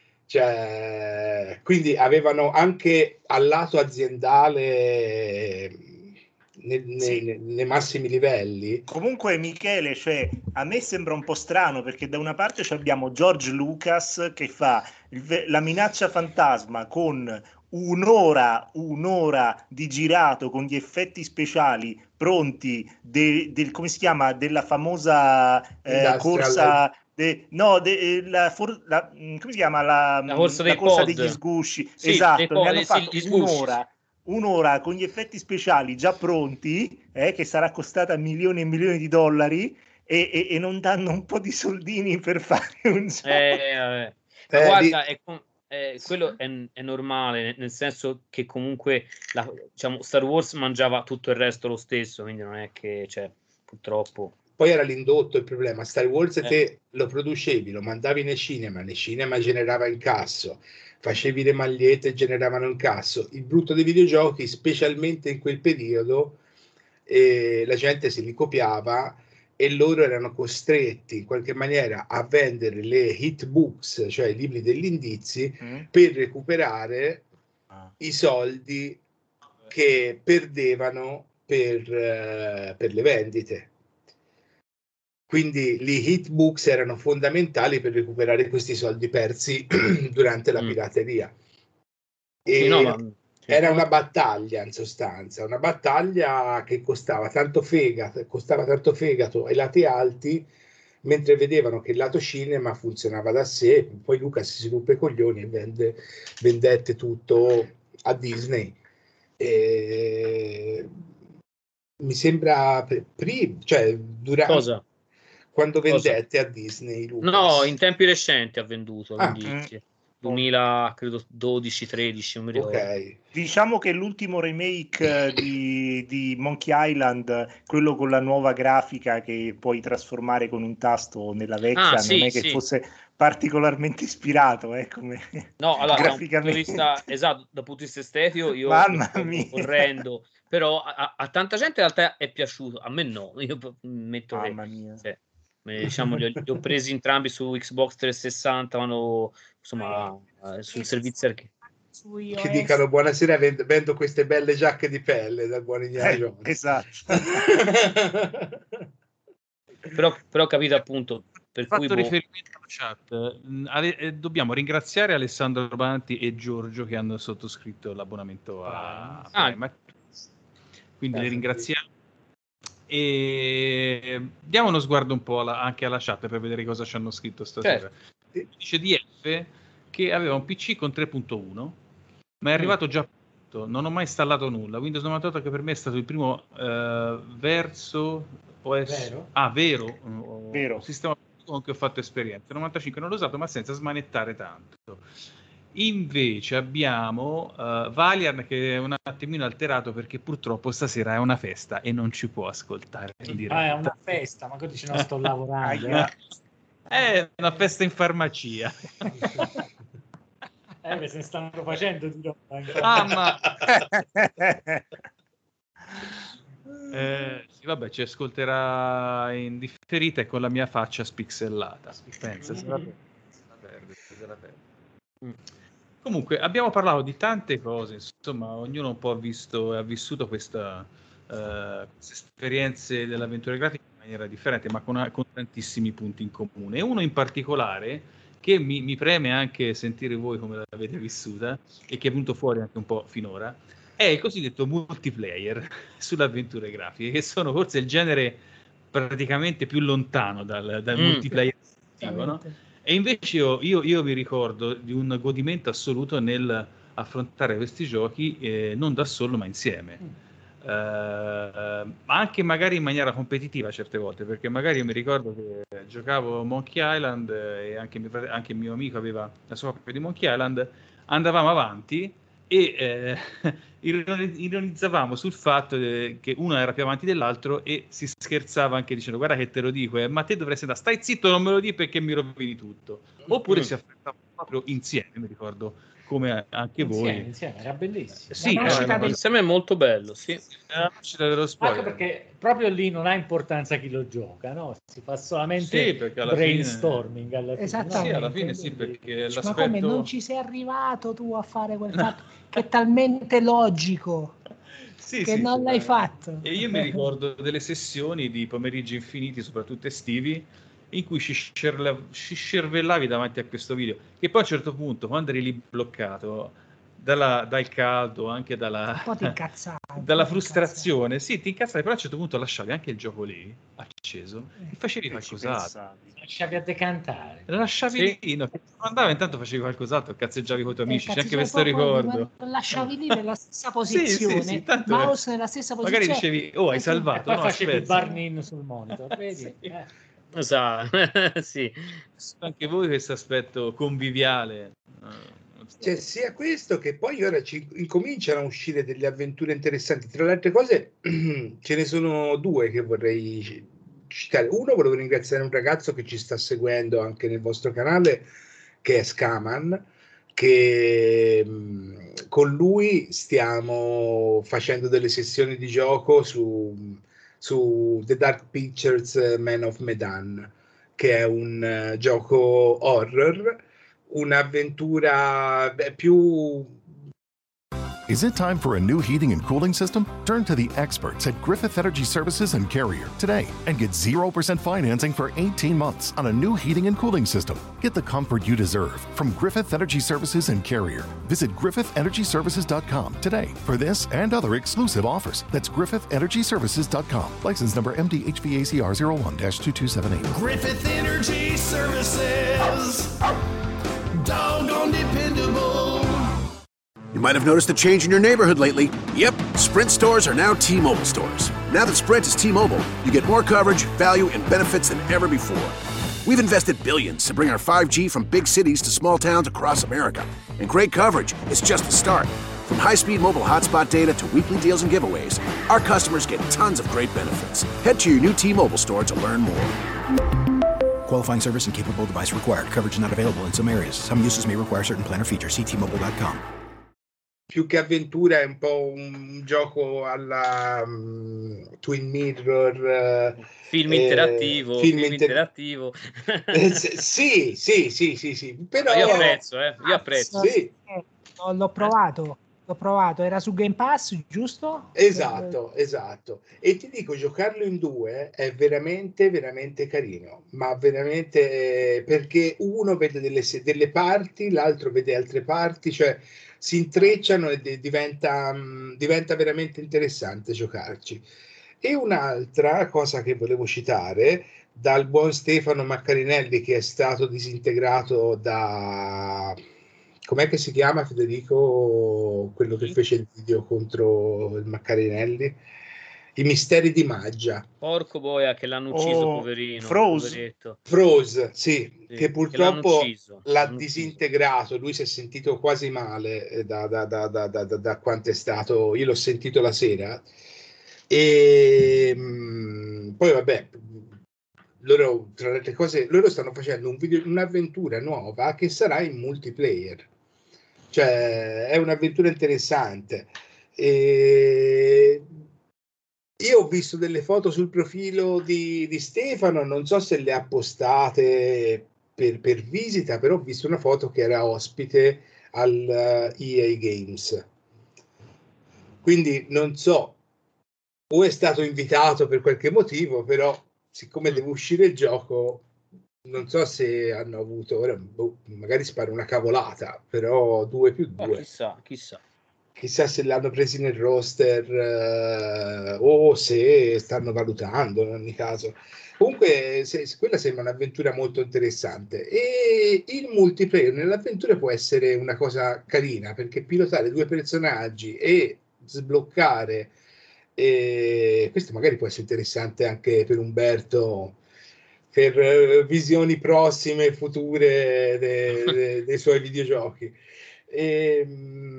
Cioè, quindi avevano anche al lato aziendale, nei, sì. nei, nei massimi livelli. Comunque, Michele, cioè, a me sembra un po' strano, perché da una parte abbiamo George Lucas che fa il, la minaccia fantasma con un'ora, un'ora di girato con gli effetti speciali pronti de, del, come si chiama, della famosa eh, corsa de, no, de, la, for, la, come si chiama la, la corsa, la dei corsa pod. degli sgusci, sì, esatto, pod, ne hanno fatto sì, un'ora un'ora con gli effetti speciali già pronti, eh, che sarà costata milioni e milioni di dollari, e, e, e non danno un po' di soldini per fare un gioco. Eh, vabbè. Ma eh, guarda, di... è com- Eh, quello è, è normale, nel senso che comunque la, diciamo, Star Wars mangiava tutto il resto lo stesso, quindi non è che, cioè, purtroppo. Poi era l'indotto il problema. Star Wars eh. te lo producevi, lo mandavi nei cinema, nei cinema generava incasso, facevi le magliette e generavano incasso. Il brutto dei videogiochi, specialmente in quel periodo, eh, la gente se li copiava e loro erano costretti in qualche maniera a vendere le hitbooks, cioè i libri degli indizi, mm. per recuperare ah. i soldi che perdevano per, uh, per le vendite. Quindi gli hitbooks erano fondamentali per recuperare questi soldi persi durante la mm. pirateria. E sì, no, ma... era una battaglia, in sostanza, una battaglia che costava tanto fegato, costava tanto fegato ai lati alti, mentre vedevano che il lato cinema funzionava da sé. Poi Lucas si ruppe i coglioni e vende, vendette tutto a Disney. E... mi sembra prima, cioè durante cosa? quando vendette a Disney, Lucas? No, in tempi recenti ha venduto, Ah, quindi mm. sì. duemila, credo dodici tredici, non mi ricordo. Ok. Diciamo che l'ultimo remake di, di Monkey Island, quello con la nuova grafica che puoi trasformare con un tasto nella vecchia, Ah, sì, non è che sì. fosse particolarmente ispirato, eh, come No, allora, da un punto di graficamente. vista, esatto, dal punto di vista estetico io Mamma lo trovo mia. orrendo, però a, a- a tanta gente in realtà è piaciuto, a me no, io p- metto che Mamma mia. sì, eh, diciamo li ho, li ho presi entrambi su Xbox trecentosessanta quando insomma eh, sul servizio archi- Su Che iOS. dicano buonasera, vendo, vendo queste belle giacche di pelle dal buon Indiana Eh, Jones. esatto. però, però ho capito appunto per Fatto cui boh, riferimento alla chat, mh, ale- eh, dobbiamo ringraziare Alessandro Banti e Giorgio che hanno sottoscritto l'abbonamento a Ah. Prime. Quindi Eh, li ringraziamo e diamo uno sguardo un po' alla- anche alla chat per vedere cosa ci hanno scritto stasera. Certo. Dice D F che aveva un P C con tre punto uno, ma è arrivato già pronto. Non ho mai installato nulla. Windows novantotto che per me è stato il primo eh, verso O S Vero? ah vero, o- Vero. sistema con cui ho fatto esperienza. novantacinque non l'ho usato, ma senza smanettare tanto. Invece abbiamo uh, Valian che è un attimino alterato perché purtroppo stasera è una festa e non ci può ascoltare in diretta. Ah, è una festa, ma tu dici no, sto lavorando. Aia. È una festa in farmacia. Eh, se ne stanno facendo di roba. Ah, ma eh, sì, vabbè, ci ascolterà in differita e con la mia faccia spixellata. Pensa, se la perde, se la perde, se la perde. Mm. Comunque, abbiamo parlato di tante cose, insomma, ognuno un po' ha visto e ha vissuto questa, eh, queste esperienze dell'avventura grafica in maniera differente, ma con, con tantissimi punti in comune. E uno in particolare che mi, mi preme anche sentire voi come l'avete vissuta e che è venuto fuori anche un po' finora, è il cosiddetto multiplayer sulle avventure grafiche, che sono forse il genere praticamente più lontano dal, dal Mm. multiplayer, no? E invece io, io, io vi ricordo di un godimento assoluto nel affrontare questi giochi eh, non da solo ma insieme. Eh, anche magari in maniera competitiva certe volte, perché magari io mi ricordo che giocavo Monkey Island eh, e anche mio, frate- anche mio amico aveva la sua copia di Monkey Island, andavamo avanti e eh, ironi- ironizzavamo sul fatto eh, che uno era più avanti dell'altro e si scherzava anche dicendo guarda che te lo dico, eh, ma te dovresti andare, stai zitto, non me lo dici perché mi rovini tutto. Oppure Mm. si affrontavano proprio insieme, mi ricordo, come anche Insieme, voi. insieme, era bellissimo. Sì, La era nascita una del- cosa- insieme è molto bello, sì. era la nascita dello Anche spoiler. perché proprio lì non ha importanza chi lo gioca, no? Si fa solamente Sì, perché alla brainstorming alla fine. Esattamente. Sì, alla fine sì, Quindi- perché Ma l'aspetto... come non ci sei arrivato tu a fare quel fatto che è talmente logico Sì, che sì, non sì, l'hai eh. fatto? E io mi ricordo delle sessioni di pomeriggi infiniti, soprattutto estivi, in cui ci scerla- ci scervellavi davanti a questo video, che poi a un certo punto, quando eri lì bloccato dalla- dal caldo, anche dalla, Un po' ti incazzavi. dalla frustrazione, sì, ti incazzavi, però a un certo punto lasciavi anche il gioco lì, acceso, e facevi Che ci qualcos'altro. pensavi? Lasciavi a decantare. Lo lasciavi Sì. lì, no, che andava intanto facevi qualcos'altro, cazzeggiavi con i tuoi Eh, amici, cazzo, c'è anche cioè, questo poi quando- ricordo. quando lasciavi lì nella stessa Sì, sì, posizione, sì, tanto- mouse nella stessa posizione. Magari dicevi, oh, hai E salvato, poi no, facevi il aspetta. burn-in sul monitor, vedi? Sì. Eh. Esatto, sì. Anche voi questo aspetto conviviale. eh, non so. C'è sia questo che poi ora ci incominciano a uscire delle avventure interessanti. Tra le altre cose, ce ne sono due che vorrei citare. Uno, volevo ringraziare un ragazzo che ci sta seguendo anche nel vostro canale, che è Scaman, che mh, con lui stiamo facendo delle sessioni di gioco su, su The Dark Pictures Man of Medan, che è un eh, gioco horror, un'avventura beh, più... Is it time for a new heating and cooling system? Turn to the experts at Griffith Energy Services and Carrier today and get zero percent financing for eighteen months on a new heating and cooling system. Get the comfort you deserve from Griffith Energy Services and Carrier. Visit griffith energy services dot com today for this and other exclusive offers. That's griffith energy services dot com. License number M D H V A C R zero one dash two two seven eight. Griffith Energy Services. Doggone dependable. You might have noticed a change in your neighborhood lately. Yep, Sprint stores are now T-Mobile stores. Now that Sprint is T-Mobile, you get more coverage, value, and benefits than ever before. We've invested billions to bring our five G from big cities to small towns across America. And great coverage is just the start. From high-speed mobile hotspot data to weekly deals and giveaways, our customers get tons of great benefits. Head to your new T-Mobile store to learn more. Qualifying service and capable device required. Coverage not available in some areas. Some uses may require certain plan or features. See T Mobile dot com. Più che avventura è un po' un gioco alla um, Twin Mirror, uh, film eh, interattivo, film, film inter- interattivo. eh, sì, sì, sì, sì, sì, però io apprezzo, eh, io apprezzo. Sì. No, l'ho provato, l'ho provato, era su Game Pass, giusto? Esatto, esatto. E ti dico, giocarlo in due è veramente, veramente carino, ma veramente perché uno vede delle, delle parti, l'altro vede altre parti, cioè si intrecciano e de- diventa, mh, diventa veramente interessante giocarci. E un'altra cosa che volevo citare, dal buon Stefano Maccarinelli, che è stato disintegrato da... Com'è che si chiama, Federico, quello che fece il video contro il Maccarinelli? I misteri di Maggia. Porco boia, che l'hanno ucciso, Oh, poverino. Froze. Poveretto. Froze, sì, Sì, che purtroppo che l'hanno ucciso, l'ha l'hanno disintegrato. Lui si è sentito quasi male eh, da, da, da, da, da, da, da quanto è stato. Io l'ho sentito la sera. E mh, poi vabbè, loro, tra le altre cose, loro stanno facendo un video, un'avventura nuova che sarà in multiplayer. Cioè, è un'avventura interessante. E io ho visto delle foto sul profilo di, di Stefano, non so se le ha postate per, per visita, però ho visto una foto che era ospite al uh, E A Games. Quindi non so, o è stato invitato per qualche motivo, però siccome deve uscire il gioco, non so se hanno avuto, ora, boh, magari sparo una cavolata, però due più Oh, due. chissà, chissà. Chissà se l'hanno presi nel roster eh, o se stanno valutando in ogni caso. Comunque se, se quella sembra un'avventura molto interessante e il multiplayer nell'avventura può essere una cosa carina, perché pilotare due personaggi e sbloccare e questo magari può essere interessante anche per Umberto per uh, visioni prossime future de, de, dei suoi videogiochi. E,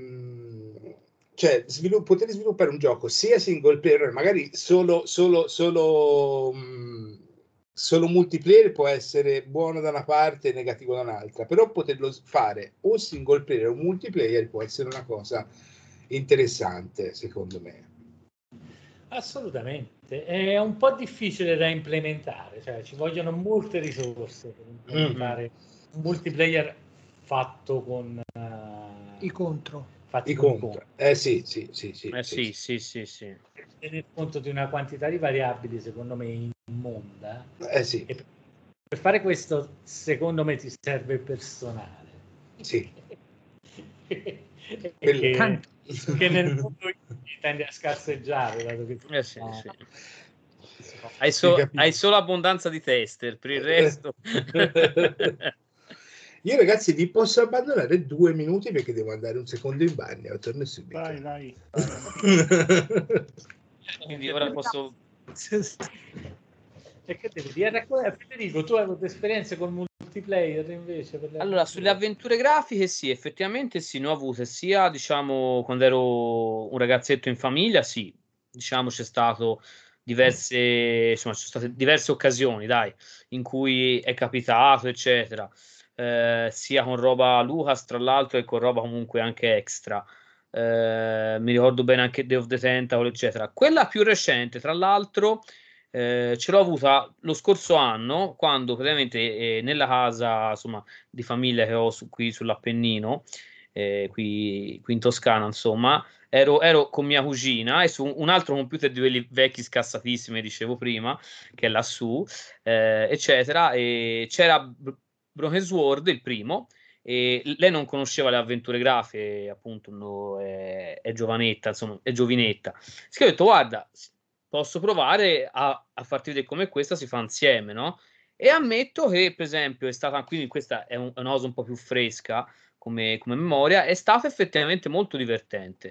cioè svilupp- poter sviluppare un gioco sia single player, magari solo solo solo mh, solo multiplayer può essere buono da una parte e negativo da un'altra, però poterlo fare o single player o multiplayer può essere una cosa interessante, secondo me. Assolutamente, è un po' difficile da implementare, cioè ci vogliono molte risorse per implementare mm-hmm. un multiplayer fatto con uh, i contro. Fatti I contro. contro. Eh sì, sì, sì, sì. Eh sì, sì, sì, sì, sì. Tenere conto di una quantità di variabili, secondo me, immonda. Eh sì. E per fare questo, secondo me, ti serve il personale. Sì. che, che, che nel mondo tende a scarseggiare, dato che eh sì, ah, sì. Hai, so- hai solo abbondanza di tester, per il resto io ragazzi vi posso abbandonare due minuti perché devo andare un secondo in bagno, torno subito. Vai, vai. Quindi ora posso perché devi dire a Federico, tu hai avuto esperienze con multiplayer invece per le allora sulle avventure grafiche sì, effettivamente sì, ne ho avute sia diciamo quando ero un ragazzetto in famiglia, sì, diciamo c'è stato diverse insomma ci sono state diverse occasioni dai in cui è capitato eccetera, eh, sia con roba Lucas tra l'altro e con roba comunque anche extra. Eh, mi ricordo bene anche Day of the Tentacle eccetera. Quella più recente tra l'altro Eh, ce l'ho avuta lo scorso anno quando praticamente eh, nella casa insomma di famiglia che ho su, qui sull'Appennino eh, qui, qui in Toscana insomma ero, ero con mia cugina e su un altro computer di quelli vecchi scassatissimi dicevo prima che è lassù eh, eccetera e c'era Broken Sword il primo e lei non conosceva le avventure grafiche appunto no, è, è giovanetta insomma è giovinetta si è detto guarda posso provare a, a farti vedere come questa si fa insieme, no? E ammetto che, per esempio, è stata, quindi questa è, un, è una cosa un po' più fresca come, come memoria, è stata effettivamente molto divertente.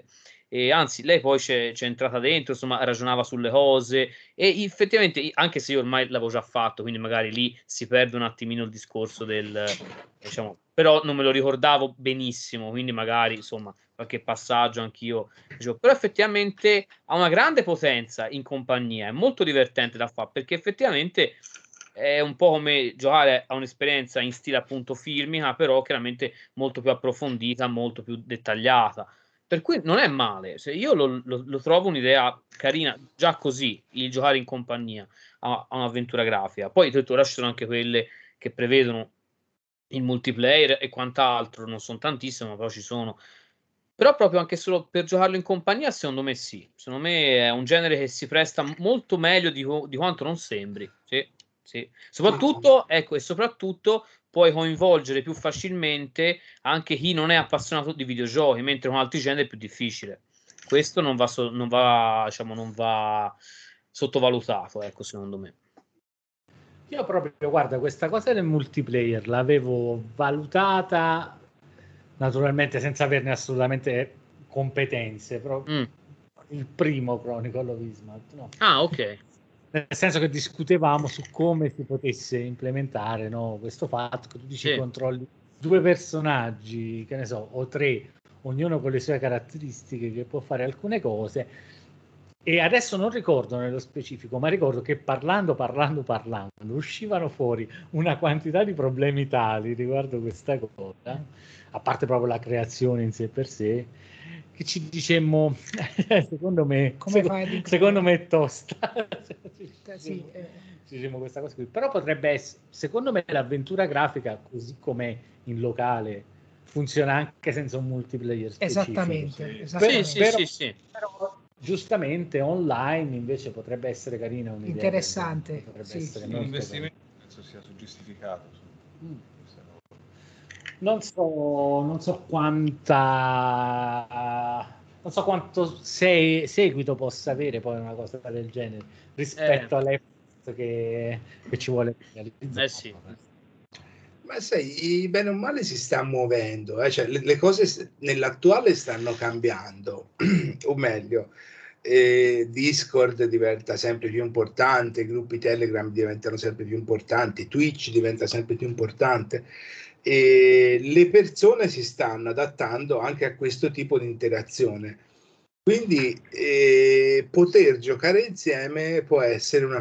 e anzi lei poi c'è, c'è entrata dentro, insomma ragionava sulle cose e effettivamente, anche se io ormai l'avevo già fatto, quindi magari lì si perde un attimino il discorso del, diciamo, però non me lo ricordavo benissimo, quindi magari insomma qualche passaggio anch'io dicevo, però effettivamente ha una grande potenza in compagnia, è molto divertente da fare, perché effettivamente è un po' come giocare a un'esperienza in stile appunto filmica, però chiaramente molto più approfondita, molto più dettagliata, per cui non è male. Se io lo, lo, lo trovo un'idea carina già così, il giocare in compagnia a, a un'avventura grafica. Poi ora ci sono anche quelle che prevedono il multiplayer e quant'altro, non sono tantissime, ma però ci sono. Però proprio anche solo per giocarlo in compagnia, secondo me sì, secondo me è un genere che si presta molto meglio di, di quanto non sembri, sì. Sì. Soprattutto, ecco, e soprattutto puoi coinvolgere più facilmente anche chi non è appassionato di videogiochi, mentre con altri generi è più difficile. Questo non va, so, non va, diciamo, non va sottovalutato, ecco, secondo me. Io proprio, guarda, questa cosa del multiplayer l'avevo valutata naturalmente senza averne assolutamente competenze, però mm. il primo Chronicle of Wismut, no? Ah, ok. Nel senso che discutevamo su come si potesse implementare, no, questo fatto che tu dici sì. Controlli due personaggi, che ne so, o tre, ognuno con le sue caratteristiche, che può fare alcune cose, e adesso non ricordo nello specifico, ma ricordo che parlando, parlando, parlando, uscivano fuori una quantità di problemi tali riguardo questa cosa, a parte proprio la creazione in sé per sé, che ci dicemmo, secondo me, come secondo, fai secondo me è tosta. Sì, eh. Ci dicemmo questa cosa qui. Però potrebbe essere, secondo me, l'avventura grafica, così com'è in locale, funziona anche senza un multiplayer specifico. Esattamente. esattamente. Sì, però, sì, sì, sì. Però, giustamente online invece potrebbe essere carina un'idea. Interessante. Potrebbe sì. essere Un molto investimento penso sia giustificato. Mm. Non so, non so quanta, non so quanto se, seguito possa avere poi una cosa del genere rispetto eh. all'effort che, che ci vuole realizzare. Eh sì. Ma sai, bene o male si sta muovendo, eh? Cioè, le, le cose nell'attuale stanno cambiando, o meglio, eh, Discord diventa sempre più importante, i gruppi Telegram diventano sempre più importanti, Twitch diventa sempre più importante. E le persone si stanno adattando anche a questo tipo di interazione, quindi eh, poter giocare insieme può essere una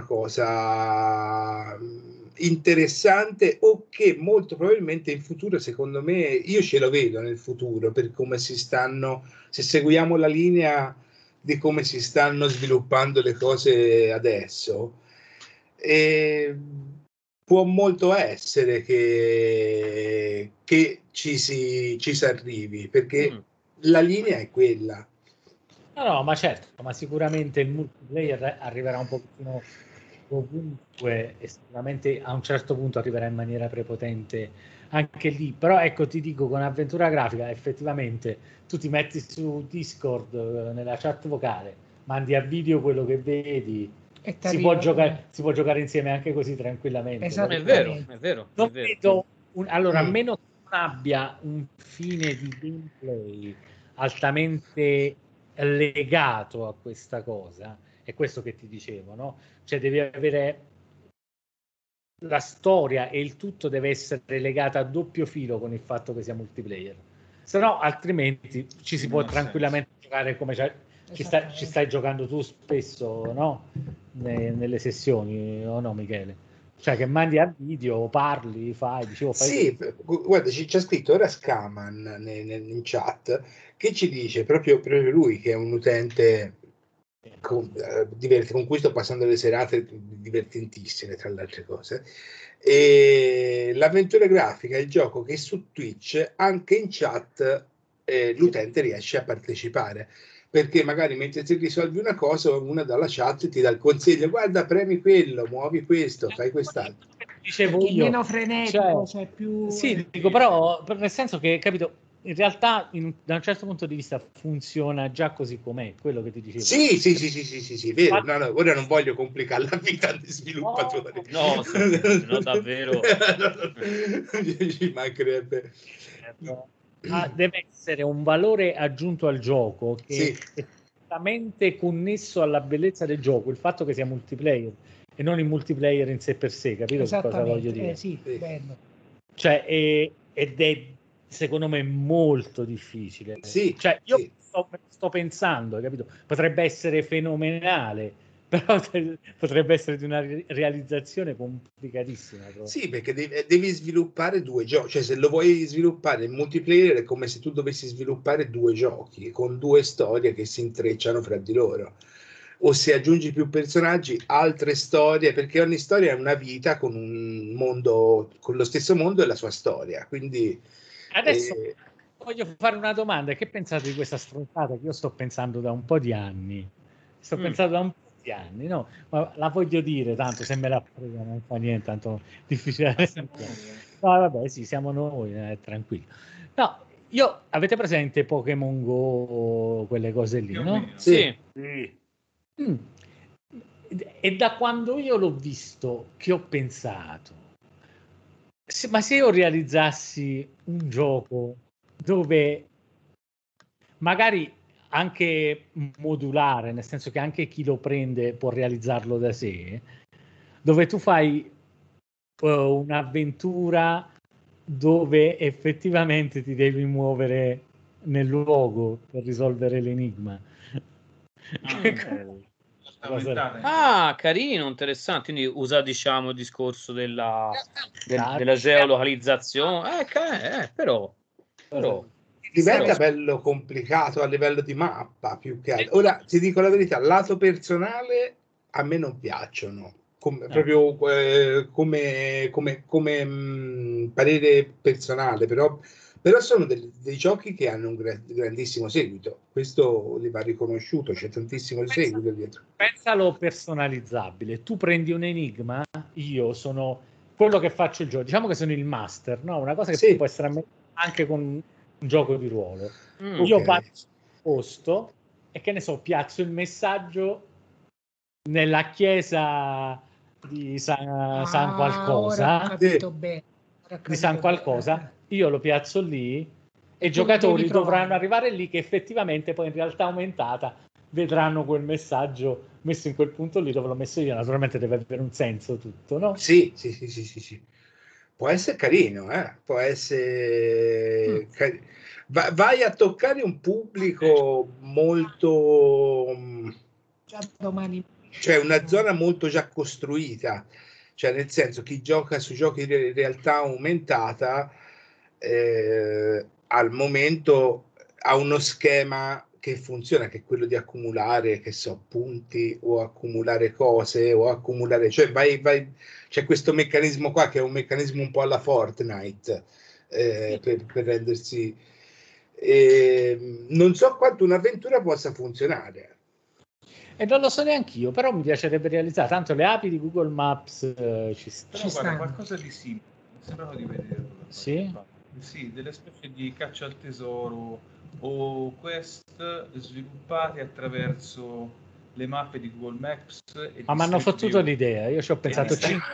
cosa interessante, o che molto probabilmente in futuro, secondo me, io ce lo vedo nel futuro, per come si stanno, se seguiamo la linea di come si stanno sviluppando le cose adesso, e può molto essere che, che ci si, ci si arrivi, perché mm. la linea è quella. No, no, ma certo, ma sicuramente il multiplayer arriverà un pochettino ovunque e sicuramente a un certo punto arriverà in maniera prepotente anche lì. Però ecco, ti dico, con avventura grafica effettivamente tu ti metti su Discord nella chat vocale, mandi a video quello che vedi, si può, giocare, si può giocare insieme anche così tranquillamente. Esatto, è vero, è vero. Non è vero. vedo un, allora, mm. a meno che non abbia un fine di gameplay altamente legato a questa cosa, è questo che ti dicevo, no? Cioè devi avere la storia e il tutto deve essere legata a doppio filo con il fatto che sia multiplayer, se no altrimenti ci si può non tranquillamente senso. giocare come c'è. Ci stai, ci stai giocando tu spesso, no? Ne, nelle sessioni, o no, Michele? Cioè che mandi a video, parli, fai, dicevo, fai sì, tutto. Guarda, ci c'è scritto ora Scaman in, in chat che ci dice proprio, proprio lui, che è un utente con, uh, divert- con cui sto passando le serate divertentissime, tra le altre cose, e l'avventura grafica è il gioco che su Twitch anche in chat eh, l'utente riesce a partecipare, perché magari mentre ti risolvi una cosa, una dalla chat ti dà il consiglio: guarda, premi quello, muovi questo, fai quest'altro. Dicevo io, meno frenetico, cioè, cioè più sì, dico, però nel senso che, capito, in realtà in, da un certo punto di vista funziona già così com'è, quello che ti dicevo. Sì, sì, sì, sì, sì, sì, sì, vero. No, no, ora non voglio complicare la vita dei sviluppatori. No, no, sì, no davvero. Ci mancherebbe. ah, deve essere un valore aggiunto al gioco che Sì. è strettamente connesso alla bellezza del gioco, il fatto che sia multiplayer e non il multiplayer in sé per sé, capito che cosa voglio dire? Eh, sì, bello. Cioè, è, ed è secondo me molto difficile. Sì, cioè, io sì. sto, sto pensando, capito? Potrebbe essere fenomenale, però potrebbe essere di una realizzazione complicatissima. Proprio. Sì, perché devi, devi sviluppare due giochi, cioè se lo vuoi sviluppare in multiplayer è come se tu dovessi sviluppare due giochi con due storie che si intrecciano fra di loro. O se aggiungi più personaggi, altre storie, perché ogni storia è una vita con un mondo, con lo stesso mondo e la sua storia. Quindi adesso eh... voglio fare una domanda: che pensate di questa stronzata che io sto pensando da un po' di anni? Sto mm. pensando da un po' di anni, no? Ma la voglio dire, tanto se me la prega non fa niente, tanto difficile. No, vabbè, sì, siamo noi, eh, tranquillo. No, io avete presente Pokémon Go, quelle cose lì, no? Sì. sì. Mm. E da quando io l'ho visto che ho pensato, se, ma se io realizzassi un gioco dove magari anche modulare, nel senso che anche chi lo prende può realizzarlo da sé, dove tu fai uh, un'avventura dove effettivamente ti devi muovere nel luogo per risolvere l'enigma. Ah, carino, interessante. Quindi usa, diciamo, il discorso della, del, della geolocalizzazione. Eh, eh, però, però diventa bello complicato a livello di mappa più che altro. Ora ti dico la verità, lato personale a me non piacciono. Come, eh. proprio eh, come, come, come mh, parere personale, però però sono dei, dei giochi che hanno un gra- grandissimo seguito, questo li va riconosciuto, c'è tantissimo Pensa, seguito dietro. Pensalo personalizzabile, tu prendi un enigma, io sono quello che faccio il gioco, diciamo che sono il master, no? Una cosa che sì. può essere anche con un gioco di ruolo. Mm, io okay. vado sul posto e che ne so, piazzo il messaggio nella chiesa di San, ah, San qualcosa, ora ho capito bene. Ora ho capito di San qualcosa. Bene. Io lo piazzo lì e i giocatori dovranno arrivare lì che effettivamente poi in realtà aumentata vedranno quel messaggio messo in quel punto lì dove l'ho messo io. Naturalmente deve avere un senso tutto, no? Sì, sì, sì, sì, sì, sì. Può essere carino, eh? Può essere... Mm. Car- Va- vai a toccare un pubblico molto... Già domani. Cioè una zona molto già costruita. Cioè nel senso, chi gioca su giochi di realtà aumentata eh, al momento ha uno schema che funziona, che è quello di accumulare, che so, punti o accumulare cose o accumulare, cioè vai, vai, c'è questo meccanismo qua che è un meccanismo un po' alla Fortnite eh, per, per rendersi eh, non so quanto un'avventura possa funzionare. E non lo so neanche io, però mi piacerebbe realizzare. Tanto le api di Google Maps eh, ci, st- ci stanno. Qualcosa di simile, sembrava di vederlo. Sì? Sì, delle specie di caccia al tesoro o quest sviluppate attraverso le mappe di Google Maps. E ma mi hanno fottuto l'idea, io ci ho pensato cinque.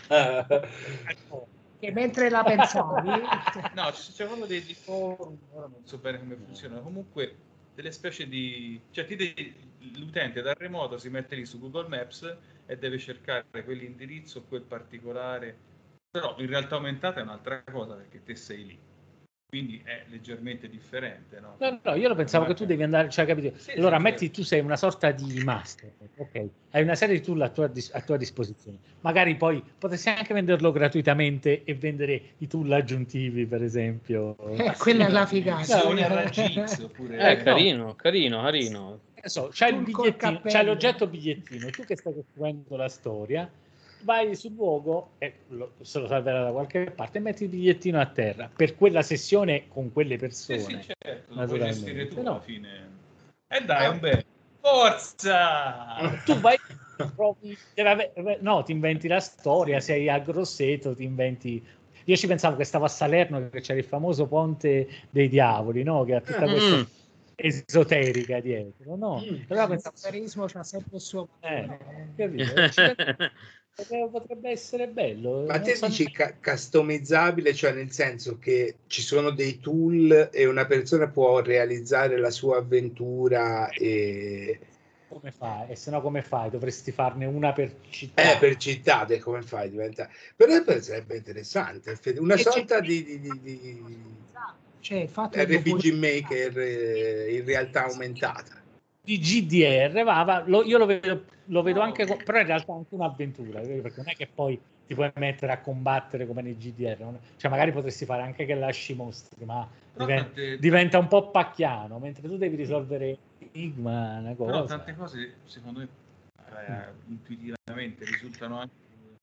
Che mentre la pensavi... no, c'è quello dei, dei forum, ora non so bene come funziona, comunque delle specie di... cioè ti devi, l'utente dal remoto si mette lì su Google Maps e deve cercare quell'indirizzo, quel particolare, però in realtà aumentata è un'altra cosa perché te sei lì, quindi è leggermente differente, no? No, no, io lo pensavo Ma che tu devi andare, cioè capito? Sì, allora sì, metti certo. Tu sei una sorta di master, ok? Hai una serie di tool a tua, a tua disposizione, magari poi potresti anche venderlo gratuitamente e vendere i tool aggiuntivi, per esempio. Eh, quella è la figata. No, oppure... È eh, carino, carino, carino. So, c'hai, il bigliettino, c'hai l'oggetto bigliettino, tu che stai costruendo la storia, vai sul luogo e lo, se lo salverà da qualche parte e metti il bigliettino a terra per quella sessione con quelle persone. Sì, sì, certo, lo puoi gestire tu no. alla fine. E eh dai, un bel forza! Tu vai, provi, no, ti inventi la storia, sei a Grosseto, ti inventi... Io ci pensavo che stavo a Salerno, che c'era il famoso Ponte dei Diavoli, no? Che ha tutta questa... Mm. esoterica dietro, no? Mm. Allora pensavo il carisma c'ha sempre il suo eh, capito? potrebbe essere bello. Ma Non te so- dici ca- customizzabile, cioè nel senso che ci sono dei tool e una persona può realizzare la sua avventura e... come fai? E se no come fai? Dovresti farne una per città. Eh, per città, te come fai? Diventa... Però poi sarebbe interessante, effettivamente. Una E c'è- sorta di, di, di, di Cioè, il fatto che R P G puoi- Maker eh, in realtà aumentata. Di G D R, va, va, lo- io lo vedo, lo vedo anche, co- però in realtà è anche un'avventura, vedi? Perché non è che poi ti puoi mettere a combattere come nei G D R, non- cioè magari potresti fare anche che lasci i mostri, ma Però diven- tante- diventa un po' pacchiano, mentre tu devi risolvere enigma, una Però cosa. tante cose, secondo me, eh, intuitivamente risultano anche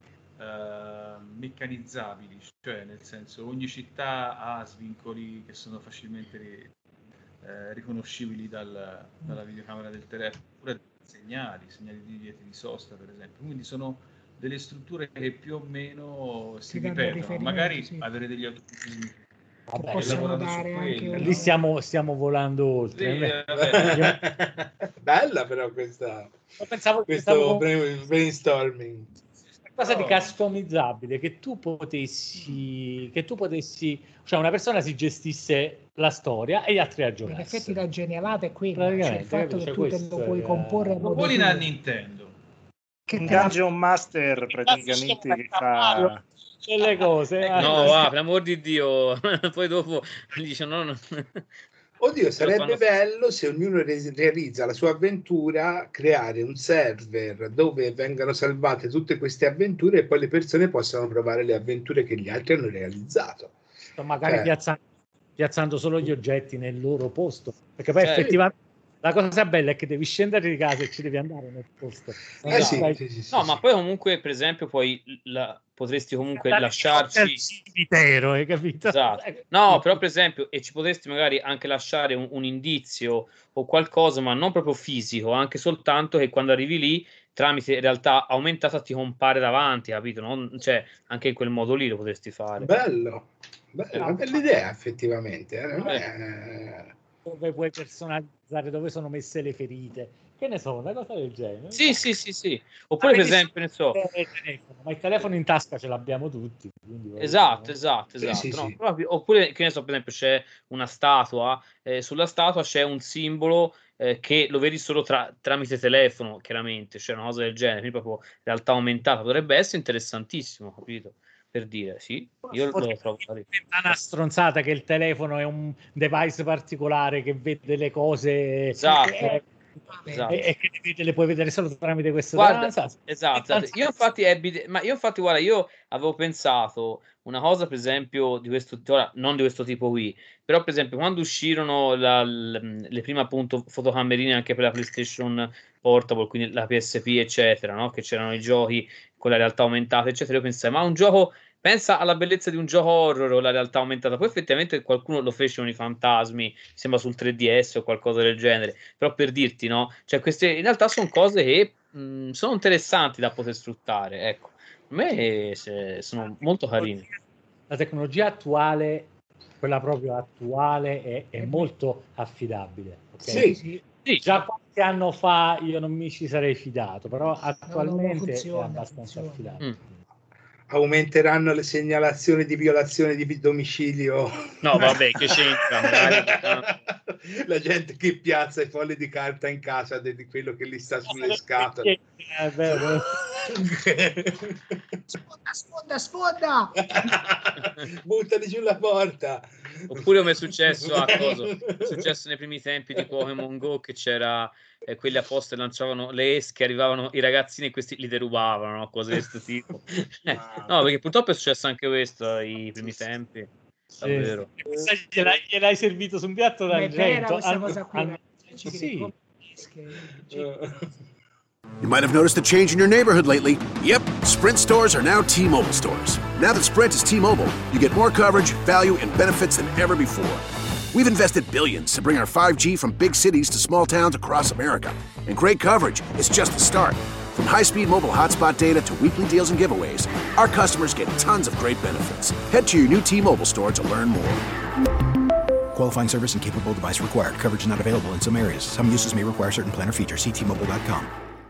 eh, meccanizzabili, cioè nel senso ogni città ha svincoli che sono facilmente ri- eh, riconoscibili dal- dalla videocamera del telefono, oppure segnali, segnali di divieti di sosta, per esempio. Quindi sono delle strutture che più o meno si Ti danno ripetono. riferimenti, Magari sì. avere degli automatismi Vabbè, che possono lavorano su dare anche quello. un- Lì stiamo, stiamo volando oltre. Sì, Io- vabbè. Bella però questa, io pensavo, questo pensavo con brain- brainstorming. qualcosa di Però- customizzabile, che tu potessi, che tu potessi, cioè una persona si gestisse la storia e gli altri la in effetti giocassero. la genialata è quella, cioè il Praticamente, fatto che cioè, tu te questo lo puoi è- comporre a Lo modo poni tuo. a Nintendo. Che Un te la- Dungeon Master praticamente che fa... Delle cose. eh. No, va, per amor di Dio. Poi dopo dice no, no. Oddio, sarebbe fanno- bello se ognuno re- realizza la sua avventura, creare un server dove vengano salvate tutte queste avventure e poi le persone possano provare le avventure che gli altri hanno realizzato. Magari Cioè- piazzando, piazzando solo gli oggetti nel loro posto, perché poi Certo. effettivamente la cosa bella è che devi scendere di casa e ci devi andare nel posto. Eh sì, Dai, sì, sì, sì, No, sì. ma poi comunque, per esempio, poi la- potresti comunque andare lasciarci... al cimitero, hai capito? Esatto. No, però per esempio, e ci potresti magari anche lasciare un, un indizio o qualcosa, ma non proprio fisico, anche soltanto che quando arrivi lì, tramite realtà aumentata ti compare davanti, capito? Non- cioè, anche in quel modo lì lo potresti fare. Bello, bello, Eh. una bella idea effettivamente. eh, non è- Dove puoi personalizzare dove sono messe le ferite, che ne so, una cosa del genere. Sì, sì, sì, sì. Oppure, per Avete esempio, ne so... il telefono, ma il telefono in tasca ce l'abbiamo tutti. quindi voglio Esatto, dire, esatto, Sì, esatto. sì, no? sì. Proprio- oppure, che ne so, per esempio, c'è una statua, eh, sulla statua c'è un simbolo eh, che lo vedi solo tra- tramite telefono, chiaramente, c'è una cosa del genere, quindi proprio realtà aumentata. Potrebbe essere interessantissimo, capito? Per dire, sì, io lo trovo. È una stronzata che il telefono è un device particolare che vede le cose Esatto. e, Esatto. e- e che le, vede- le puoi vedere solo tramite questo Guarda, telefono. esatto, esatto. Io infatti ebbi, ma io infatti guarda, io avevo pensato una cosa, per esempio, di questo, ora, non di questo tipo qui, però per esempio quando uscirono la- l- le prime appunto fotocamerine anche per la PlayStation Portable, quindi la P S P eccetera, no? Che c'erano i giochi con la realtà aumentata eccetera, io pensai, ma un gioco, pensa alla bellezza di un gioco horror o la realtà aumentata, poi effettivamente qualcuno lo fece con i fantasmi, mi sembra sul tre D S o qualcosa del genere, però per dirti, no? Cioè queste in realtà sono cose che mh, sono interessanti da poter sfruttare, ecco. A me se- sono molto carini. La tecnologia attuale, quella proprio attuale, è, è molto affidabile. ok? Sì. Sì, Sì, Già qualche anno fa io non mi ci sarei fidato, però attualmente funziona, è abbastanza funziona. affidabile. Mm. Aumenteranno le segnalazioni di violazione di domicilio. No, vabbè, che c'entra? Magari- La gente che piazza i fogli di carta in casa di di quello che gli sta sulle scatole. È vero. sfonda, sfonda, sfonda! Buttali giù la porta. Oppure come è successo a cosa? È successo nei primi tempi di Pokémon Go che c'era eh, quelli apposta lanciavano le esche, arrivavano i ragazzini e questi li derubavano, no? Cose di questo tipo. Eh, no, perché purtroppo è successo anche questo ai primi tempi. Davvero. Sì. Gliel'hai, gliel'hai servito su un piatto Ma è vera d'argento. questa Hanno- cosa qui, hanno- ci sì. credi, che- che- You might have noticed a change in your neighborhood lately. Yep, Sprint stores are now T-Mobile stores. Now that Sprint is T-Mobile, you get more coverage, value, and benefits than ever before. We've invested billions to bring our five G from big cities to small towns across America. And great coverage is just the start. From high-speed mobile hotspot data to weekly deals and giveaways, our customers get tons of great benefits. Head to your new T-Mobile store to learn more. Qualifying service and capable device required. Coverage not available in some areas. Some uses may require certain plan or features. See T Mobile dot com.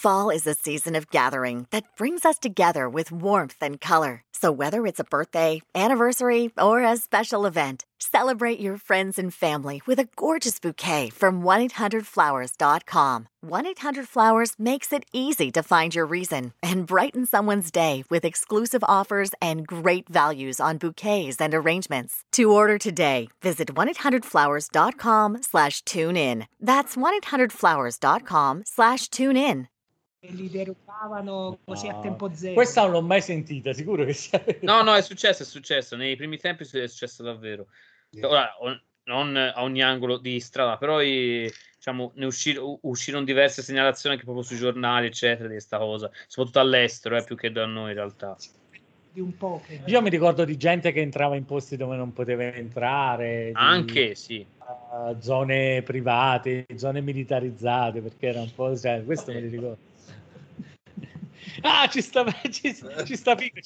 Fall is a season of gathering that brings us together with warmth and color. So whether it's a birthday, anniversary, or a special event, celebrate your friends and family with a gorgeous bouquet from one eight hundred flowers dot com. one eight hundred flowers makes it easy to find your reason and brighten someone's day with exclusive offers and great values on bouquets and arrangements. To order today, visit one eight hundred flowers dot com slash tune in. That's one eight hundred flowers dot com slash tune in. Li derubavano così a tempo zero. Questa non l'ho mai sentita, sicuro che sia vero. No, no, è successo, è successo. Nei primi tempi è successo davvero. Ora, on- non a ogni angolo di strada, però i- diciamo, ne uscir- u- uscirono diverse segnalazioni anche proprio sui giornali, eccetera, di questa cosa, soprattutto all'estero, eh, più che da noi in realtà. Di un po'. Che... Io mi ricordo di gente che entrava in posti dove non poteva entrare. Di, Anche, sì. uh, zone private, zone militarizzate, perché era un po'... Cioè, questo me li ricordo. Ah, ci sta, ci, ci sta Pico.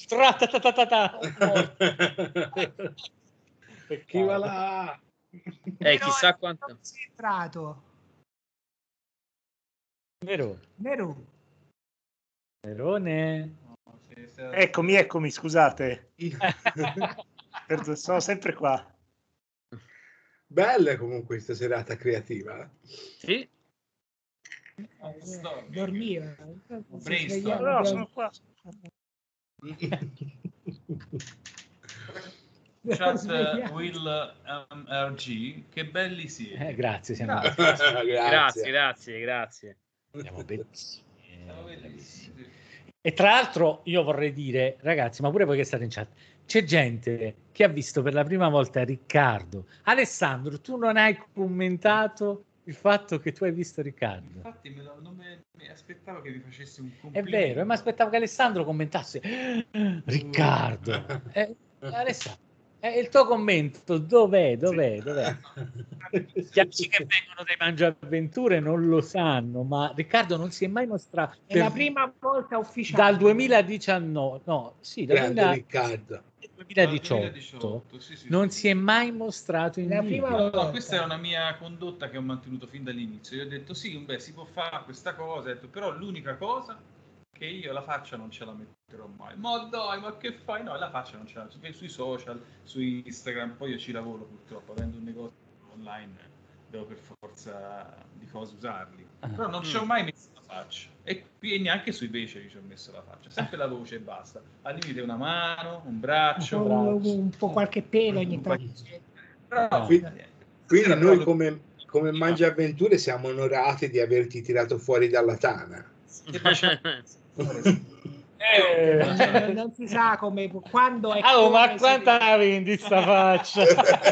Chi va là? Eh, chissà quanto. Sei entrato. Vero? Vero? Verone. Eccomi, eccomi, scusate. Perdo- sono sempre qua. Bella comunque questa serata creativa. Sì. Eh, dormiva. Brainstorm. No, sono qua. Chat uh, Will um, R G, che belli siete. Eh, grazie, siamo Grazie, grazie, grazie, grazie. Siamo bellissimi. E tra l'altro io vorrei dire, ragazzi, ma pure voi che state in chat, c'è gente che ha visto per la prima volta Riccardo. Alessandro, tu non hai commentato il fatto che tu hai visto Riccardo. Infatti me lo, non me, mi aspettavo che vi facessi un È complimento. vero, ma aspettavo che Alessandro commentasse Riccardo. Eh, Alessandro, eh, il tuo commento dov'è? Dov'è? Dov'è? Gli amici che vengono dai Mangiaavventure non lo sanno, ma Riccardo non si è mai mostrato. È la prima volta ufficiale. Dal duemiladiciannove, no, sì, dal Grande duemila Riccardo. duemiladiciotto, sì, sì, non si è mai mostrato in La video. prima volta. No, questa è una mia condotta che ho mantenuto fin dall'inizio. Io ho detto sì, beh, si può fare questa cosa, ho detto, però l'unica cosa che io la faccia non ce la metterò mai. Ma dai, ma che fai? No, la faccia non ce la metterò. Sui social, su Instagram, poi io ci lavoro purtroppo, avendo un negozio online, devo per forza di cose usarli. Però non ci ho mai messo la faccia. E qui neanche sui beceri ci ho messo la faccia. Sempre la voce e basta. Al limite una mano, un braccio. Un, un po' qualche pelo ogni tanto. Però, Quindi, quindi noi come, come Mangiaavventure siamo onorati di averti tirato fuori dalla tana. Eh, non, non si sa come, quando è. oh, ma come quanta si- la vendi sta faccia?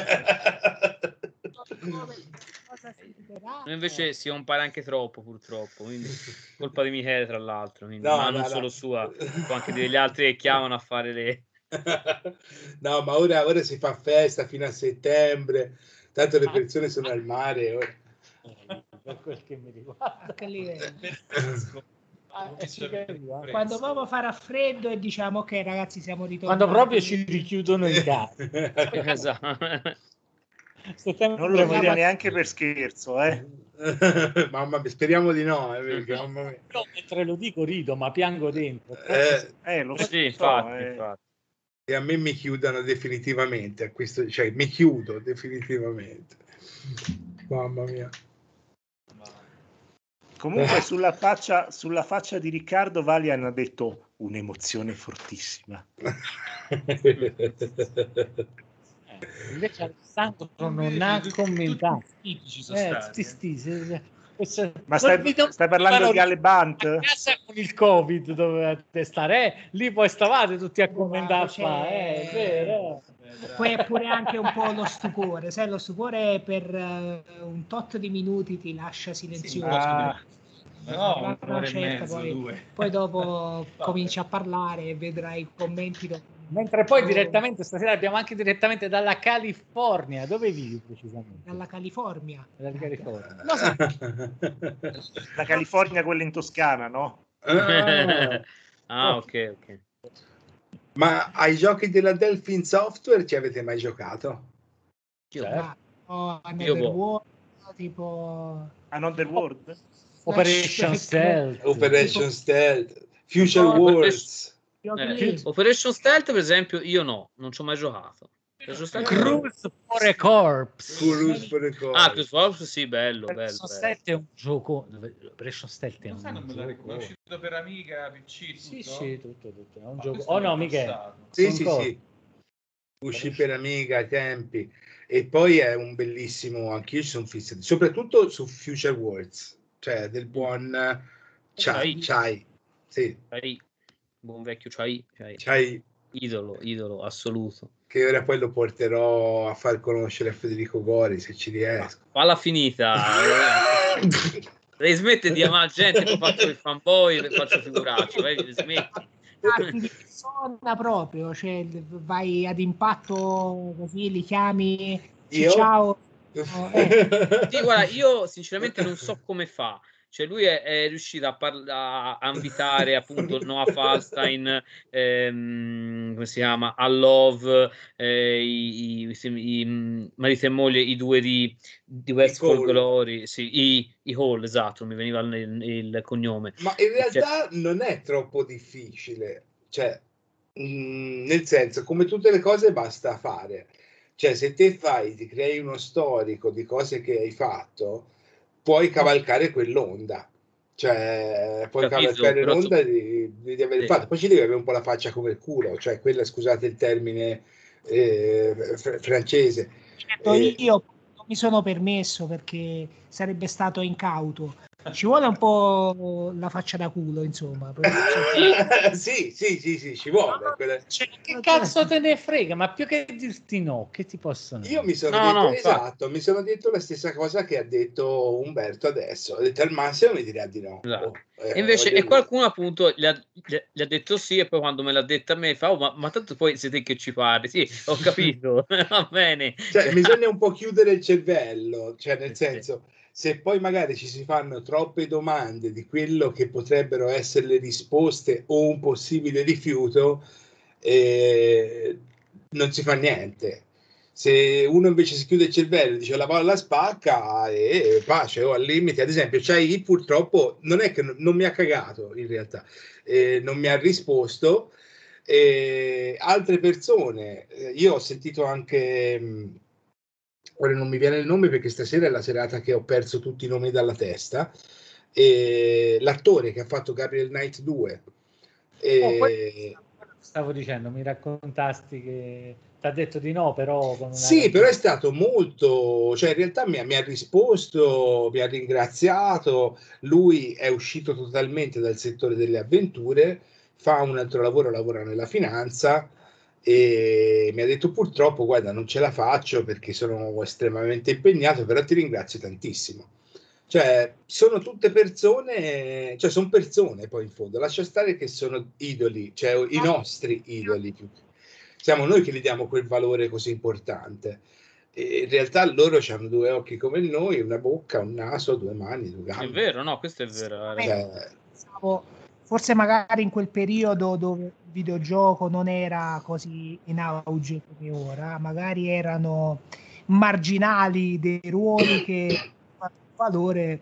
cosa si dirà. Noi invece si compare anche troppo, purtroppo, quindi colpa di Michele, tra l'altro, quindi, No, ma no, non no. solo sua, anche degli altri che chiamano a fare le... No, ma ora, ora si fa festa fino a settembre, tanto le persone sono al mare. ora. Per quel che mi riguarda. A che livello? Ah, eh, sì, che arriva. Quando proprio farà freddo e diciamo ok ragazzi siamo ritornati. Quando proprio ci richiudono in casa. Esatto. Non lo dire neanche per scherzo, eh. Mamma mia, speriamo di no, eh, perché, mamma mia. Io mentre lo dico rido, ma piango dentro. Eh, Eh, lo so, Sì, infatti, eh. infatti. e a me mi chiudano definitivamente a questo, cioè mi chiudo definitivamente. Mamma mia. Comunque sulla faccia, sulla faccia di Riccardo Valian ha detto un'emozione fortissima. Invece Alessandro non ha commentato. Ci sono Eh, stati, sti, eh. sti, sì, questo- Ma stai, non vi- stai parlando non- di Alebant? A casa con il Covid dovevate stare, eh? Lì poi stavate tutti a commentare, a C'è- fare, eh, è vero. Poi è pure anche un po' lo stupore, sai, lo stupore per eh, un tot di minuti ti lascia silenzioso. Ah, No, Una un'ora e certa, mezzo, poi, due. poi dopo cominci a parlare e vedrai i commenti dopo. Mentre poi direttamente stasera abbiamo anche direttamente dalla California. Dove vivi precisamente? Dalla California. Dalla California. Lo sai, la California, quella in Toscana, no? Ah, Ah, ok, ok. ma ai giochi della Delphin Software ci avete mai giocato? Io- Certo. ma, oh, Io Another boh. World, tipo Another World? Operation Stealth, Operation Stealth, Future No, Wars. Eh, Operation Stealth, per esempio, io no, non ci ho mai giocato. Cruise for a Corpse. Cruise for a Corpse. Ah, Cruise for a Corpse, sì, bello, bello. Operation bello. Stealth è un gioco. Operation Stealth è un Non me la gioco. ricordo. È uscito per Amiga, P C, tutto? Sì, sì, tutto, tutto. È un Ma gioco. questo Oh è no, il mica. passato. Sì, sì, sì. Uscì per Amiga ai tempi. E poi è un bellissimo, anch'io ci sono fissato, soprattutto su Future Wars, cioè del buon Chai. Chai. Sì. Chai. Buon vecchio Chai. Chai. Chai. Idolo, idolo, assoluto. Che ora poi lo porterò a far conoscere a Federico Gori, se ci riesco. Falla finita. Devi smettere di amare gente, poi faccio il fanboy, faccio figuraccio, eh, smetti. Di persona proprio, cioè vai ad impatto così, li chiami, Io? ciao. Eh. Sì, guarda, io sinceramente non so come fa. Cioè lui è, è riuscito a, parla- a invitare appunto Noah Falstein, ehm, come si chiama, a Love, eh, i, i, i, i marito e moglie, i due di, di West for Glory, sì, i, i Hall, esatto, mi veniva il, il cognome. Ma in realtà non è troppo difficile, cioè, mh, nel senso, come tutte le cose basta fare. Cioè, se te fai, ti crei uno storico di cose che hai fatto, puoi cavalcare quell'onda, cioè puoi Capito, cavalcare però l'onda tu- di, di, di aver Sì. fatto. Poi ci devi avere un po' la faccia come il culo, cioè quella, scusate il termine eh, fr- francese. Certo, Eh, io non mi sono permesso perché sarebbe stato incauto. Ci vuole un po' la faccia da culo, insomma. sì, sì, sì, sì, ci vuole. Quella- Cioè, che cazzo te ne frega? Ma più che dirti no, che ti possono Io mi sono No, detto, no, infatti. esatto, mi sono detto la stessa cosa che ha detto Umberto adesso. Ho detto al massimo mi dirà di no. Esatto. Eh, E invece voglio e dire. qualcuno appunto gli ha, gli- gli ha detto sì, e poi quando me l'ha detta a me fa oh, ma, ma tanto poi siete che ci parli, sì, ho capito. Va bene. Cioè, bisogna un po' chiudere il cervello, cioè nel Sì, sì. senso, se poi magari ci si fanno troppe domande di quello che potrebbero essere le risposte o un possibile rifiuto, eh, non si fa niente. Se uno invece si chiude il cervello e dice la palla spacca e pace o al limite, ad esempio, cioè, purtroppo non è che non, non mi ha cagato in realtà, eh, non mi ha risposto. E altre persone, eh, io ho sentito anche, mh, ora non mi viene il nome perché stasera è la serata che ho perso tutti i nomi dalla testa, e l'attore che ha fatto Gabriel Knight due. E... Oh, poi- stavo dicendo, mi raccontasti che ti ha detto di no, però con una Sì, però è stato molto, cioè in realtà mi ha, mi ha risposto, mi ha ringraziato, lui è uscito totalmente dal settore delle avventure, fa un altro lavoro, lavora nella finanza e mi ha detto purtroppo guarda non ce la faccio perché sono estremamente impegnato, però ti ringrazio tantissimo. Cioè sono tutte persone, cioè sono persone poi in fondo, lascia stare che sono idoli, cioè i nostri idoli più che siamo noi che gli diamo quel valore così importante. E in realtà loro hanno due occhi come noi, una bocca, un naso, due mani, due gambe. È vero, no, questo è vero. eh. Cioè, Pensavo, forse magari in quel periodo dove il videogioco non era così in auge come ora, magari erano marginali dei ruoli che hanno un valore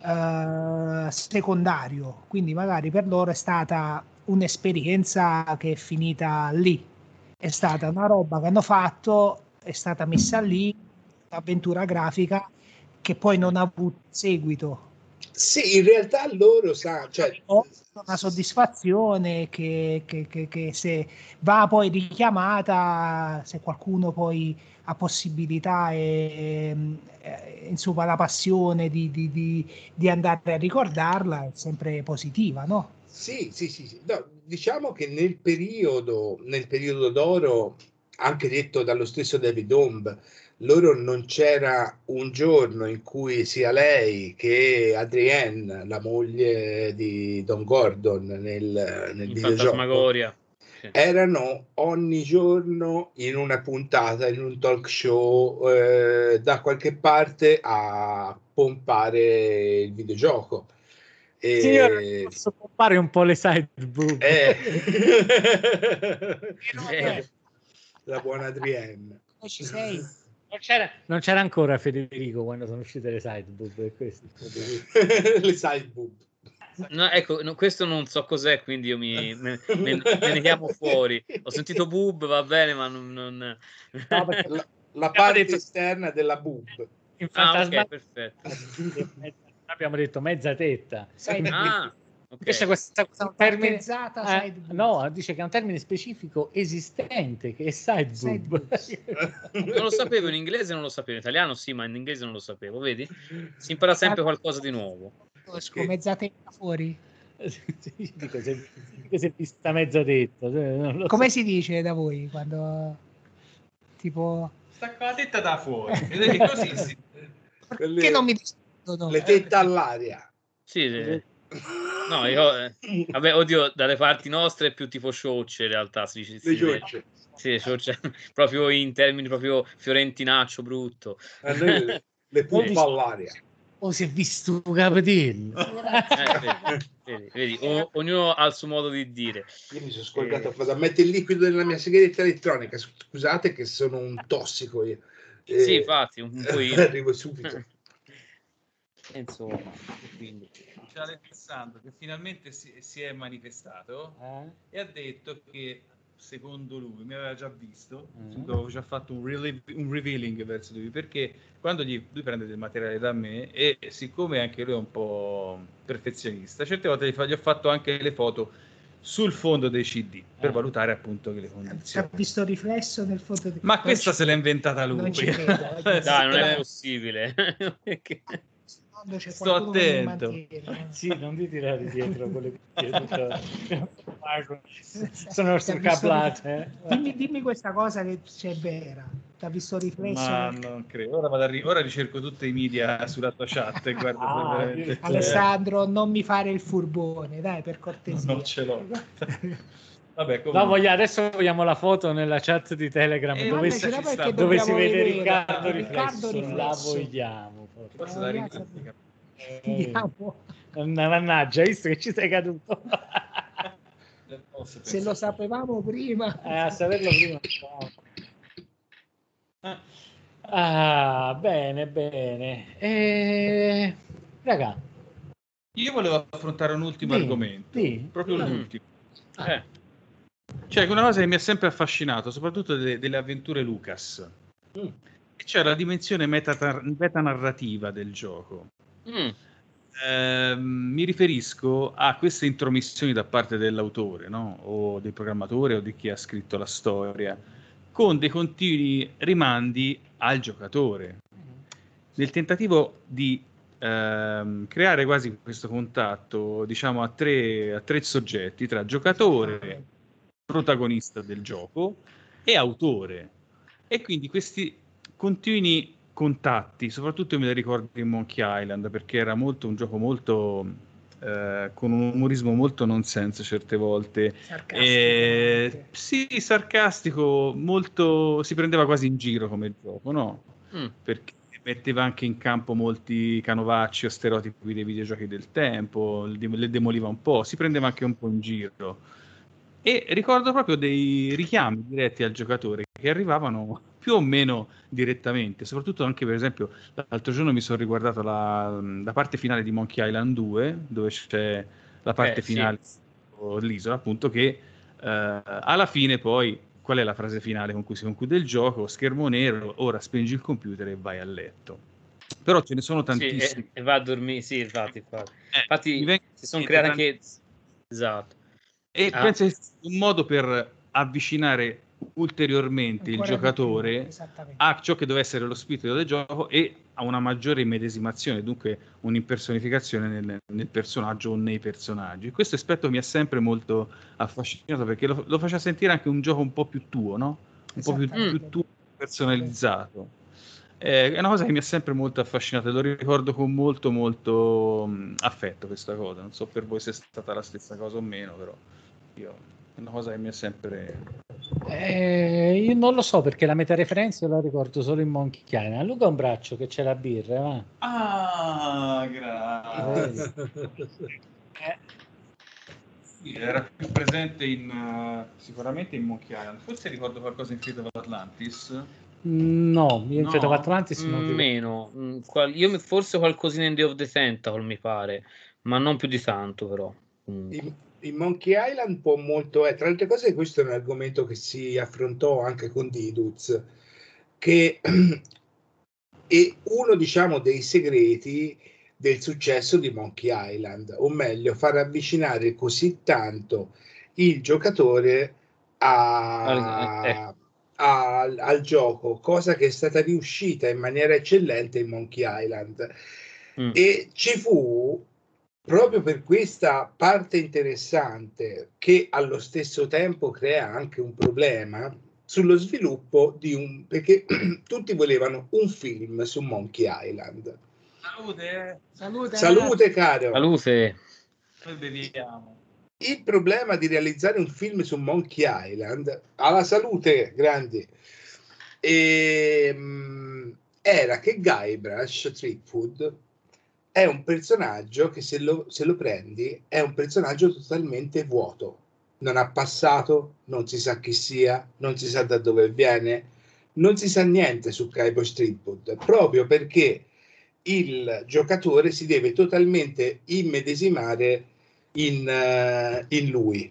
eh, secondario, quindi magari per loro è stata un'esperienza che è finita lì, è stata una roba che hanno fatto, è stata messa lì, un'avventura grafica che poi non ha avuto seguito. sì, in realtà loro sanno, cioè, Una soddisfazione che, che, che, che se va poi richiamata, se qualcuno poi ha possibilità e eh, insomma la passione di, di, di, di andare a ricordarla è sempre positiva, no? Sì, sì, sì, sì. No, diciamo che nel periodo, nel periodo d'oro, anche detto dallo stesso David Omb, loro non c'era un giorno in cui sia lei che Adrienne, la moglie di Don Gordon nel, nel In videogioco, Fantasmagoria. Sì. erano ogni giorno in una puntata, in un talk show, eh, da qualche parte a pompare il videogioco. E... Signore, posso pompare un po' le side boob? Eh. Eh. La buona Adrienne. Ci sei? Non c'era, non c'era ancora Federico quando sono uscite le side boob, e questo le side boob. No, ecco, no, questo non so cos'è, quindi io mi, me, me, me ne chiamo fuori. Ho sentito boob, va bene, ma non... non... No, la, la parte detto... esterna della boob. In ah, ok, perfetto. Abbiamo detto mezza tetta. Ah, okay. Questa, questa, questa un termine, eh, no, dice che è un termine specifico esistente, che è side boob. Non lo sapevo in inglese, non lo sapevo in italiano sì, ma in inglese non lo sapevo, vedi? Si impara sempre qualcosa di nuovo. Con mezza tetta fuori. Dico, se, se è vista mezza tetta. Non lo Come so. si dice da voi quando tipo stacca la tetta da fuori? Così sì. Perché le, non mi no? Le tette all'aria. Sì, sì. No, io eh, vabbè, oddio, dalle parti nostre è più tipo sciocce in realtà, si dice. Le ciocce. Sì, ciocce, proprio in termini proprio fiorentinaccio brutto. Eh, le, le pompa all'aria. Oh, si è visto un capitello. Eh, vedi, vedi, o, ognuno ha il suo modo di dire. Io mi sono scordato eh. a mettere il liquido nella mia sigaretta elettronica. Scusate che sono un tossico io. Eh, sì, infatti, un po' io. Arrivo subito. Insomma, quindi. C'è Alessandro che finalmente si, si è manifestato eh? e ha detto che secondo lui, mi aveva già visto, mm. avevo già fatto un, re- un revealing verso lui, perché quando gli, lui prende del materiale da me e siccome anche lui è un po' perfezionista, certe volte gli, fa, gli ho fatto anche le foto sul fondo dei C D per eh. valutare appunto che le condizioni. Ha visto riflesso nel fondo di... Ma questa se l'ha inventata lui. Non ci credo, dai, non è possibile. Sto attento. Sì, non ti tirare dietro quelle che sono scaplate. Dimmi, dimmi questa cosa che c'è vera. Ti ha visto riflesso? Ma non credo. Ora, vado a ri- ora ricerco tutti i media sulla tua chat e guardo ah, veramente... Alessandro, non mi fare il furbone, dai, per cortesia. Non ce l'ho. Vabbè, no, voglio, adesso vogliamo la foto nella chat di Telegram eh, vabbè, dove, si, dove si vede vedere. Riccardo, Riccardo riflesso. riflesso. La vogliamo. Forse la ringraziamo. Eh, mannaggia, visto che ci sei caduto. Se lo sapevamo prima. Eh, a saperlo prima. Ah, bene, bene. Eh, raga. Io volevo affrontare un ultimo sì, argomento. Sì. Proprio mm. l'ultimo. Eh. Cioè, una cosa che mi ha sempre affascinato, soprattutto delle, delle avventure Lucas, mm. e cioè la dimensione meta- metanarrativa del gioco. Mm. Eh, mi riferisco a queste intromissioni da parte dell'autore, no? O del programmatore o di chi ha scritto la storia, con dei continui rimandi al giocatore, nel tentativo di ehm, creare quasi questo contatto, diciamo, a tre, a tre soggetti, tra giocatore, protagonista del gioco e autore. E quindi questi continui contatti, soprattutto io me li ricordo in Monkey Island, perché era molto un gioco molto eh, con un umorismo molto nonsense certe volte, sarcastico, eh, sì, sarcastico, molto, si prendeva quasi in giro come gioco, no? Mm. Perché metteva anche in campo molti canovacci o stereotipi dei videogiochi del tempo, le demoliva un po', si prendeva anche un po' in giro. E ricordo proprio dei richiami diretti al giocatore che arrivavano più o meno direttamente, soprattutto anche per esempio l'altro giorno mi sono riguardato la, la parte finale di Monkey Island due, dove c'è la parte eh, finale sì. dell'isola, appunto, che eh, alla fine poi qual è la frase finale con cui si conclude il gioco? Schermo nero, ora spingi il computer e vai a letto. Però ce ne sono tantissimi. Sì, e, e va a dormire, sì, infatti, infatti, eh, infatti si sono creati anche... Esatto. E ah. penso che sia un modo per avvicinare ulteriormente Ancora il giocatore più, a ciò che deve essere lo spirito del gioco e a una maggiore immedesimazione, dunque un'impersonificazione nel, nel personaggio o nei personaggi. Questo aspetto mi ha sempre molto affascinato, perché lo, lo faceva sentire anche un gioco un po' più tuo, no? Un po' più, più tuo, personalizzato. Eh, è una cosa che mi ha sempre molto affascinato e lo ricordo con molto molto mh, affetto questa cosa. Non so per voi se è stata la stessa cosa o meno, però io, è una cosa che mi ha sempre... Eh, io non lo so, perché la metareferenza la ricordo solo in Monkey Island. Luca ha un braccio che c'è la birra, va. Ah, grazie. eh. Sì, era più presente in uh, sicuramente in Monkey Island. Forse ricordo qualcosa in Fate of Atlantis. No, io in No, centoquattro Mantis non mm, ti- meno. Mm, qual- io mi- forse qualcosina in Day of the Tentacle mi pare, ma non più di tanto però. comunque. In, in Monkey Island può molto, eh, tra le altre cose questo è un argomento che si affrontò anche con Diduz, che è uno, diciamo, dei segreti del successo di Monkey Island, o meglio far avvicinare così tanto il giocatore a- Eh, a- al gioco, cosa che è stata riuscita in maniera eccellente in Monkey Island. Mm. E ci fu proprio per questa parte interessante, che allo stesso tempo crea anche un problema sullo sviluppo di un, perché tutti volevano un film su Monkey Island. Salute. Salute. Salute caro. Salute. Noi beviamo. Il problema di realizzare un film su Monkey Island, alla salute grandi, ehm, era che Guybrush Threepwood è un personaggio che se lo, se lo prendi è un personaggio totalmente vuoto, non ha passato, non si sa chi sia, non si sa da dove viene, non si sa niente su Guybrush Threepwood, proprio perché il giocatore si deve totalmente immedesimare in, uh, in lui.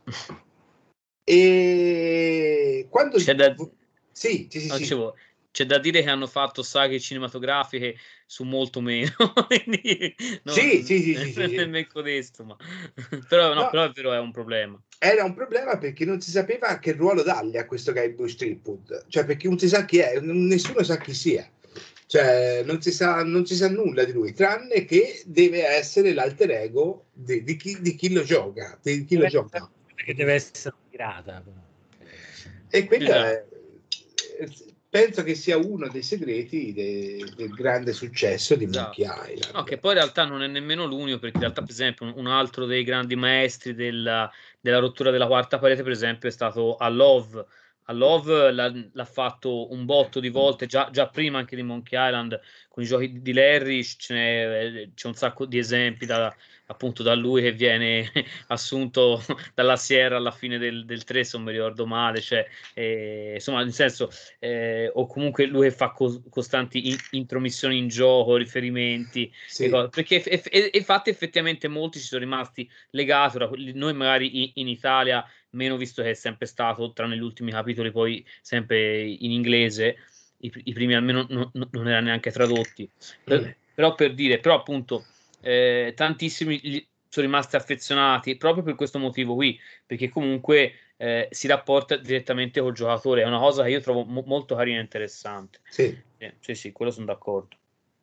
E quando C'è da, sì, sì, sì, no, sì. dicevo, c'è da dire che hanno fatto saghe cinematografiche su molto meno. Quindi, no, Sì, sì, sì, sì, sì, sì. nemmeno codesto, ma però, no, No. però è vero, è un problema. Era un problema perché non si sapeva che ruolo dargli a questo Guybrush Threepwood, cioè perché non si sa chi è, n- nessuno sa chi sia, cioè non si sa, non si sa nulla di lui, tranne che deve essere l'alter ego di, di chi, di chi lo gioca, di chi lo Deve gioca. essere- che deve essere un pirata. però. E quello Esatto. è, penso che sia uno dei segreti de- del grande successo di Esatto. Monkey Island. No, che poi in realtà non è nemmeno l'unico, perché in realtà, per esempio, un- un altro dei grandi maestri della, della rottura della quarta parete, per esempio, è stato a Love. A Love l'ha, l'ha fatto un botto di volte, già, già prima anche di Monkey Island, con i giochi di Larry ce n'è, c'è un sacco di esempi, da, appunto da lui che viene assunto dalla Sierra alla fine del, del tre, se non mi ricordo male, cioè, eh, insomma, nel senso, eh, o comunque lui che fa co- costanti in- intromissioni in gioco, riferimenti, Sì. e cose, perché eff- e- e infatti effettivamente molti ci sono rimasti legati, ora, quelli- noi magari in, in Italia meno, visto che è sempre stato, tranne gli ultimi capitoli, poi sempre in inglese, i, i primi almeno non, non- non erano neanche tradotti. Per- Mm. però per dire, però appunto, eh, tantissimi gli- sono rimasti affezionati proprio per questo motivo qui, perché comunque eh, si rapporta direttamente col giocatore, è una cosa che io trovo mo- molto carina e interessante. Sì. Eh, sì, sì, quello sono d'accordo.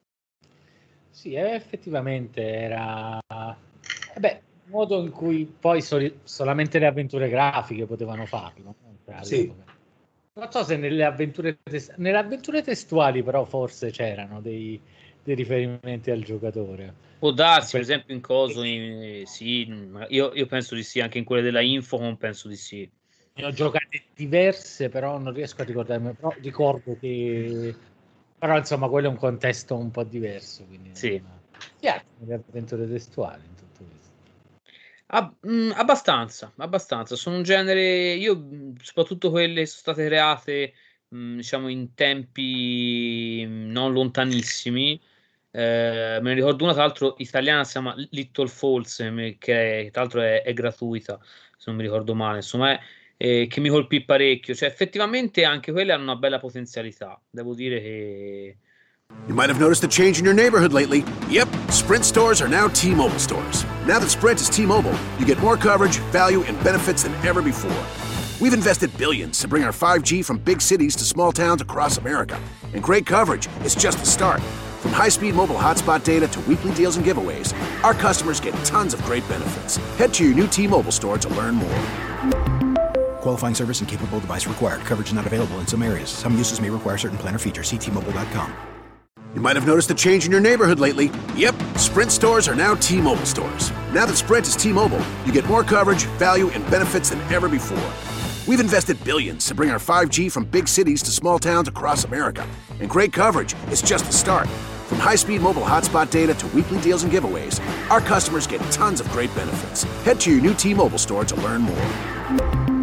Sì, eh, effettivamente era eh beh, un modo in cui poi soli- solamente le avventure grafiche potevano farlo. no? Cioè, Sì. all'epoca. Non so se nelle avventure, tes- nelle avventure testuali però forse c'erano dei, dei riferimenti al giocatore. Può darsi, per Que- esempio, in coso, in- sì, ma io, io penso di sì, anche in quelle della Infocom penso di sì. Ne ho giocate diverse, però non riesco a ricordarmi, però ricordo che però insomma quello è un contesto un po' diverso, quindi Sì. non- Sì, anche nelle avventure testuali in tutto questo. Ab- mh, abbastanza, abbastanza. Sono un genere, io mh, soprattutto quelle che sono state create, mh, diciamo, in tempi mh, non lontanissimi. Eh, me ne ricordo una, tra l'altro, italiana, si chiama Little Falls, me- che tra l'altro è, è gratuita, se non mi ricordo male, insomma, è- eh, che mi colpì parecchio. Cioè, effettivamente anche quelle hanno una bella potenzialità. Devo dire che You might have noticed a change in your neighborhood lately. Yep, Sprint stores are now T-Mobile stores. Now that Sprint is T-Mobile, you get more coverage, value, and benefits than ever before. We've invested billions to bring our five G from big cities to small towns across America. And great coverage is just the start. From high-speed mobile hotspot data to weekly deals and giveaways, our customers get tons of great benefits. Head to your new T-Mobile store to learn more. Qualifying service and capable device required. Coverage not available in some areas. Some uses may require certain plan or features. See T Mobile dot com. You might have noticed a change in your neighborhood lately. Yep, Sprint stores are now T-Mobile stores. Now that Sprint is T-Mobile, you get more coverage, value, and benefits than ever before. We've invested billions to bring our five G from big cities to small towns across America. And great coverage is just the start. From high-speed mobile hotspot data to weekly deals and giveaways, our customers get tons of great benefits. Head to your new T-Mobile store to learn more.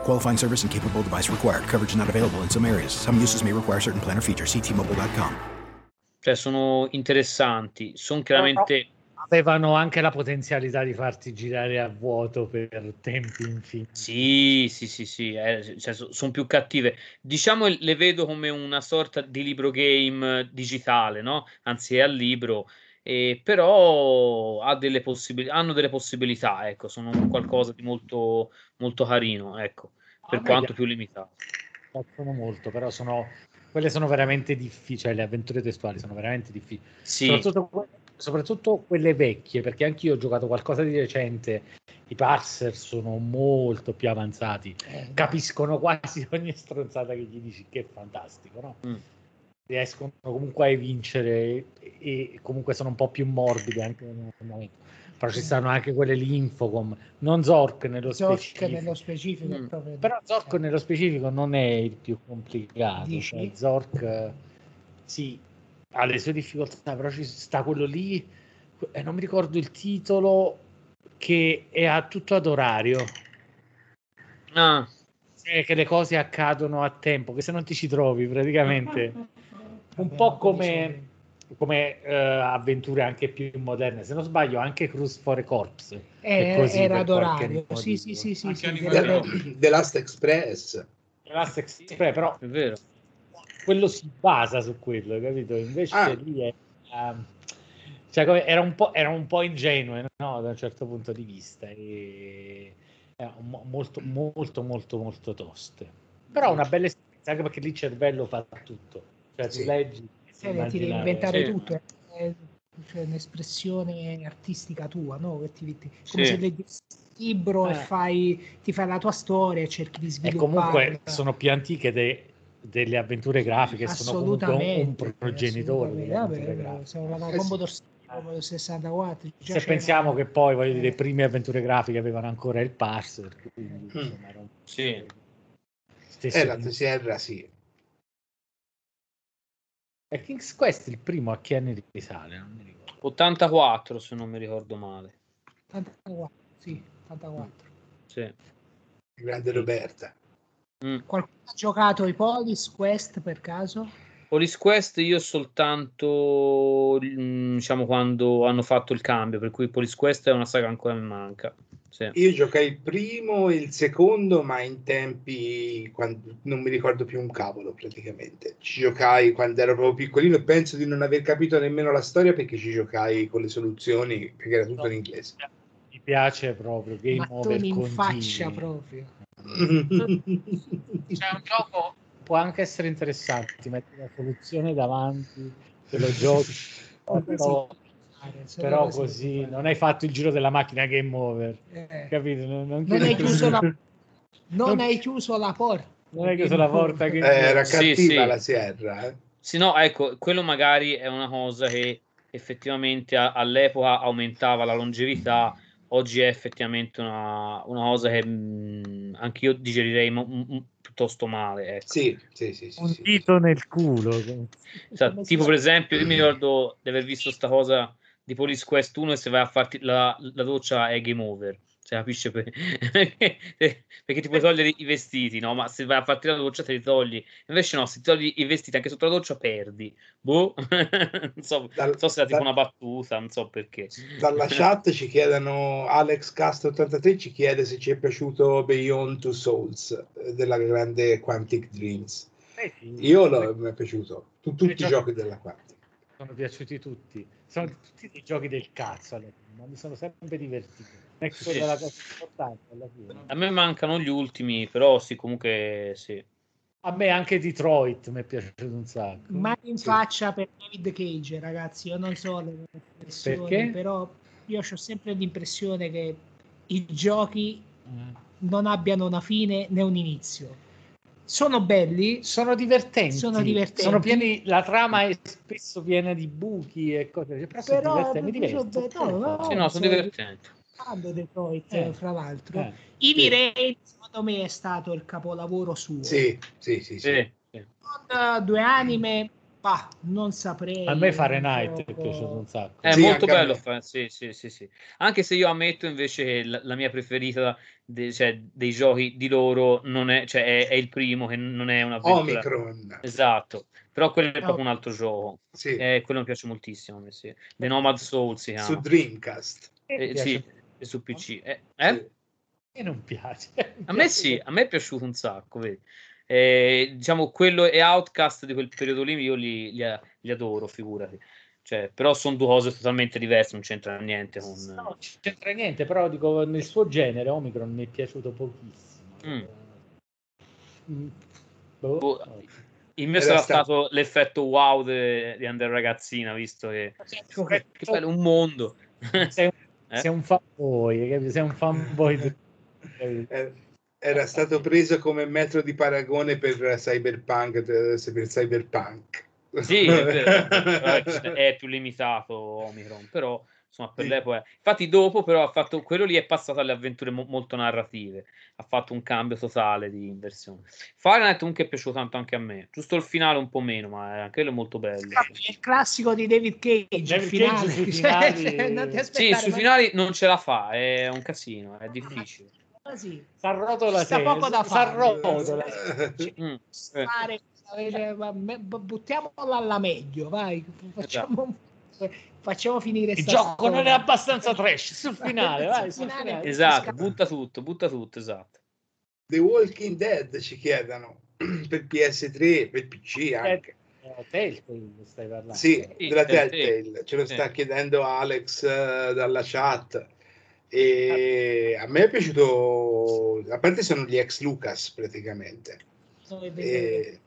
Qualifying service and capable device required. Coverage not available in some areas. Some uses may require certain plan or features. See T Mobile dot com. Cioè sono interessanti, sono chiaramente... Avevano anche la potenzialità di farti girare a vuoto per tempi infiniti. Sì, sì, sì, sì, eh, cioè, so- sono più cattive. Diciamo le vedo come una sorta di libro game digitale, no? Anzi è al libro, eh, però ha delle possibili- hanno delle possibilità, ecco, sono un qualcosa di molto, molto carino, ecco, per me quanto piace. più limitato. Piacciono molto, però sono quelle sono veramente difficili, cioè le avventure testuali sono veramente difficili. Sì. Soprattutto, que- soprattutto quelle vecchie, perché anch'io ho giocato qualcosa di recente, i parser sono molto più avanzati, capiscono quasi ogni stronzata che gli dici, che è fantastico, no? Mm. Riescono comunque a vincere e, e comunque sono un po' più morbidi anche nel momento. Però ci stanno anche quelle lì Infocom, non Zork nello Zork specifico. nello specifico è Mm. proprio... Però Zork nello specifico non è il più complicato. Dici? Cioè, Zork eh, sì, ha le sue difficoltà, però ci sta quello lì, eh, non mi ricordo il titolo, che è a tutto ad orario. Ah, Cioè, che le cose accadono a tempo, che se non ti ci trovi praticamente un po' come, come eh, avventure anche più moderne. Se non sbaglio, anche Cruise for a Corpse è Eh, così era per qualche d'orario. Sì, motivo. sì, sì, sì, Anche sì, Animal delle- Crossing. The Last Express. The Last Express, però è vero. quello si basa su quello, hai capito? Invece Ah. lì è, um, cioè, come- era, un po', era un po' ingenue, no? Da un certo punto di vista, e era mo- molto, molto, molto, molto toste. Però una bella esperienza, anche perché lì il cervello fa tutto. Cioè, tu Sì. leggi, eh, ti devi immaginare- inventare Sì. tutto. È, cioè, un'espressione artistica tua, no? Che ti, ti- Sì. come se leggi un libro Eh. e fai, ti fai la tua storia e cerchi di E svilupparla. comunque sono più antiche de- delle avventure grafiche, sono comunque un, un Assolutamente, progenitore delle assolutamente. avventure Vabbè, grafiche. sono la Eh sì. Commodore Commodore sessantaquattro. già Se c'era- pensiamo che poi, voglio dire, eh. le prime avventure grafiche avevano ancora il parser, quindi Mm. insomma, era un Sì. stesso Eh, la tipo. Sierra, sì. E King's Quest il primo a che anni risale? Non mi ricordo. ottantaquattro se non mi ricordo male. ottantaquattro, sì, ottantaquattro. Sì. Grande Roberta. Mm. Qualcuno ha giocato i Police Quest per caso? Police Quest io soltanto mm, diciamo quando hanno fatto il cambio, per cui Police Quest è una saga che ancora mi manca. Sì. Io giocai il primo e il secondo, ma in tempi quando non mi ricordo più un cavolo praticamente. Ci giocai quando ero proprio piccolino e penso di non aver capito nemmeno la storia perché ci giocai con le soluzioni, perché era tutto in inglese. Mi piace proprio Game Over Mattoni in continui. faccia proprio. C'è un gioco, può anche essere interessante, ti metti la soluzione davanti, te lo giochi, però, però così non hai fatto il giro della macchina Game Over, Eh. capito? Non, non Non hai chiuso la, non Non- hai chiuso la porta. non hai chiuso la porta che Eh, era Sì, cattiva sì. la Sierra. Eh. Sì, no, ecco, quello magari è una cosa che effettivamente a- all'epoca aumentava la longevità, oggi è effettivamente una, una cosa che mh, anch'io digerirei mo- m- m- piuttosto male, ecco. Sì, sì, sì, sì, un sì. dito nel culo. Cioè, tipo per esempio io mi ricordo di aver visto sta cosa di Police Quest uno e se vai a farti la, la doccia è game over, cioè capisce per... perché ti puoi togliere i vestiti, no? Ma se vai a farti la doccia te li togli, invece no, se ti togli i vestiti anche sotto la doccia perdi, boh. non, so, Dal- non so se era tipo dal- una battuta, non so perché. Dalla chat ci chiedono, Alex Cast ottantatré ci chiede se ci è piaciuto Beyond Two Souls eh, della grande Quantic Dreams. Eh sì, Io lo, mi è piaciuto, Tu- tutti i giochi- giochi della Quantic. sono piaciuti tutti, sono tutti dei giochi del cazzo alla fine, ma mi sono sempre divertito, non è Sì. quella la cosa importante alla fine. A me mancano gli ultimi, però sì, comunque sì. A me anche Detroit mi è piaciuto un sacco. Mani in faccia per David Cage, ragazzi. Io non so le impressioni, Perché? però io ho sempre l'impressione che i giochi Eh. non abbiano una fine né un inizio. Sono belli, Sono divertenti, Sono divertenti. sono pieni, la trama è spesso piena di buchi e cose, però, sono però divertenti, mi diverto. no, no, Sì, no, sono divertenti. Quando Detroit, Eh. fra l'altro, Eh. Heavy Sì. Rain secondo me è stato il capolavoro suo. Sì, sì, sì, sì. Sì, sì. Con uh, due anime bah, non saprei. A me Fahrenheit un è gioco- piaciuto un sacco. È Sì, molto anche a bello, me. fa- sì, sì, sì, sì. Anche se io ammetto invece che la, la mia preferita de- cioè, dei giochi di loro non è, cioè, è, è il primo, che non è un'avventura. Omicron. Esatto, però quello è Oh. proprio un altro gioco. Sì. Eh, quello mi piace moltissimo. A me, sì. The Nomad Soul si chiama. Su Dreamcast. Mi Eh, piace. sì, e su P C. Eh? eh? Sì. E non piace. A me sì, a me è piaciuto un sacco, vedi. Eh, diciamo, quello e Outcast di quel periodo lì io li, li, li adoro, figurati. Cioè, però sono due cose totalmente diverse, non c'entra niente con... No, non c'entra niente, però dico, nel suo genere Omicron mi è piaciuto pochissimo. Mm. Mm. Boh. Boh, il mio Era sarà stato- stato l'effetto wow de- di Under Ragazzina, visto che, che, che bello, un mondo. Sei un, Eh? sei un fanboy, capito? Sei un fanboy. di- Eh, Era stato preso come metro di paragone per Cyberpunk, eh, per Cyberpunk. Sì, è vero, però è più limitato Omicron, però insomma per Sì. l'epoca. Infatti dopo però ha fatto quello lì, è passato alle avventure mo- molto narrative, ha fatto un cambio totale di inversione. Fahrenheit comunque è piaciuto tanto anche a me, giusto il finale un po' meno, ma eh, quello è molto bello. sì. Il classico di David Cage, David il finale. Cage sui Cioè, finali- cioè, non ti Sì, aspettare sui mai- finali non ce la fa, è un casino, è difficile. Ah, sì. S'arrotola Ci sta te- poco da fare. s'arrotola. Mm, eh. Fare- eh, ma- me- b- buttiamola alla meglio, vai, facciamo, facciamo finire Il sta gioco storia. non è abbastanza trash sul finale, vai, sul Sul finale. finale. Esatto, butta tutto, butta tutto, esatto. The Walking Dead ci chiedono per P S tre, per P C anche. Eh, Telltale stai parlando. Sì, Sì, della Telltale. Telltale, ce lo Sì. sta chiedendo Alex eh, dalla chat. E a me è piaciuto, a parte sono gli ex Lucas praticamente. Dove vedo- E,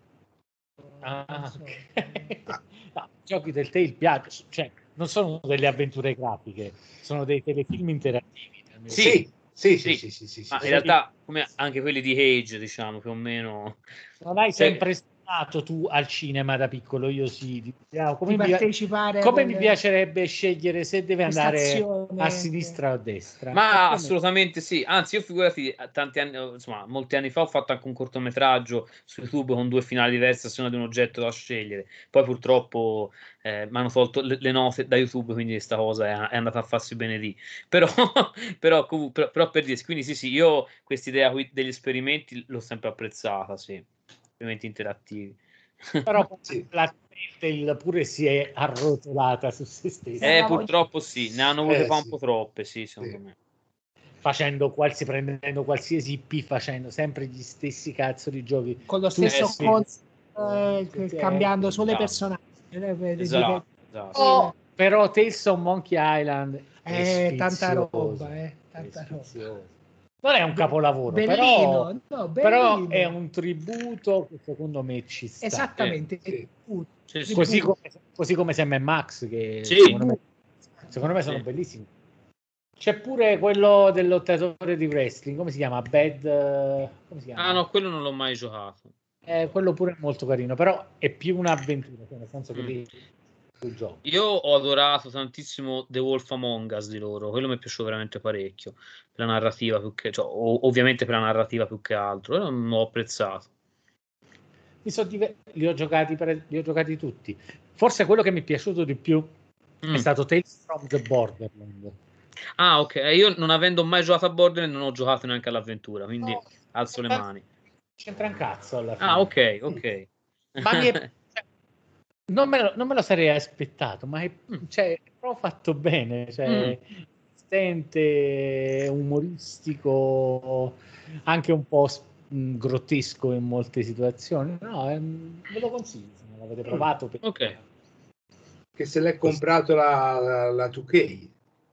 Ah, ok. No, i giochi del Tale piacciono, cioè non sono delle avventure grafiche, sono dei telefilm interattivi. nel mio Sì. sì, sì, Sì. sì, sì, sì, sì, Ma sì. in realtà, come anche quelli di Age, diciamo, più o meno... Non hai Se- sempre stato tu al cinema da piccolo, io sì. di- ah, Come, di mi, partecipare come alle mi piacerebbe scegliere se deve andare prestazioni. a sinistra o a destra. Ma E come- assolutamente sì, anzi io figurati tanti anni, insomma, molti anni fa ho fatto anche un cortometraggio su YouTube con due finali diverse a seconda di un oggetto da scegliere. Poi purtroppo eh, mi hanno tolto le, le note da YouTube, quindi questa cosa è, è andata a farsi benedì. Però, però, comunque, però, però per dirsi, quindi sì, sì, io quest'idea qui degli esperimenti l'ho sempre apprezzata, sì, esperimenti interattivi. Però Sì. la Telltale pure si è arrotolata su se stessa. Eh, la voglio- purtroppo sì, ne hanno volute Eh, fa un sì. po' troppe, sì, secondo Sì. me. Facendo qualsi, prendendo qualsiasi I P, facendo sempre gli stessi cazzo di giochi. con lo Tu- stesso eh, sì. concept, eh, che- Sì, cambiando solo i esatto. personaggi. eh, vedi Esatto, che- esatto. Oh, però Tales of Monkey Island è Eh, tanta sfizioso, roba, eh, tanta è roba. sfizioso. Non è un capolavoro, Bellino, però, no, però bellino. è un tributo che secondo me ci sta. Esattamente. Sì. Uh, Sì, sì. Così come, così come Sam e Max, che Sì. secondo me, secondo me sono Sì. bellissimi. C'è pure quello del lottatore di wrestling, come si chiama? Bad... eh, come si chiama? Ah no, quello non l'ho mai giocato. Eh, quello pure è molto carino, però è più un'avventura, cioè nel senso che Mm. lì tu giochi. Io ho adorato tantissimo The Wolf Among Us di loro, quello mi è piaciuto veramente parecchio, per la narrativa più che, cioè, o- ovviamente per la narrativa più che altro, quello l'ho apprezzato. Mi sono diver- li ho giocati per- li ho giocati tutti. Forse quello che mi è piaciuto di più Mm. è stato Tales from the Borderland. Ah, ok, io non avendo mai giocato a Borderlands non ho giocato neanche all'avventura, quindi No, alzo le c'entra- mani. C'entra un cazzo alla fine. Ah, ok, ok. Ma mi è- cioè, non, me lo, non me lo sarei aspettato, ma è, Mm. cioè, è proprio fatto bene. Cioè, Mm. stente, umoristico, anche un po' s- mh, grottesco in molte situazioni. No, è- ve lo consiglio se non l'avete provato. per- Ok. Che se l'è comprato la, la, la due K.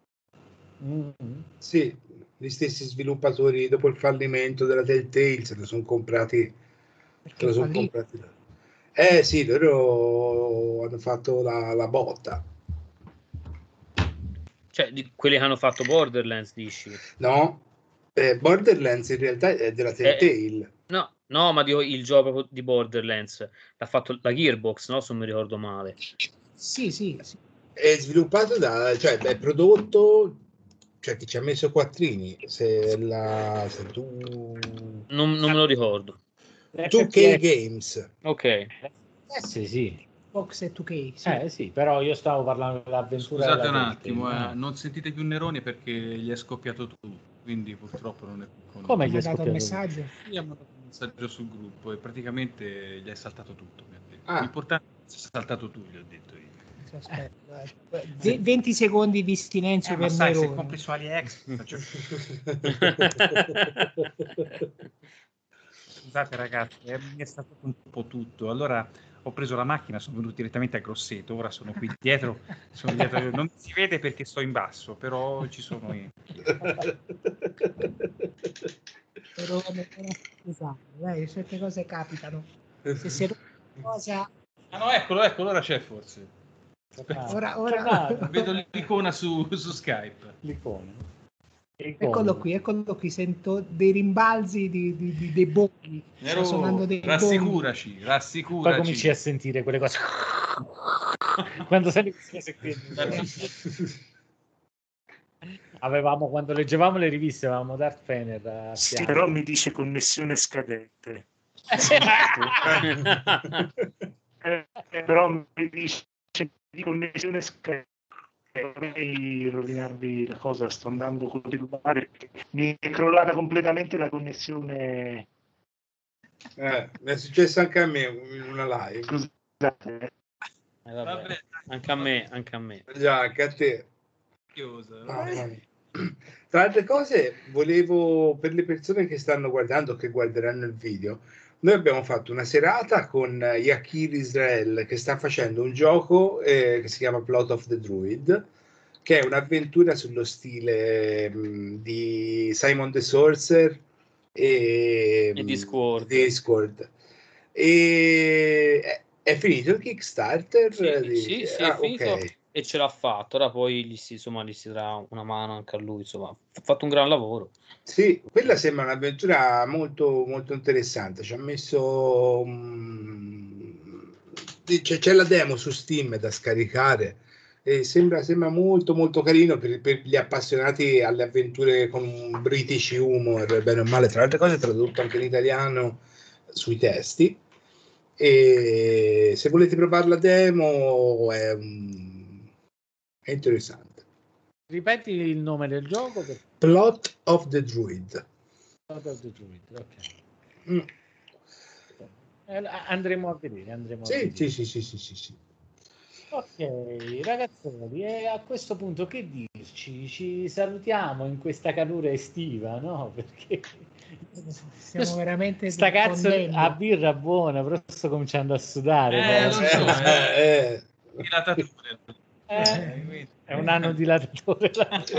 Mm. Sì, gli stessi sviluppatori dopo il fallimento della Telltale se lo sono comprati. Se lo son fallito? comprati. Eh sì, loro hanno fatto la, la botta. Cioè, di quelli che hanno fatto Borderlands, dici? No, eh, Borderlands in realtà è della Telltale. No, no, ma dico il gioco proprio di Borderlands l'ha fatto la Gearbox, no? Se non mi ricordo male. Sì, sì, sì. È sviluppato da, cioè è prodotto, cioè chi ci ha messo quattrini, se, la, se tu... Non, non me lo ricordo. due K Games. Ok. Eh sì, sì. Xbox e due K. Sì. Eh sì, però io stavo parlando dell'avventura. Scusate un della attimo, Telltale. eh, non sentite più Neroni perché gli è scoppiato tu, quindi purtroppo non è più con Come noi. gli è Mi ha dato un scoppiato? messaggio. Gli ha mandato un messaggio sul gruppo e praticamente gli hai saltato tutto. Mi ha detto. Ah. L'importante è che sia saltato tu, gli ho detto io. Aspetta, eh. Ve- venti secondi di silenzio Eh, ma per sai, se Nerone. compri su AliExpress faccio- Scusate ragazzi, eh, mi è stato un po' tutto. Allora ho preso la macchina, sono venuto direttamente a Grosseto, ora sono qui dietro, sono dietro. Non si vede perché sto in basso, però ci sono io. Nerone, scusate, dai, certe cose capitano. Se si rompe una cosa, Ah no, eccolo, eccolo, ora c'è forse. Aspetta. ora, ora... Vedo l'icona su, su Skype. L'icona. Eccolo qui, eccolo qui, sento dei rimbalzi di, di, di, dei bocchi. Sta suonando dei Rassicuraci, Poi rassicuraci. cominci a sentire quelle cose. Quando senti queste cose qui. Avevamo, quando leggevamo le riviste, avevamo Darth Fener a Sì, fianco. però mi dice connessione scadente. Eh, però mi dice di connessione scadente. Vorrei rovinarvi la cosa, sto andando con il cellulare, mi è crollata completamente la connessione. Eh, mi è successo anche a me in una live. Scusate. Eh, vabbè, anche a me, anche a me. Già, anche a te. Chiosa. Mamma mia. Tra altre cose, volevo, per le persone che stanno guardando o che guarderanno il video, noi abbiamo fatto una serata con Yakir Israel che sta facendo un gioco eh, che si chiama Plot of the Druid, che è un'avventura sullo stile mh, di Simon the Sorcerer e, E Discord. Discord. E è, è finito il Kickstarter? Sì, di... sì, sì, ah, è finito ok. e ce l'ha fatto. Ora poi gli si, insomma, gli si darà una mano anche a lui. Insomma, ha fatto un gran lavoro. Sì, quella sembra un'avventura molto, molto interessante. Ci ha messo um, c'è, c'è la demo su Steam da scaricare e sembra, sembra molto molto carino per, per gli appassionati alle avventure con un British humor, bene o male. Tra le altre cose è tradotto anche in italiano sui testi. E se volete provare la demo è, um, è interessante. Ripeti il nome del gioco? Per... Plot of the Druid. Plot of the Druid, ok. Mm. Eh, andremo a vedere, andremo Sì, a vedere. sì, sì, sì, sì, sì, sì. Ok, ragazzoli, e a questo punto che dirci? Ci salutiamo in questa calura estiva, no? Perché Stiamo veramente sta cazzo diffondendo. a birra buona, però sto cominciando a sudare. Eh, però. lo so, Eh, eh. Dilatature. Eh, è un anno dilatatore.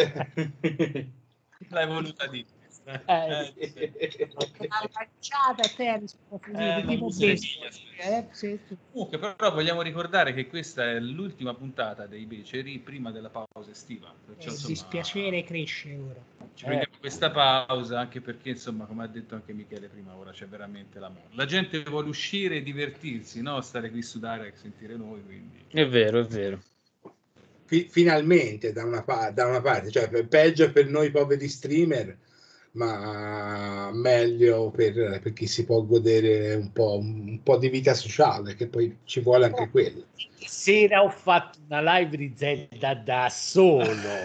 L'hai voluta dire. Eh, Allacciata a te, Eh, tipo non bestia. Eh, sì, sì. Comunque, però vogliamo ricordare che questa è l'ultima puntata dei Beceri prima della pausa estiva. Perciò, Il insomma, dispiacere cresce ora. ci prendiamo questa pausa anche perché, insomma, come ha detto anche Michele prima, ora c'è veramente l'amore. La gente vuole uscire e divertirsi, no? Stare qui a sudare e sentire noi, quindi... È vero, è vero. Fi- finalmente da una, pa- da una parte, cioè per- peggio per noi poveri streamer, ma meglio per, per chi si può godere un po', un po' di vita sociale, che poi ci vuole anche quello. Sera ho fatto una live di Zelda da solo.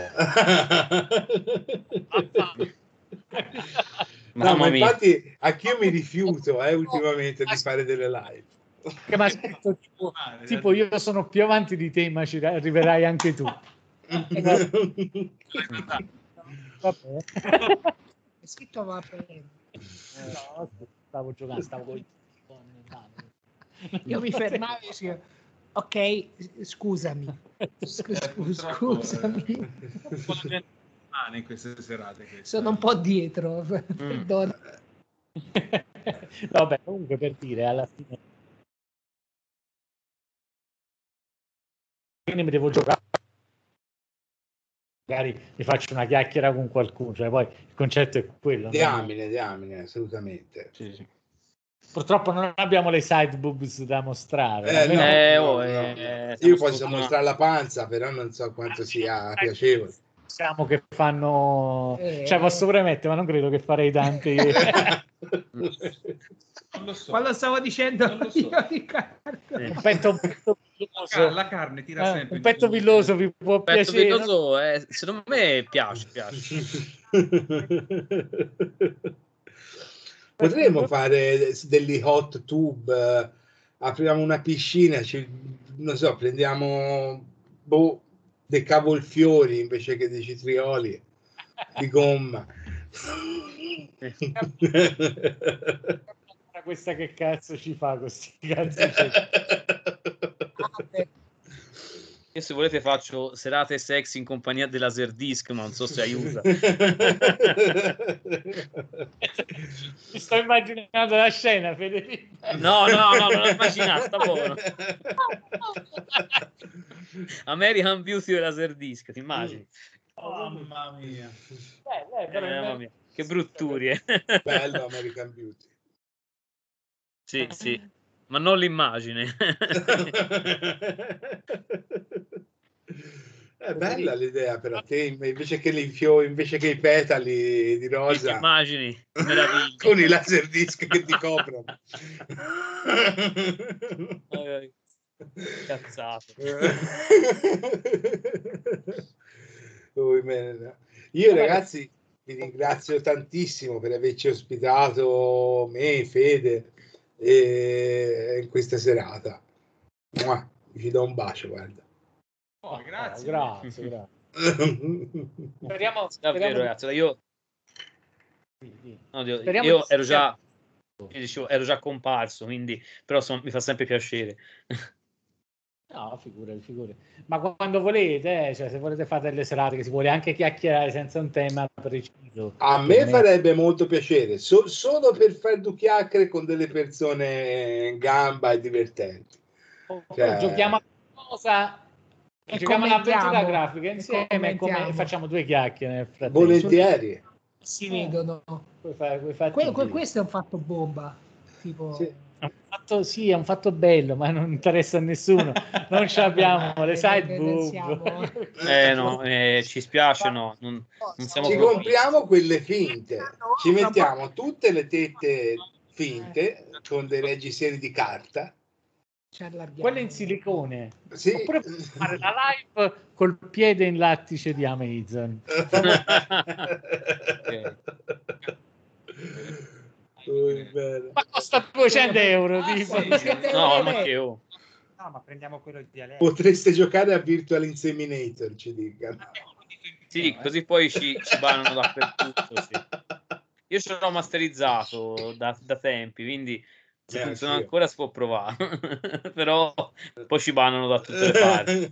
No, Mamma ma mia. infatti anch'io mi rifiuto eh, ultimamente di fare delle live. Che mi ha scritto tipo, tipo io sono più avanti di te, ma ci arriverai anche tu. Vabbè. È scritto va bene. No, stavo giocando, stavo con Io mi fermavo e dicevo, ok, scusami. Scu- scu- scusami. In queste serate che Sono un po' dietro. Mm. Perdona. Vabbè, comunque per dire, alla fine quindi mi devo giocare, magari mi faccio una chiacchiera con qualcuno, cioè poi il concetto è quello. Diamine, diamine, assolutamente. Sì, sì. Purtroppo non abbiamo le side boobs da mostrare. Eh, no, Eh, no, oh, no. eh, Io siamo posso sfortunati. mostrare la panza, però non so quanto sia piacevole. Diciamo che fanno, Eh, cioè posso premettere, ma non credo che farei tante Non lo so. Quando stavo dicendo Non lo so. io di carne. Un petto, un petto villoso, La carne tira eh, sempre un petto in giù. villoso vi può Petto piacere? villoso, eh, secondo me piace, piace. Potremmo fare degli hot tube, eh, apriamo una piscina, ci, non so, prendiamo boh, dei cavolfiori invece che dei cetrioli di gomma. Questa che cazzo ci fa questi cazzo? Io se volete faccio serate sexy in compagnia di Laserdisc, ma non so se aiuta. Mi sto immaginando la scena, Federico. No, no, no, non l'ho immaginato, sta buono. American Beauty e Laserdisc, ti immagini? Oh, mamma mia. Beh, Eh, mamma mia. Che brutturie. Bello American Beauty. Sì, sì, ma non l'immagine. È bella l'idea, però te invece che li fio, invece che i petali di rosa, immagini, meraviglia. con i laser disc che ti coprono. Cazzato. Oh, io ragazzi vi ringrazio tantissimo per averci ospitato, me, Fede, e in questa serata. Mua, ci do un bacio, guarda. Oh, grazie. grazie, grazie. Speriamo, Davvero, speriamo... ragazzi, io, no, io, Speriamo io di- ero già io dicevo, ero già comparso, quindi però insomma, mi fa sempre piacere. No, figurati, figurati. Ma quando volete, eh, cioè, se volete fare delle serate che si vuole anche chiacchierare senza un tema preciso. A per me farebbe molto piacere, so- solo per fare due chiacchiere con delle persone in gamba e divertenti. Poi Cioè- giochiamo a cosa E giochiamo un'avventura commentiamo. grafica E insieme e come commentiamo. facciamo due chiacchiere nel frattempo. Volentieri. Si vedono. Puoi fare- puoi farti Que- que- dire. questo è un fatto bomba. Tipo, Sì. È un fatto, sì, è un fatto bello, ma non interessa a nessuno. Non ci abbiamo le side Perché non boob. siamo- Eh no, eh, ci spiace, no, non, non siamo Ci proprio- compriamo quelle finte, ci mettiamo tutte le tette finte con dei reggiseni di carta. ci allarghiamo. Quella in silicone. Sì. Oppure fare la live col piede in lattice di Amazon. Ok. Oh, bello. Ma costa duecento euro. Tipo. No, ma che oh. No, ma prendiamo quello di Alexa. Potreste giocare a Virtual Inseminator, ci dicono. Sì, così poi ci, ci bannano dappertutto. Sì. Io ce l'ho masterizzato da, da tempi, quindi se Eh, funziona sì. ancora si può provare. Però poi ci bannano da tutte le parti.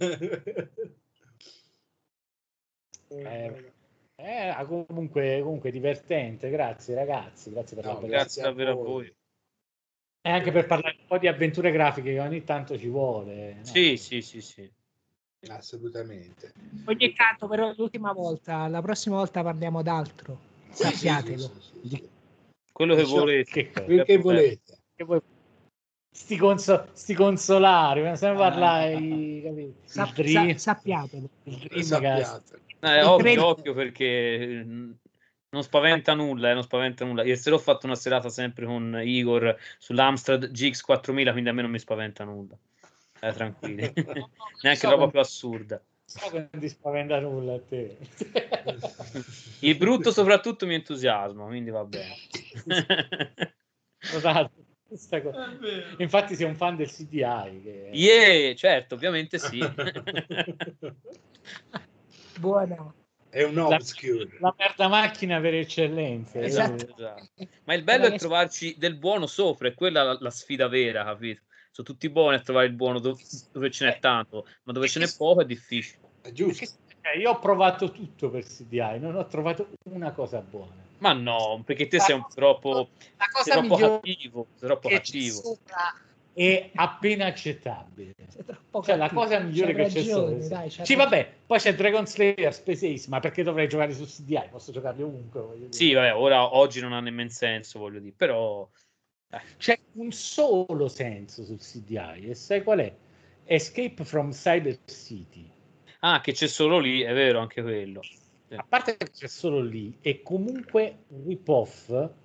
Eh, eh, comunque, comunque divertente. Grazie ragazzi, grazie per No, la bella- Grazie davvero a voi. E anche per parlare un po' di avventure grafiche che ogni tanto ci vuole. no? Sì, sì, sì, sì. Assolutamente. Ogni tanto, però, l'ultima volta, la prossima volta parliamo d'altro. Sappiatelo. Sì, sì, sì, sì. Quello che Diciamo- volete. Che cosa? Quel che volete. Che vuoi- Sti, conso- sti consolari, ma stiamo Ah. parlare i, capito? Sa- il dream, sa- sappiatelo. il Dreamcast. Sappiate. Eh, Il occhio, treno- occhio perché mh, non spaventa nulla, eh, non spaventa nulla. Ieri sera ho fatto una serata sempre con Igor sull'Amstrad G X quattromila, quindi a me non mi spaventa nulla. Eh, tranquilli. Neanche so roba come- più assurda. So che non ti spaventa nulla a te. Il brutto soprattutto mi entusiasma, quindi va bene. Notato questa cosa. Infatti sei un fan del C D I. Che... Yeah, certo, ovviamente sì. Buona. È un La- obscure. La merda macchina per eccellenza. Esatto, esatto. Ma il bello è trovarci del buono sopra, è quella la, la sfida vera, capito? Sono tutti buoni a trovare il buono dove, dove ce n'è tanto, ma dove ce n'è poco è difficile. È giusto. Eh, io ho provato tutto per C D I, non ho trovato una cosa buona. Ma no, perché te sei un troppo, La cosa sei troppo migliore cattivo, sei troppo che c'è cattivo. sopra è appena accettabile. Sei troppo Cioè, la cattivo. cosa migliore C'hai che c'è ragione, sopra. dai, c'hai Sì, ragione. vabbè, poi c'è Dragon Slayer Space Ace, ma perché dovrei giocare su C D I? Posso giocarli ovunque. Voglio dire. Sì, vabbè, ora oggi non ha nemmeno senso, voglio dire, però C'è un solo senso sul C D I, e sai qual è? Escape from Cyber City. ah, che c'è solo lì, è vero, anche quello. Sì. A parte che c'è solo lì, è comunque un rip-off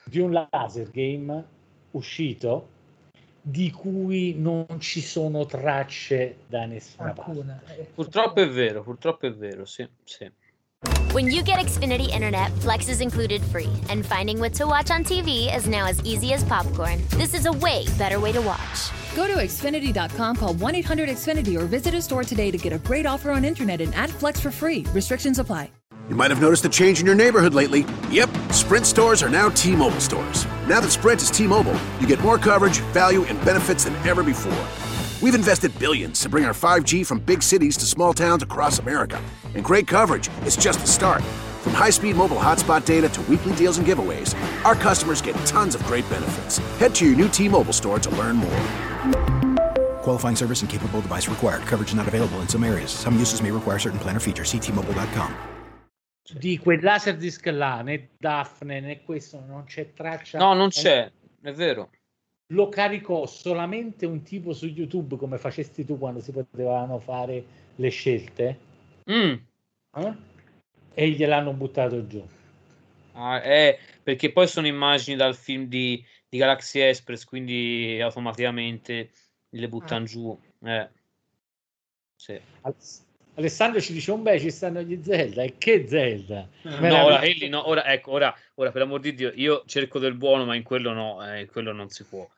di un laser game uscito di cui non ci sono tracce da nessuna Alcuna. parte. Purtroppo è vero, purtroppo è vero, sì, sì. When you get Xfinity Internet, Flex is included free, and finding what to watch on T V is now as easy as popcorn. This is a way better way to watch. Go to Xfinity dot com, call one eight hundred X Finity, or visit a store today to get a great offer on internet and add Flex for free. Restrictions apply. You might have noticed a change in your neighborhood lately. Yep, Sprint stores are now T-Mobile stores. Now that Sprint is T-Mobile, you get more coverage, value, and benefits than ever before. We've invested billions to bring our five G from big cities to small towns across America. And great coverage is just the start. From high-speed mobile hotspot data to weekly deals and giveaways, our customers get tons of great benefits. Head to your new T-Mobile store to learn more. Qualifying service and capable device required. Coverage not available in some areas. Some uses may require certain plan or features. See T Mobile dot com. Di quel Laserdisc là, né Daphne né questo, non c'è traccia. No, non c'è, è vero. Lo caricò solamente un tipo su YouTube, come facesti tu quando si potevano fare le scelte, Mm. eh? E gliel'hanno buttato giù. Ah, eh, perché poi sono immagini dal film di, di Galaxy Express, quindi automaticamente le buttano giù. Eh. Sì. Alessandro ci dice: un beh, ci stanno gli Zelda. E che Zelda? No, ora, Ellie, no, ora, ecco, ora, ora per l'amor di Dio, io cerco del buono, ma in quello no, eh, in quello non si può.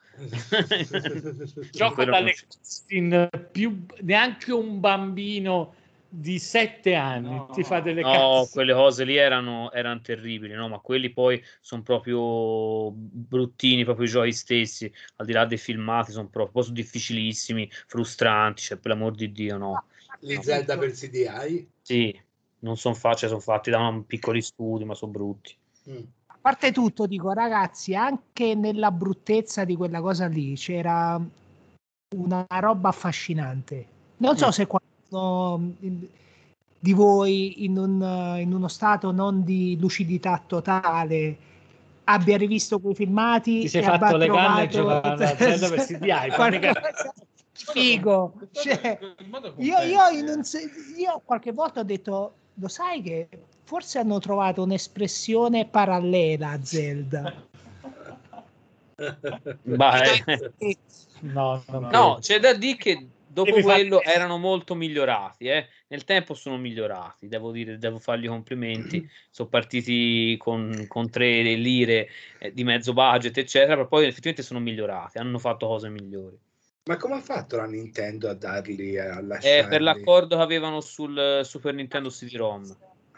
Gioco quello dalle non cutscene più, neanche un bambino di sette anni No, ti fa delle no, cazzo. quelle cose lì erano, erano terribili, no? Ma quelli poi sono proprio bruttini, proprio i giochi stessi, al di là dei filmati, sono proprio, poi sono difficilissimi, frustranti, cioè per l'amor di Dio, no. Gli No. Zelda per C D I? Sì, non sono facili, sono fatti da un piccoli studi, ma sono brutti. Mm. A parte tutto, dico ragazzi, anche nella bruttezza di quella cosa lì c'era una roba affascinante. Non so Mm. se qualcuno di voi in, un, in uno stato non di lucidità totale abbia rivisto quei filmati Ti sei e fatto abbia le canne e trovato giocando a Zelda per C D I. fammi capire. qualcosa figo. Cioè, io, io, in un se- io qualche volta ho detto, lo sai che forse hanno trovato un'espressione parallela a Zelda. Beh, No, non no, c'è da dire che dopo Devi fare- quello erano molto migliorati, eh. Nel tempo sono migliorati, devo dire, devo fargli complimenti. Sono partiti con, con tre lire eh, di mezzo budget, eccetera, però poi effettivamente sono migliorati, hanno fatto cose migliori. Ma come ha fatto la Nintendo a darli, a Eh, lasciarli? per l'accordo che avevano sul Super Nintendo C D-ROM.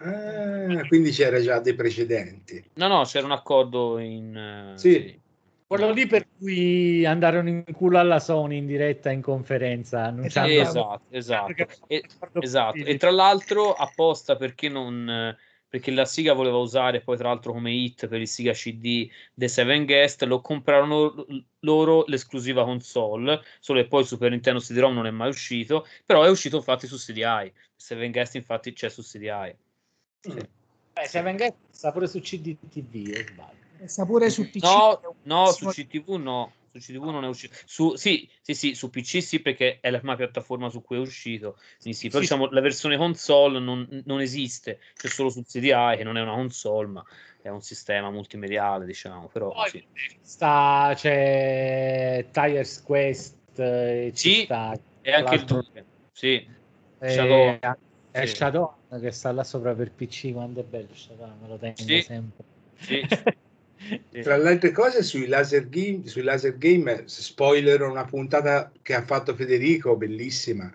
Ah, quindi c'era già dei precedenti. No, no, c'era un accordo in... eh, Sì. Quello lì per cui andarono in culo alla Sony in diretta in conferenza annunciando Esatto, esatto. E, esatto. E tra l'altro apposta perché non perché la Sega voleva usare poi tra l'altro come hit per il Sega C D The Seven Guest, lo comprarono loro l'esclusiva console, solo che poi il Super Nintendo C D-ROM non è mai uscito, però è uscito infatti su C D I. Seven Guest infatti c'è su C D I. Sì. Beh, Seven Guest sta pure su C D T V, o sbaglio. Sta pure su P C. No, no, su C T V no, su C T V non è uscito. Su, sì, sì, sì, su P C sì, perché è la prima piattaforma su cui è uscito. Quindi sì, però Sì, diciamo la versione console non, non esiste, c'è solo su C D I, che non è una console, ma è un sistema multimediale, diciamo, però Poi sì. sta, c'è Tires Quest, eh, ci Sì, sta, e anche il l'altro- due. Sì. eh, Shadow. è Sì. Shadow che sta là sopra per P C, quando è bello Shadow, me lo tengo Sì. sempre. Sì. Sì. Tra le altre cose sui laser game, sui laser game spoiler una puntata che ha fatto Federico, bellissima.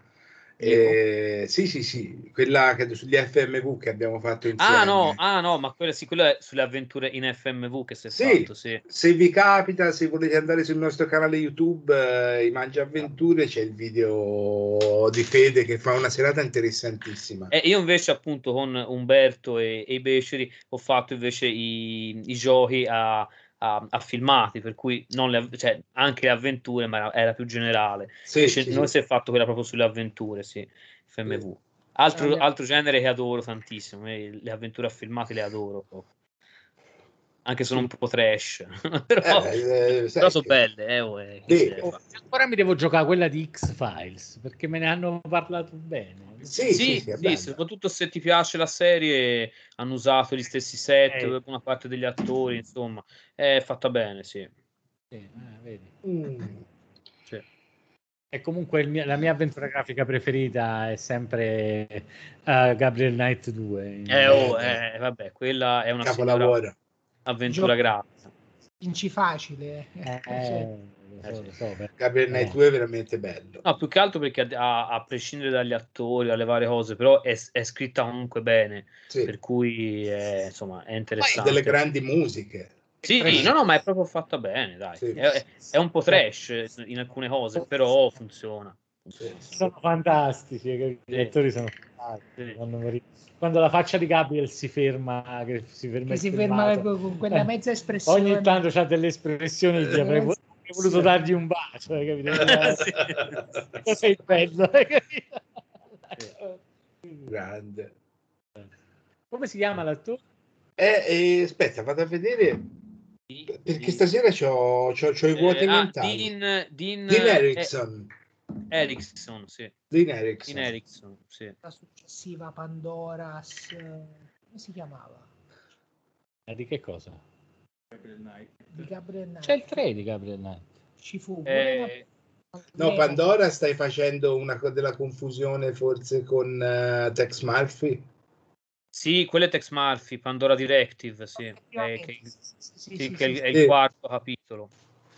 Eh, sì, sì, sì, quella che sugli F M V che abbiamo fatto insieme. Ah no, ah no, ma quella sì, quella è sulle avventure in F M V che si è Sì, fatto, sì. se vi capita, se volete andare sul nostro canale YouTube, eh, i Mangia Avventure, c'è il video di Fede che fa una serata interessantissima. E io invece appunto con Umberto e, e i Beceri ho fatto invece i, i giochi a, a, a filmati, per cui non le, av- cioè, anche le avventure, ma era, era più generale. Sì, Invece sì, noi sì. si è fatto quella proprio sulle avventure, sì, F M V. Altro, Vabbè. altro genere che adoro tantissimo, eh, le avventure a filmati le adoro proprio. anche se sono un po' trash, però, Eh, eh, sai però sono che- belle. Eh, oh, eh, Sì. che fa? Ancora mi devo giocare quella di X-Files perché me ne hanno parlato bene. Sì, Sì, sì, sì, è bella. soprattutto se ti piace la serie, hanno usato gli stessi set, Eh. una parte degli attori, insomma, è fatta bene, sì. Sì, eh, vedi. Mm. Sì. E comunque il mio- la mia avventura grafica preferita è sempre eh, Gabriel Knight due. Eh, oh, eh, vabbè, quella è una signora Capolavoro. avventura Gio- grafica. Vinci facile. Eh, Cioè, lo so, lo so, beh. Gabriel Knight Eh. due è veramente bello. No, più che altro perché a, a prescindere dagli attori, dalle varie cose, però è, è scritta comunque bene, Sì. per cui è, insomma, è Poi interessante. delle grandi musiche. Sì, Trash. no, no, ma è proprio fatta bene, dai. Sì. È, è un po' trash in alcune cose, però funziona. Sono fantastici, eh, gli Sì. attori sono fantastici. Sì. Quando, mori- quando la faccia di Gabriel si ferma, che si ferma, che il si ferma filmato, con quella eh, mezza espressione. ogni tanto c'ha delle espressioni di avrei, vo- avrei voluto Sì. dargli un bacio, hai capito? Sì. Sei bello, hai capito? Grande. Come si chiama l'attore? Eh, eh, aspetta, vado a vedere perché stasera c'ho, c'ho, c'ho i vuoti Eh, ah, mentali. Dean, Dean, Dean eh, Erickson. Erickson, sì. Dean Erickson. Dean Erickson, sì. La successiva Pandoras, eh, come si chiamava? Eh, di che cosa? Di Gabriel Knight. C'è il tre di Gabriel Knight. Ci fu Eh, No, Pandora stai facendo una co- della confusione forse con eh, Tex Murphy? Sì, quello è Tex Murphy, Pandora Directive, sì. È, che, Sì, sì, sì, sì, che è il- sì, è il sì. quarto capitolo.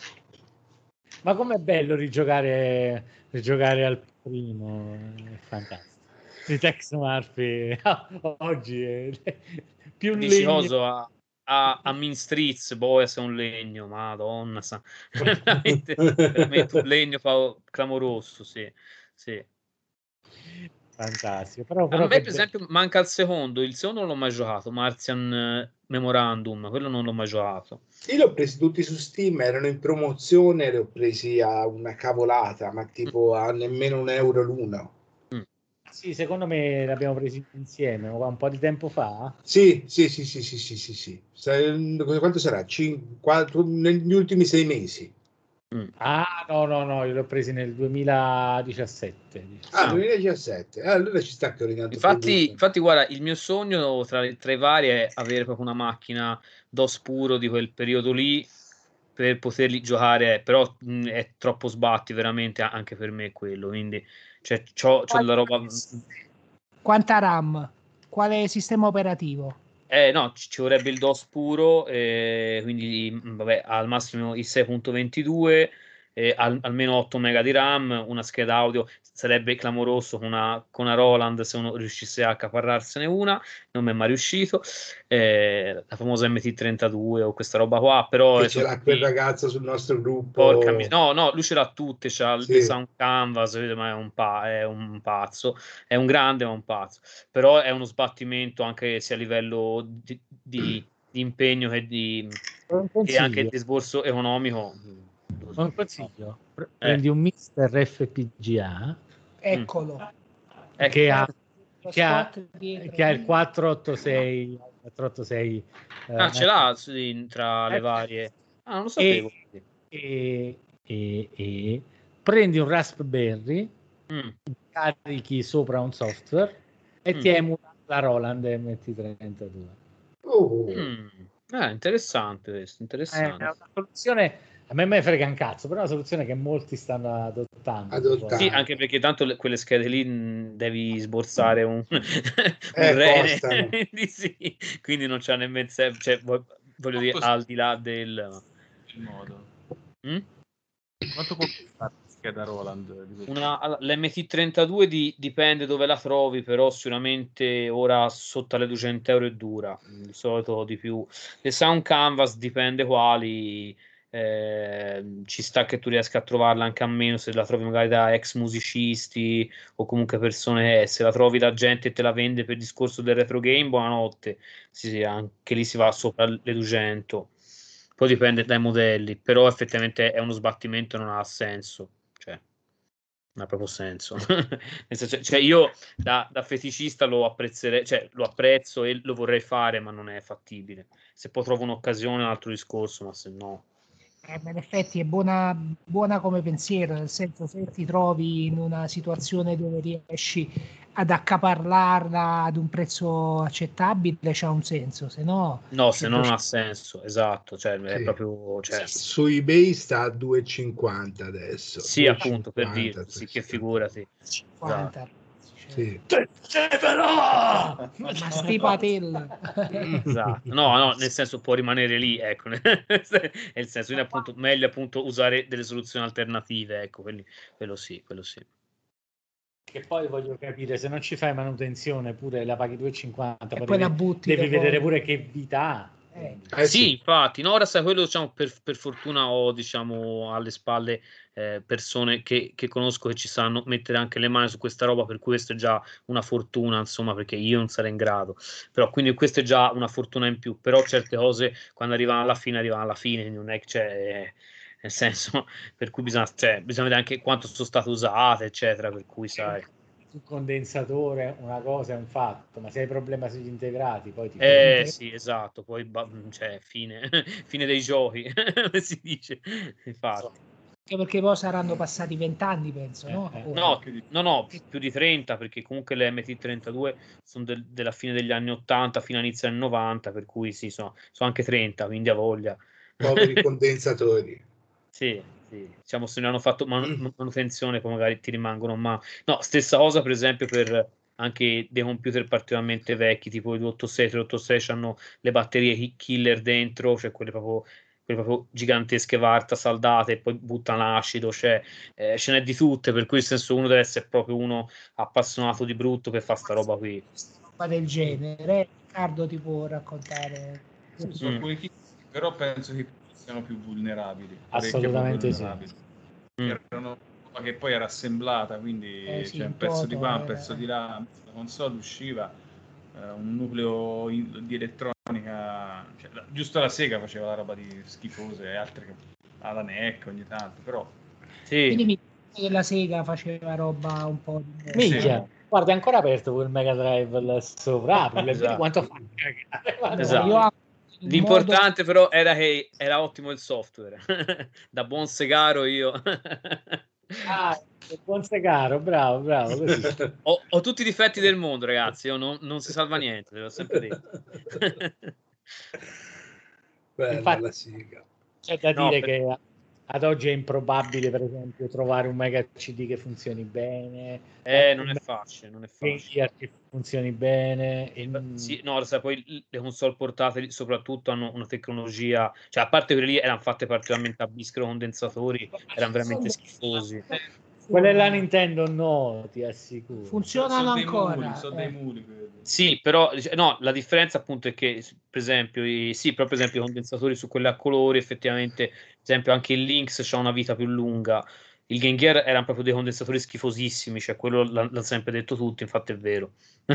Ma com'è bello rigiocare, rigiocare al primo, è fantastico. Di Tex Murphy oggi è più un Dici legno. coso a, a, a Mean Streets, Boas è un legno, madonna, sa. veramente, veramente un legno fa- clamoroso, sì, sì. Fantastico. Però, A però me, che per be- esempio, manca il secondo. Il secondo non l'ho mai giocato. Martian eh, Memorandum, quello non l'ho mai giocato. Io li ho presi tutti su Steam, erano in promozione, li ho presi a una cavolata, ma tipo a nemmeno un euro l'uno. Sì, secondo me l'abbiamo presi insieme un po' di tempo fa. Sì, sì, sì, sì, sì, sì, sì, sì. Sa- Quanto sarà? Cin- quattro- negli ultimi sei mesi. Ah, no, no, no, io l'ho presi nel duemiladiciassette. Ah, duemiladiciassette. Ah, allora ci sta che ogni tanto Infatti, producono. infatti, guarda, il mio sogno tra, le- tra i vari è avere proprio una macchina DOS puro di quel periodo lì per poterli giocare, però mh, è troppo sbatti veramente anche per me quello, quindi cioè, c'ho, c'ho della roba. Quanta RAM? Quale sistema operativo? Eh no, ci, ci vorrebbe il DOS puro, eh, quindi mh, vabbè, al massimo il sei punto ventidue, eh, al- almeno otto mega di RAM, una scheda audio sarebbe clamoroso con una, con una Roland se uno riuscisse a accaparrarsene una, non mi è mai riuscito, eh, la famosa M T trentadue o questa roba qua, però Che eh, ce sono l'ha tutti- quel ragazzo sul nostro gruppo. porca mis- no, no, lui ce l'ha tutte, c'ha il Sì. The Sound Canvas, ma è un, pa- è un pazzo, è un grande ma un pazzo, però è uno sbattimento anche sia a livello di, di- di impegno che, di, Un che consiglio. anche di sborso economico. Un consiglio. Pre- Eh. Prendi un Mister F P G A Eccolo. Ecco. che, ha, Lo che, ha, spot dietro. che ha il quattrocentottantasei, quattrocentottantasei eh, Ah, ce l'ha sì, tra le Eh, varie. Ah, non lo sapevo. e, e, e, e prendi un Raspberry, Mm. carichi sopra un software e Mm. ti emula la Roland M T trentadue. Oh. Mm. Ah, interessante questo, È interessante. una soluzione, a me me frega un cazzo, però è una soluzione che molti stanno adottando. Adottando. Sì, anche perché tanto le- quelle schede lì mh, devi sborsare un, un Eh, rene, costano. quindi, sì, quindi non c'ha nemmeno senso, cioè, vo- voglio dire, al di là del... Il modo. Mm? Quanto può costare la scheda Roland? Di questo? Una, all- l'M T trentadue di- dipende dove la trovi, però sicuramente ora sotto alle duecento euro è dura, di solito di più. Le Sound Canvas dipende quali, eh, ci sta che tu riesca a trovarla anche a meno se la trovi magari da ex musicisti o comunque persone, se la trovi da gente e te la vende per discorso del retro game, buonanotte, sì, sì, anche lì si va sopra le duecento. Poi dipende dai modelli, però effettivamente è uno sbattimento, non ha senso, cioè non ha proprio senso. Nel senso, cioè io da, da feticista lo apprezzerei, cioè lo apprezzo e lo vorrei fare, ma non è fattibile. Se poi trovo un'occasione è un altro discorso, ma se no... Eh, in effetti è buona, buona come pensiero, nel senso, se ti trovi in una situazione dove riesci ad accaparlarla ad un prezzo accettabile, c'ha un senso, se no... No, se no non ha senso, esatto, cioè è Sì. proprio... Cioè, Su eBay sta a due e cinquanta adesso. sì, appunto, per dire, duecentocinquanta, sì, che figurati. cinquanta, Esatto. Sì. ma sti patella. Esatto. No, no, nel senso può rimanere lì, ecco. Nel senso, quindi appunto meglio appunto usare delle soluzioni alternative, ecco, quelli, quello sì, quello sì. Che poi voglio capire, se non ci fai manutenzione pure la paghi due e cinquanta, E poi la butti devi dopo. vedere pure che vita ha. Eh. Eh, sì, sì. infatti, no, ora sai, quello diciamo per, per fortuna ho diciamo alle spalle eh, persone che, che conosco che ci sanno mettere anche le mani su questa roba, per cui questo è già una fortuna, insomma, perché io non sarei in grado, però quindi questo è già una fortuna in più, però certe cose quando arrivano alla fine arrivano alla fine, quindi non è che c'è, nel senso, per cui bisogna, cioè, bisogna vedere anche quanto sono state usate, eccetera, per cui sai... Sul condensatore una cosa è un fatto, ma se hai problema sugli integrati poi ti Eh sì, esatto, poi ba- cioè, fine, fine dei giochi, come si dice, infatti. Anche perché poi saranno passati vent'anni, penso, no? Eh, eh. O- No, no, no, più di trenta, perché comunque le M T trentadue sono del- della fine degli anni ottanta fino all'inizio anni novanta, per cui sì, sono, sono anche trenta, quindi ha voglia. Poveri condensatori. Sì, sì, diciamo se ne hanno fatto man- manutenzione poi magari ti rimangono, ma no, stessa cosa per esempio per anche dei computer particolarmente vecchi, tipo i due otto sei, tre otto sei hanno le batterie hi- killer dentro, cioè quelle proprio, quelle proprio gigantesche Varta saldate e poi buttano acido, cioè eh, ce n'è di tutte, per cui nel senso uno deve essere proprio uno appassionato di brutto per fare sta roba qui. roba del genere. Riccardo ti può raccontare. Sì, sono Mm. alcuni kit, però penso che siano più vulnerabili. parecchio più Assolutamente sì. vulnerabili. Mm. Erano roba che poi era assemblata, quindi Eh sì, c'è in un pezzo di toto, qua, un eh. pezzo di là, la console usciva, eh, un nucleo in- di elettronica, cioè, la- giusto la Sega faceva la roba di schifose e altre che alla N E C ogni tanto, però Quindi Sì, mi dice che la Sega faceva roba un po' di... Minchia, guarda, è ancora aperto quel Mega Drive là sopra, aprilo e vedi Esatto. quanto fa cagare. Guarda. esatto. Io ho un L'importante però era che era ottimo il software. Da buon segaro io Ah, buon segaro, bravo, bravo, così. ho, ho tutti i difetti del mondo, ragazzi. Io non, non si salva niente, ve l'ho sempre detto. Bella Infatti- la Sega. C'è da No, dire per- che ad oggi è improbabile, per esempio, trovare un Mega C D che funzioni bene, Eh, un non è Mega facile, non è Game facile. Gear che funzioni bene. e- Sì, no, sai, poi le console portatili soprattutto hanno una tecnologia, cioè a parte quelle lì erano fatte particolarmente a bischero condensatori, erano veramente schifosi. Quelle la Nintendo no, ti assicuro. Funzionano sono dei ancora. muli, sono eh. dei muli quelli. Sì, però dice- no, la differenza appunto è che, per esempio, i, sì, però per esempio i condensatori su quelle a colori, effettivamente, per esempio anche il Lynx c'ha una vita più lunga. Il Game Gear erano proprio dei condensatori schifosissimi, cioè quello l'ha- l'hanno sempre detto tutti, infatti è vero.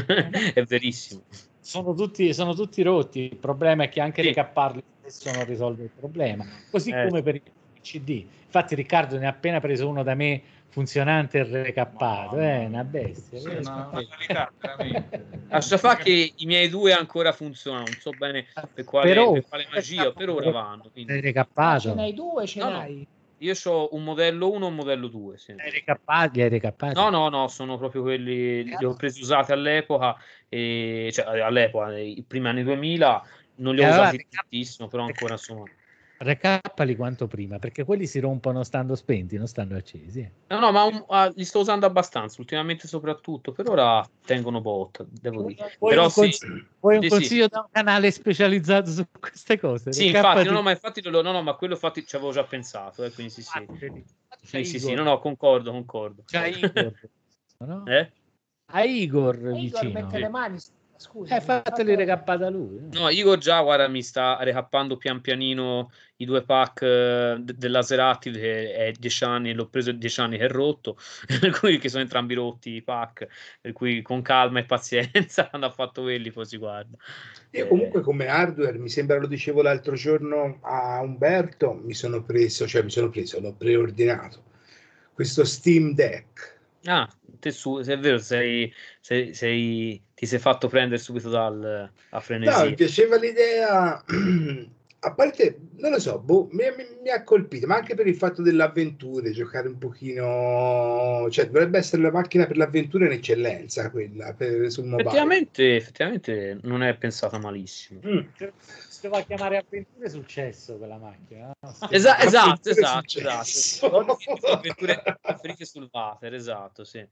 È verissimo. Sono tutti, sono tutti rotti. Il problema è che anche Sì. recapparli spesso non risolve il problema. Così Eh. come per il C D. Infatti, Riccardo ne ha appena preso uno da me funzionante e recappato. Mamma È mia. una bestia. Sì, eh. una fatalità, veramente. Lascia fa che i miei due ancora funzionano, non so bene per quale, Per ora. per quale magia, per ora vanno. Hai Quindi. Ce recappato? n'hai due, ce No, no. n'hai. Io ho un modello uno e un modello due. Sì. Hai recappati? Hai recappati? No, no, no, sono proprio quelli li ho presi usati all'epoca, e, cioè all'epoca, nei primi anni duemila, non li ho E allora usati recap- tantissimo, però ancora insomma. Recappali quanto prima, perché quelli si rompono stando spenti, non stando accesi. eh. No, no, ma un- ah, li sto usando abbastanza, ultimamente soprattutto, per ora tengono botta, devo dire. Vuoi Però un, sì, consiglio, vuoi un sì, sì. consiglio da un canale specializzato su queste cose? Sì, infatti, no, no, ma infatti, lo- no, no, ma quello infatti ci avevo già pensato, eh, quindi sì, sì. Sì, sì, sì, no, no, concordo, concordo. C'è Igor, no? Eh? A Igor Igor vicino. mette le mani. Scusa, Eh, fateli recappata lui. eh. No, Igor già, guarda, mi sta recappando pian pianino i due pack eh, de- del Laser Active, che è dieci anni, l'ho preso a dieci anni che è rotto, per cui che sono entrambi rotti i pack, per cui con calma e pazienza, quando ha fatto quelli poi si guarda. Io Eh, comunque come hardware, mi sembra, lo dicevo l'altro giorno a Umberto, mi sono preso, cioè mi sono preso, l'ho preordinato, questo Steam Deck. Ah, te su, se è vero, sei, sei, sei, ti sei fatto prendere subito dal, a frenesia. No, mi piaceva l'idea, a parte, non lo so, boh, mi, mi, mi ha colpito, ma anche per il fatto dell'avventura, giocare un pochino, cioè dovrebbe essere la macchina per l'avventura in eccellenza quella per, sul mobile. Effettivamente, effettivamente non è pensata malissimo. Mm. Si va a chiamare avventure successo quella macchina. No? Esa- esatto, Avventure esatto, successo. esatto. Avventure preferite sul water, esatto, sì.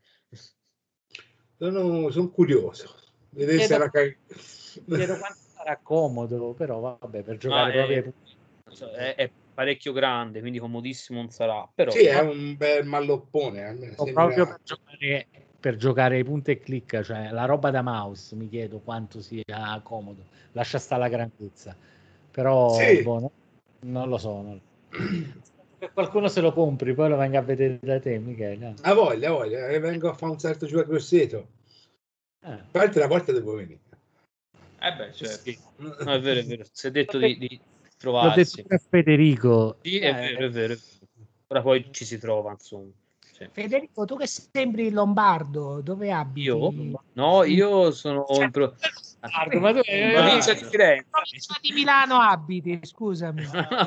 Sono, sono curioso. Vedere se Chiedo- la ca- Chiedo quanto sarà comodo, però vabbè, per giocare Ma proprio è, è, è parecchio grande, quindi comodissimo non sarà. Però Sì, è un bel malloppone. almeno o sembra- proprio per giocare, per giocare ai punti e clicca, cioè la roba da mouse, mi chiedo quanto sia comodo. Lascia stare la grandezza. Però Sì. boh, no- non lo so. Non... Che qualcuno se lo compri, poi lo venga a vedere da te, Michele. Ha voglia, ha voglia, e vengo a fare un salto giù a Grosseto. Eh. Parte una volta devo venire. Eh beh, certo. no, è vero, è vero. Si è detto di, di L'ho detto trovarsi. pure a Federico. Sì, è Eh, vero, è vero, è vero. Ora poi ci si trova, insomma. Sì. Federico, tu che sembri lombardo, dove abiti? Io? No, io sono in pro- Guarda, ma tu- in provincia di Firenze. Provincia di Milano abiti, scusami.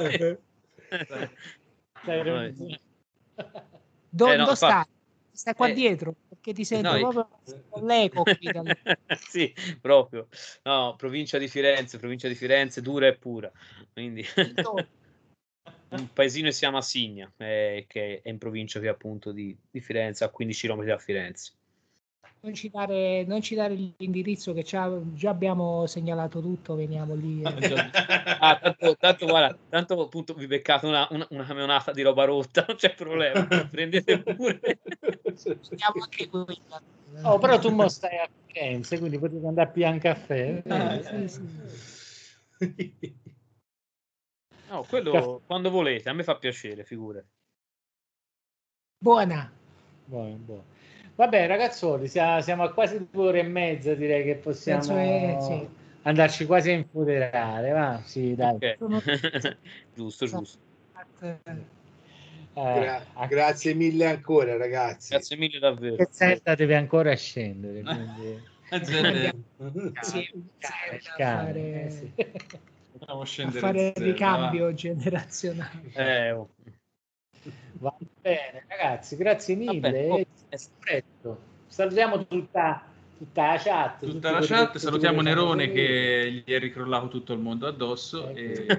Dai, Do- Eh, no, dove infatti- stai? Stai qua eh, dietro? Perché ti sento no, io- proprio con l'eco qui. dal- sì, proprio. No, provincia di Firenze, provincia di Firenze, dura e pura. Quindi un paesino che si chiama Signa, eh, che è in provincia qui appunto di, di Firenze, a quindici chilometri da Firenze. Non ci, dare, non ci dare l'indirizzo che c'ha- già abbiamo segnalato tutto, veniamo lì. eh. Ah, tanto, tanto, guarda, tanto appunto vi beccate una, una, una camionata di roba rotta, non c'è problema, prendete pure. Vediamo anche quella. Oh, però tu mo stai a Firenze, quindi potete andare a pigliare un caffè. Ah, Eh, sì, sì. No, quello quando volete, a me fa piacere, figure. Buona. buono, buono. Vabbè, ragazzoli, sia- siamo a quasi due ore e mezza, direi che possiamo Penso che- sì. andarci quasi a infoderare. Va? Sì, dai. Ok. Sono- giusto, giusto. Eh, Gra- a grazie mille ancora, ragazzi. Grazie mille davvero. che Zelda deve ancora scendere, quindi... Sì, cane, a cane, fare, eh, sì. Dobbiamo a scendere fare in il Zelda, ricambio generazionale. Eh, oh. Va bene, ragazzi, grazie mille. Vabbè, oh, e ci presto. Salutiamo tutta, tutta la chat. Tutta tutti la quelli chat, che- salutiamo tutti quelli Nerone sono venuti. che gli è ricrollato tutto il mondo addosso. E...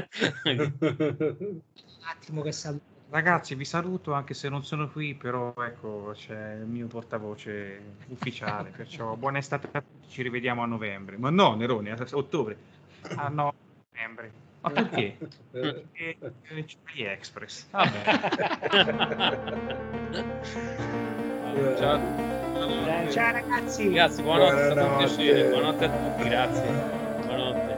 Un attimo che saluto. Ragazzi, vi saluto anche se non sono qui, però ecco, c'è il mio portavoce ufficiale, perciò buona estate a tutti, ci rivediamo a novembre. Ma no, Nerone, a ottobre. Ah no, novembre. Ma perché? Perché eh, c'è gli Express. Vabbè. Ciao. Ciao ragazzi. Grazie, buonanotte, è stato un Buonanotte. piacere. Buonanotte a tutti, grazie. Buonanotte.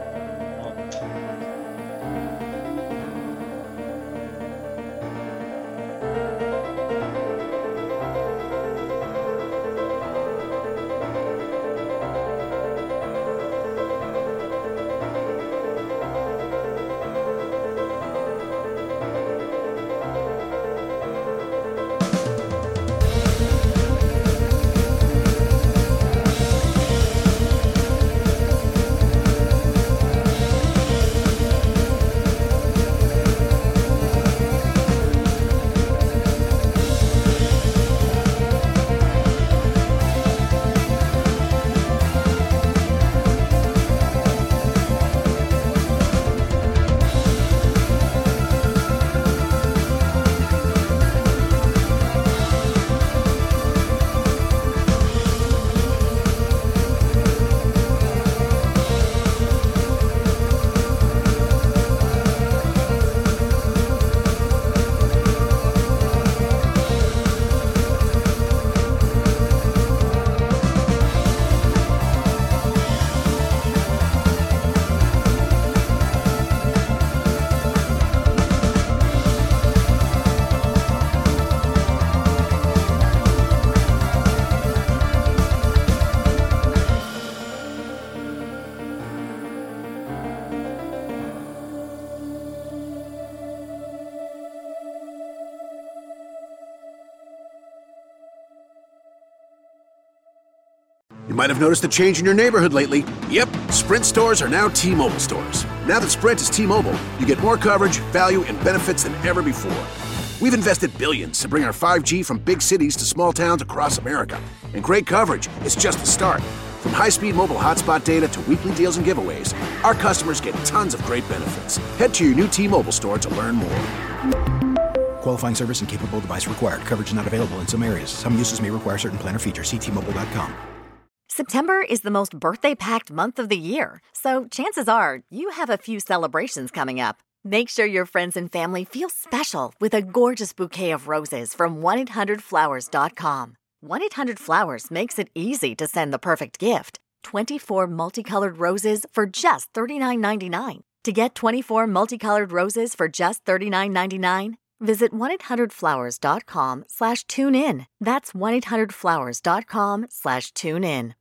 might have noticed a change in your neighborhood lately. Yep, Sprint stores are now T-Mobile stores. Now that Sprint is T-Mobile, you get more coverage, value, and benefits than ever before. We've invested billions to bring our five G from big cities to small towns across America. And great coverage is just the start. From high-speed mobile hotspot data to weekly deals and giveaways, our customers get tons of great benefits. Head to your new T-Mobile store to learn more. Qualifying service and capable device required. Coverage not available in some areas. Some uses may require certain plan or features. See T Mobile dot com. September is the most birthday-packed month of the year, so chances are you have a few celebrations coming up. Make sure your friends and family feel special with a gorgeous bouquet of roses from one eight hundred flowers dot com. one eight hundred flowers makes it easy to send the perfect gift. twenty-four multicolored roses for just thirty-nine ninety-nine. To get twenty-four multicolored roses for just thirty-nine ninety-nine, visit one eight hundred flowers dot com slash tune in. That's one eight hundred flowers dot com slash tune in.